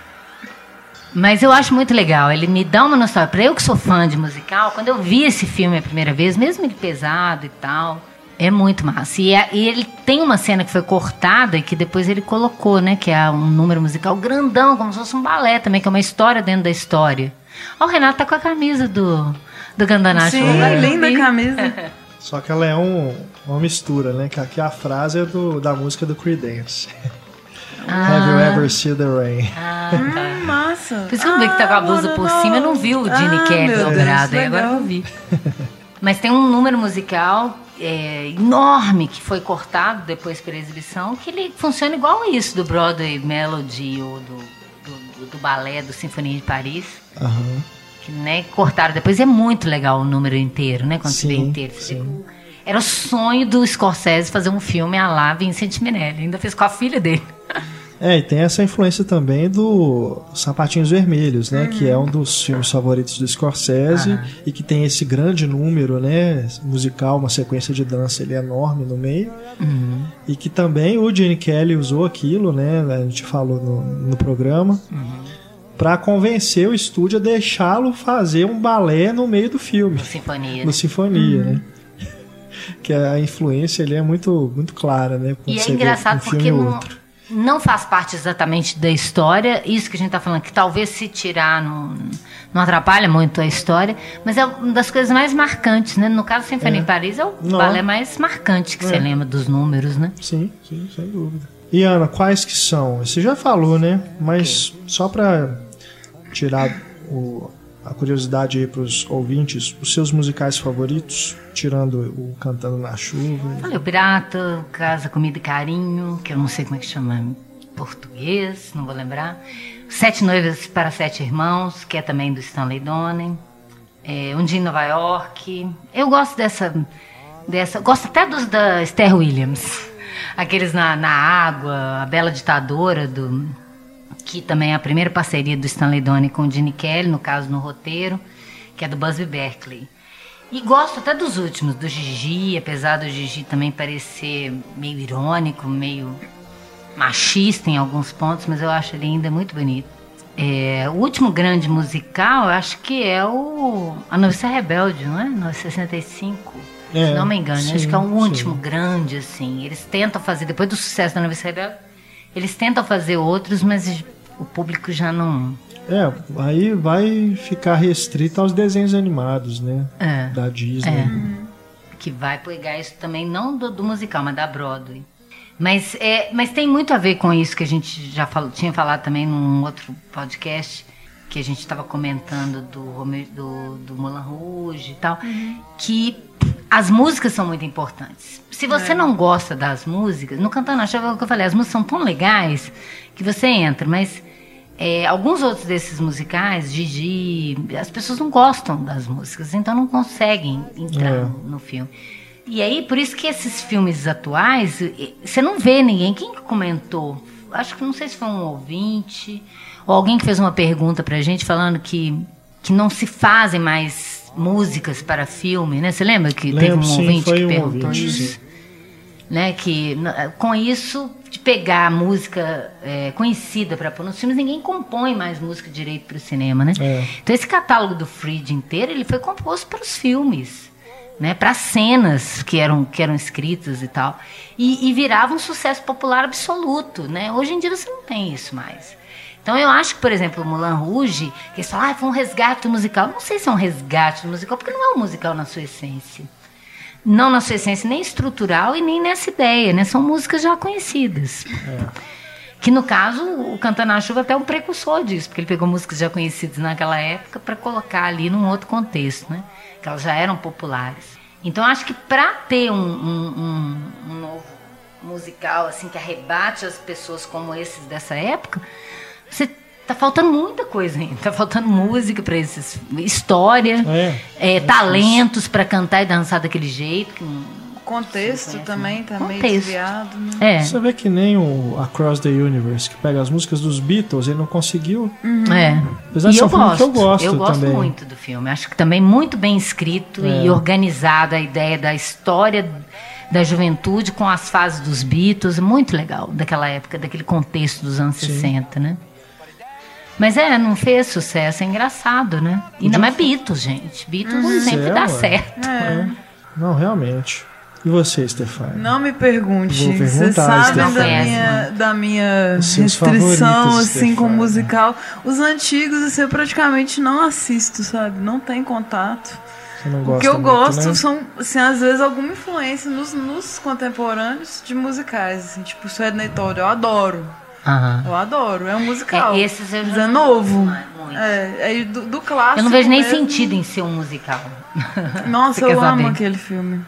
Mas eu acho muito legal, ele me dá uma nostalgia. Pra eu que sou fã de musical, quando eu vi esse filme a primeira vez, mesmo ele pesado e tal, é muito massa. E ele tem uma cena que foi cortada e que depois ele colocou, né? Que é um número musical grandão, como se fosse um balé também, que é uma história dentro da história. Ó, o Renato tá com a camisa do Cantando Sim, Chuva. linda camisa. Só que ela é uma mistura, né? Que aqui a frase é da música do Creedence. Have you ever seen the rain? Massa. Por isso que eu vi que tá com a blusa por cima, eu não vi o Gene Kelly dobrado, aí agora eu vi. Mas tem um número musical enorme que foi cortado depois pela exibição, que ele funciona igual a isso, do Broadway Melody ou do balé do Sinfonia de Paris. Aham. Que, né, cortaram depois. É muito legal o número inteiro, né? Quando você vê inteiro. Era o sonho do Scorsese fazer um filme à la Vincent Minnelli. Ainda fez com a filha dele. E tem essa influência também do Sapatinhos Vermelhos, né? Que é um dos filmes favoritos do Scorsese e que tem esse grande número, né? Musical, uma sequência de dança enorme no meio. E que também o Gene Kelly usou aquilo, né? A gente falou no programa. Pra convencer o estúdio a deixá-lo fazer um balé no meio do filme. No Sinfonia. Né? Que a influência ali é muito, muito clara, né? E é engraçado porque não faz parte exatamente da história, isso que a gente tá falando, que talvez se tirar não atrapalha muito a história, mas é uma das coisas mais marcantes, né? No caso, Sinfonia em Paris é o balé mais marcante que você lembra dos números, né? Sim, sem dúvida. E Ana, quais que são? Você já falou, né? Mas só pra tirar a curiosidade aí pros ouvintes, os seus musicais favoritos, tirando o Cantando na Chuva. Falei, o Pirata, Casa, Comida e Carinho, que eu não sei como é que chama em português, não vou lembrar. 7 Noivas para 7 Irmãos, que é também do Stanley Donen. Um Dia em Nova York. Eu gosto dessa gosto até dos da Esther Williams. Aqueles na Água, A Bela Ditadora, que também é a primeira parceria do Stanley Donen com o Gene Kelly, no caso no roteiro, que é do Busby Berkeley. E gosto até dos últimos, do Gigi, apesar do Gigi também parecer meio irônico, meio machista em alguns pontos, mas eu acho ele ainda muito bonito. O último grande musical, eu acho que é A Noviça Rebelde, não é? No 65, se não me engano. Acho que é o último grande, assim. Eles tentam fazer, depois do sucesso da Noviça Rebelde, eles tentam fazer outros, mas o público já não... aí vai ficar restrito aos desenhos animados, né? Da Disney. Que vai pegar isso também, não do musical, mas da Broadway. Mas tem muito a ver com isso que a gente já tinha falado também num outro podcast, que a gente estava comentando do Moulin Rouge e tal, que as músicas são muito importantes. Se você não gosta das músicas, no Cantando na Chuva, é o que eu falei, as músicas são tão legais que você entra, mas alguns outros desses musicais, Gigi, as pessoas não gostam das músicas, então não conseguem entrar no filme. E aí, por isso que esses filmes atuais, você não vê ninguém. Quem comentou? Acho que não sei se foi um ouvinte ou alguém que fez uma pergunta pra gente falando que não se fazem mais músicas para filme, né? Você lembra que teve um ouvinte que perguntou isso? Né? Que com isso, de pegar música conhecida para pôr nos filmes, ninguém compõe mais música direito para o cinema, né? Então esse catálogo do Fried inteiro, ele foi composto para os filmes. Né, para cenas que eram escritas e tal, e virava um sucesso popular absoluto, né? Hoje em dia você não tem isso mais. Então eu acho que, por exemplo, o Moulin Rouge, que eles falam, foi um resgate musical. Não sei se é um resgate musical, porque não é um musical na sua essência. Não na sua essência nem estrutural e nem nessa ideia, né? São músicas já conhecidas. Que no caso, o Cantando na Chuva até é um precursor disso, porque ele pegou músicas já conhecidas naquela época para colocar ali num outro contexto, né? Que elas já eram populares. Então acho que para ter um novo musical assim que arrebate as pessoas como esses dessa época, você tá faltando muita coisa ainda. Tá faltando música para esses, história, talentos para cantar e dançar daquele jeito. Que o contexto também tá meio desviado, né? Você vê que nem o Across the Universe, que pega as músicas dos Beatles, ele não conseguiu. Apesar de ser um filme que eu gosto também. Eu gosto muito do filme. Acho que também muito bem escrito e organizado a ideia da história da juventude com as fases dos Beatles. Muito legal daquela época, daquele contexto dos anos 60, né? Mas não fez sucesso, é engraçado, né? Ainda mais Beatles, gente. Beatles sempre dá certo. Não, realmente. E você, Stefania? Não me pergunte. Você sabe da minha restrição assim, com musical. Os antigos assim, eu praticamente não assisto, sabe? Não tem contato. Você não gosta o que eu muito, gosto né? são, assim, às vezes, alguma influência nos contemporâneos de musicais. Assim, tipo, Sidney Todd, eu adoro. Eu adoro, é um musical. Esses eu é novo. Do clássico. Eu não vejo nem mesmo. sentido em ser um musical. Nossa, eu amo aquele filme.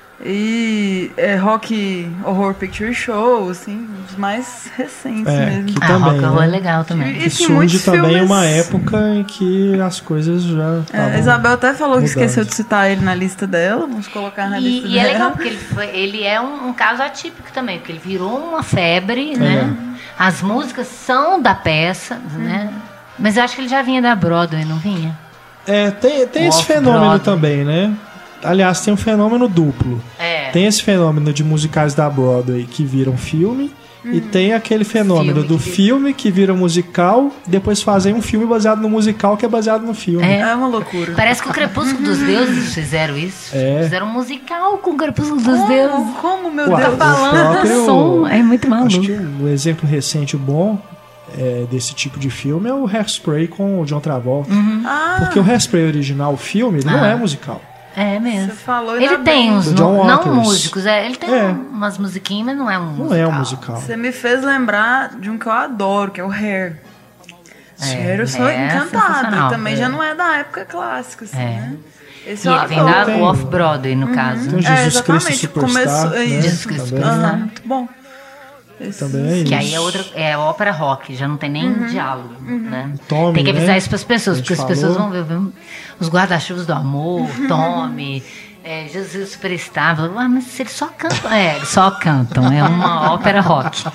E Rock Horror Picture Show, assim, os mais recentes mesmo. Que também, Rock Horror é legal também. Que surge também uma época em que as coisas já a Isabel até falou que esqueceu de citar ele na lista dela. Vamos colocar na lista dela. E é legal porque ele é um caso atípico também, porque ele virou uma febre, né? As músicas são da peça, né? Mas eu acho que ele já vinha da Broadway, não vinha? Tem esse fenômeno também, né? Aliás, tem um fenômeno duplo. Tem esse fenômeno de musicais da Broadway que viram filme, e tem aquele fenômeno do filme que vira musical, e depois fazem um filme baseado no musical que é baseado no filme. É uma loucura. Parece que o Crepúsculo dos Deuses fizeram isso. Fizeram um musical com o Crepúsculo dos Deuses. Como, meu Deus? Tá falando som, é muito maluco. Acho que um exemplo recente bom desse tipo de filme é o Hairspray com o John Travolta. Porque o Hairspray original, o filme, ele não é musical. É mesmo. Você falou, ele tem uns não músicos, ele tem umas musiquinhas, mas não é um musical. Não é um musical. Você me fez lembrar de um que eu adoro, que é o Hair. Hair eu sou encantada. E também já não é da época clássica, assim, né? Esse ele vem da Off-Broadway, no caso. Tem o Jesus Cristo Superstar, né? Jesus Cristo Superstar. Muito bom. Também é isso. Que aí é ópera rock, já não tem nem diálogo, né? Tommy, tem que avisar né? isso para as pessoas, porque as pessoas vão ver os guarda-chuvas do amor, Tommy, Jesus Superstar. Mas eles só cantam. Eles só cantam, é uma ópera rock.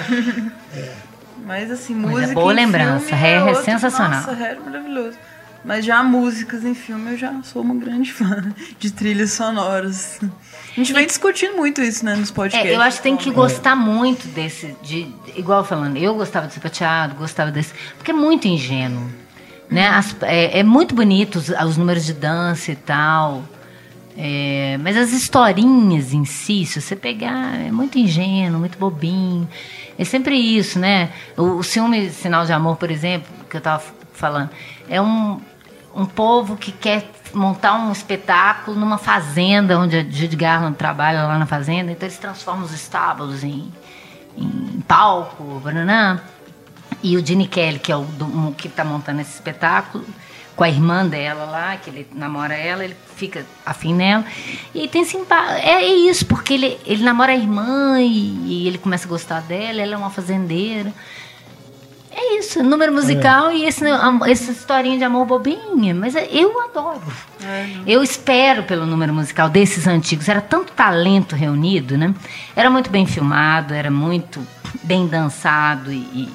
Mas assim, música. É boa lembrança, Hair é sensacional. Nossa, Hair é maravilhoso. Mas já músicas em filme eu já sou uma grande fã de trilhas sonoras. A gente vem discutindo muito isso, né, nos podcasts. Eu acho que tem que gostar muito igual falando, eu gostava de Sapateado, gostava desse, porque é muito ingênuo, né? É muito bonito os números de dança e tal, mas as historinhas em si, se você pegar, é muito ingênuo, muito bobinho. É sempre isso, né? O filme Sinal de Amor, por exemplo, que eu estava falando, é um povo que quer montar um espetáculo numa fazenda, onde a Judy Garland trabalha lá na fazenda, então eles transformam os estábulos em palco, banana. E o Gene Kelly, que é o que está montando esse espetáculo, com a irmã dela lá, que ele namora ela, ele fica afim nela. E tem assim, isso, porque ele namora a irmã e ele começa a gostar dela, ela é uma fazendeira. É isso, número musical e essa historinha de amor bobinha. Mas eu adoro. Eu espero pelo número musical desses antigos. Era tanto talento reunido, né? Era muito bem filmado, era muito bem dançado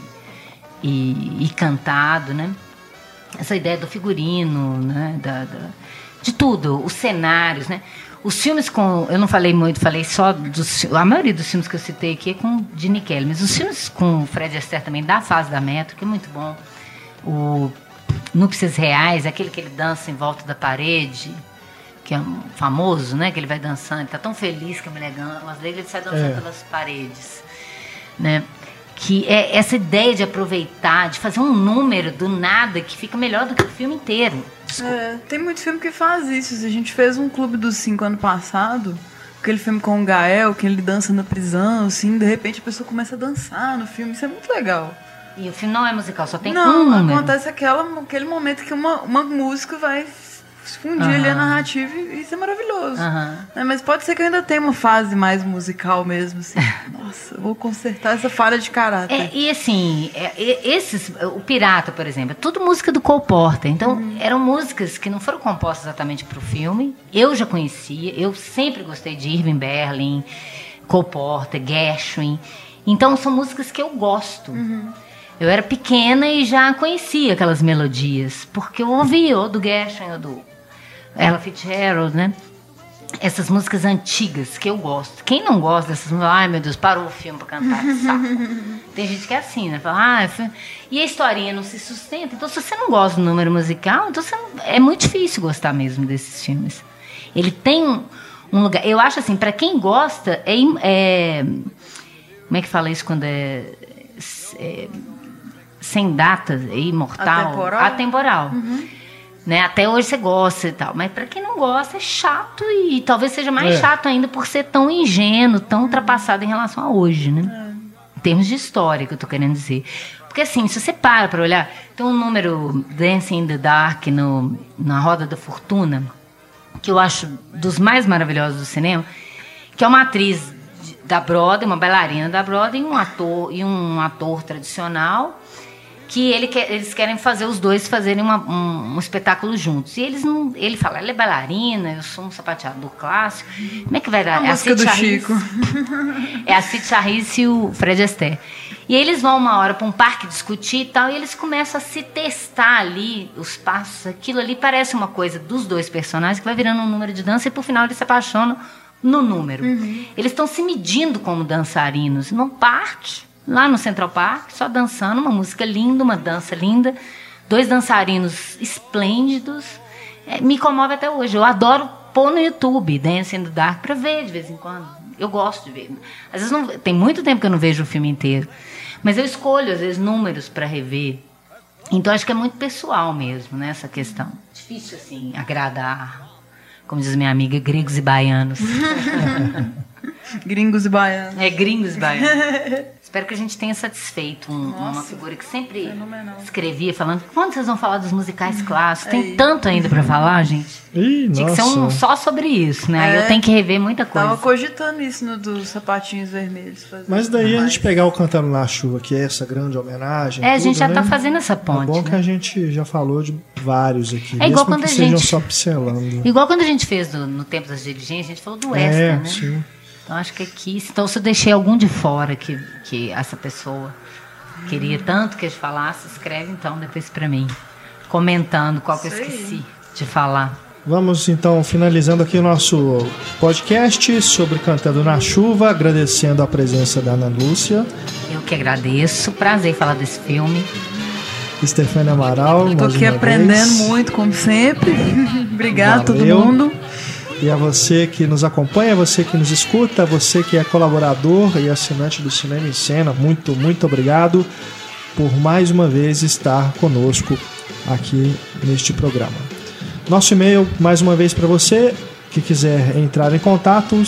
e cantado, né? Essa ideia do figurino, né? De tudo, os cenários, né? Os filmes eu não falei muito, falei só a maioria dos filmes que eu citei aqui é com Gene Kelly, mas os filmes com o Fred Astaire também, da fase da Metro, que é muito bom. O Núpcias Reais, aquele que ele dança em volta da parede, que é famoso, né? Que ele vai dançando, ele tá tão feliz que a mulher ganha, mas daí ele sai dançando pelas paredes, né? Que é essa ideia de aproveitar, de fazer um número do nada que fica melhor do que o filme inteiro. Tem muito filme que faz isso. A gente fez um Clube dos 5 ano passado, aquele filme com o Gael, que ele dança na prisão, assim, de repente a pessoa começa a dançar no filme. Isso é muito legal. E o filme não é musical, só tem um número. Acontece aquele momento que uma música vai fundir ali a narrativa e isso é maravilhoso. Mas pode ser que eu ainda tenha uma fase mais musical mesmo, assim. Nossa, eu vou consertar essa falha de caráter. E assim, o Pirata, por exemplo, é tudo música do Cole Porter. Então, eram músicas que não foram compostas exatamente para o filme. Eu já conhecia, eu sempre gostei de Irving Berlin, Cole Porter, Gershwin. Então, são músicas que eu gosto. Eu era pequena e já conhecia aquelas melodias, porque eu ouvia ou do Gershwin ou do Ella Fitzgerald, né? Essas músicas antigas que eu gosto. Quem não gosta dessas músicas, ai meu Deus, parou o filme pra cantar, que saco. Tem gente que é assim, né? Fala, e a historinha não se sustenta. Então, se você não gosta do número musical, então é muito difícil gostar mesmo desses filmes. Ele tem um lugar. Eu acho assim, pra quem gosta, como é que fala isso quando sem data, é imortal? Atemporal. Né? Até hoje você gosta e tal, mas para quem não gosta é chato e talvez seja mais chato ainda por ser tão ingênuo, tão ultrapassado em relação a hoje, né? Em termos de história que eu tô querendo dizer. Porque assim, se você para olhar, tem um número Dancing in the Dark na Roda da Fortuna, que eu acho dos mais maravilhosos do cinema, que é uma atriz da Broadway, uma bailarina da Broadway e um ator tradicional, que eles querem fazer os dois fazerem um espetáculo juntos. E ele fala, ela é bailarina, eu sou um sapateador clássico. Como é que vai dar? A música do Chico. É a Cid Charisse e o Fred Astaire. E eles vão uma hora para um parque discutir e tal, e eles começam a se testar ali, os passos, aquilo ali parece uma coisa dos dois personagens, que vai virando um número de dança, e por final eles se apaixonam no número. Eles estão se medindo como dançarinos, num parque, lá no Central Park, só dançando, uma música linda, uma dança linda, dois dançarinos esplêndidos. Me comove até hoje. Eu adoro pôr no YouTube Dancing in the Dark para ver de vez em quando. Eu gosto de ver. Às vezes tem muito tempo que eu não vejo o filme inteiro, mas eu escolho às vezes números para rever. Então acho que é muito pessoal mesmo, né, essa questão. Difícil assim agradar, como diz minha amiga, gregos e baianos. Gringos e baianos. Gringos e baianos. Espero que a gente tenha satisfeito uma figura que sempre escrevia falando, quando vocês vão falar dos musicais clássicos? Tem tanto ainda pra falar, gente. Tinha que ser só sobre isso, né? Aí eu tenho que rever muita coisa. Tava cogitando isso no dos Sapatinhos Vermelhos. Mas daí a gente pegar o Cantando na Chuva, que é essa grande homenagem. A gente já tá fazendo essa ponte. É bom que a gente já falou de vários aqui. É igual quando a gente. Só pincelando. Igual quando a gente fez no Tempo das Diligências, a gente falou do extra, né? Sim. Então acho que aqui, então se eu deixei algum de fora que essa pessoa queria tanto que eu falasse, escreve então depois para mim, comentando qual que eu esqueci de falar. Vamos então finalizando aqui o nosso podcast sobre Cantando na Chuva, agradecendo a presença da Ana Lúcia. Eu que agradeço, prazer em falar desse filme. Estefânia Amaral, estou aqui aprendendo muito, como sempre. Obrigado a todo mundo. E a você que nos acompanha, você que nos escuta, você que é colaborador e assinante do Cinema em Cena, muito, muito obrigado por mais uma vez estar conosco aqui neste programa. Nosso e-mail, mais uma vez para você que quiser entrar em contato,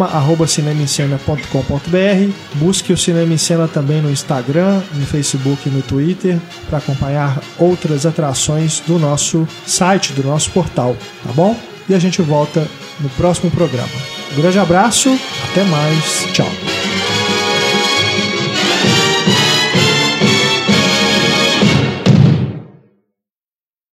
cinema@cinemaencena.com.br. Busque o Cinema em Cena também no Instagram, no Facebook e no Twitter para acompanhar outras atrações do nosso site, do nosso portal, tá bom? E a gente volta no próximo programa. Um grande abraço, até mais, tchau.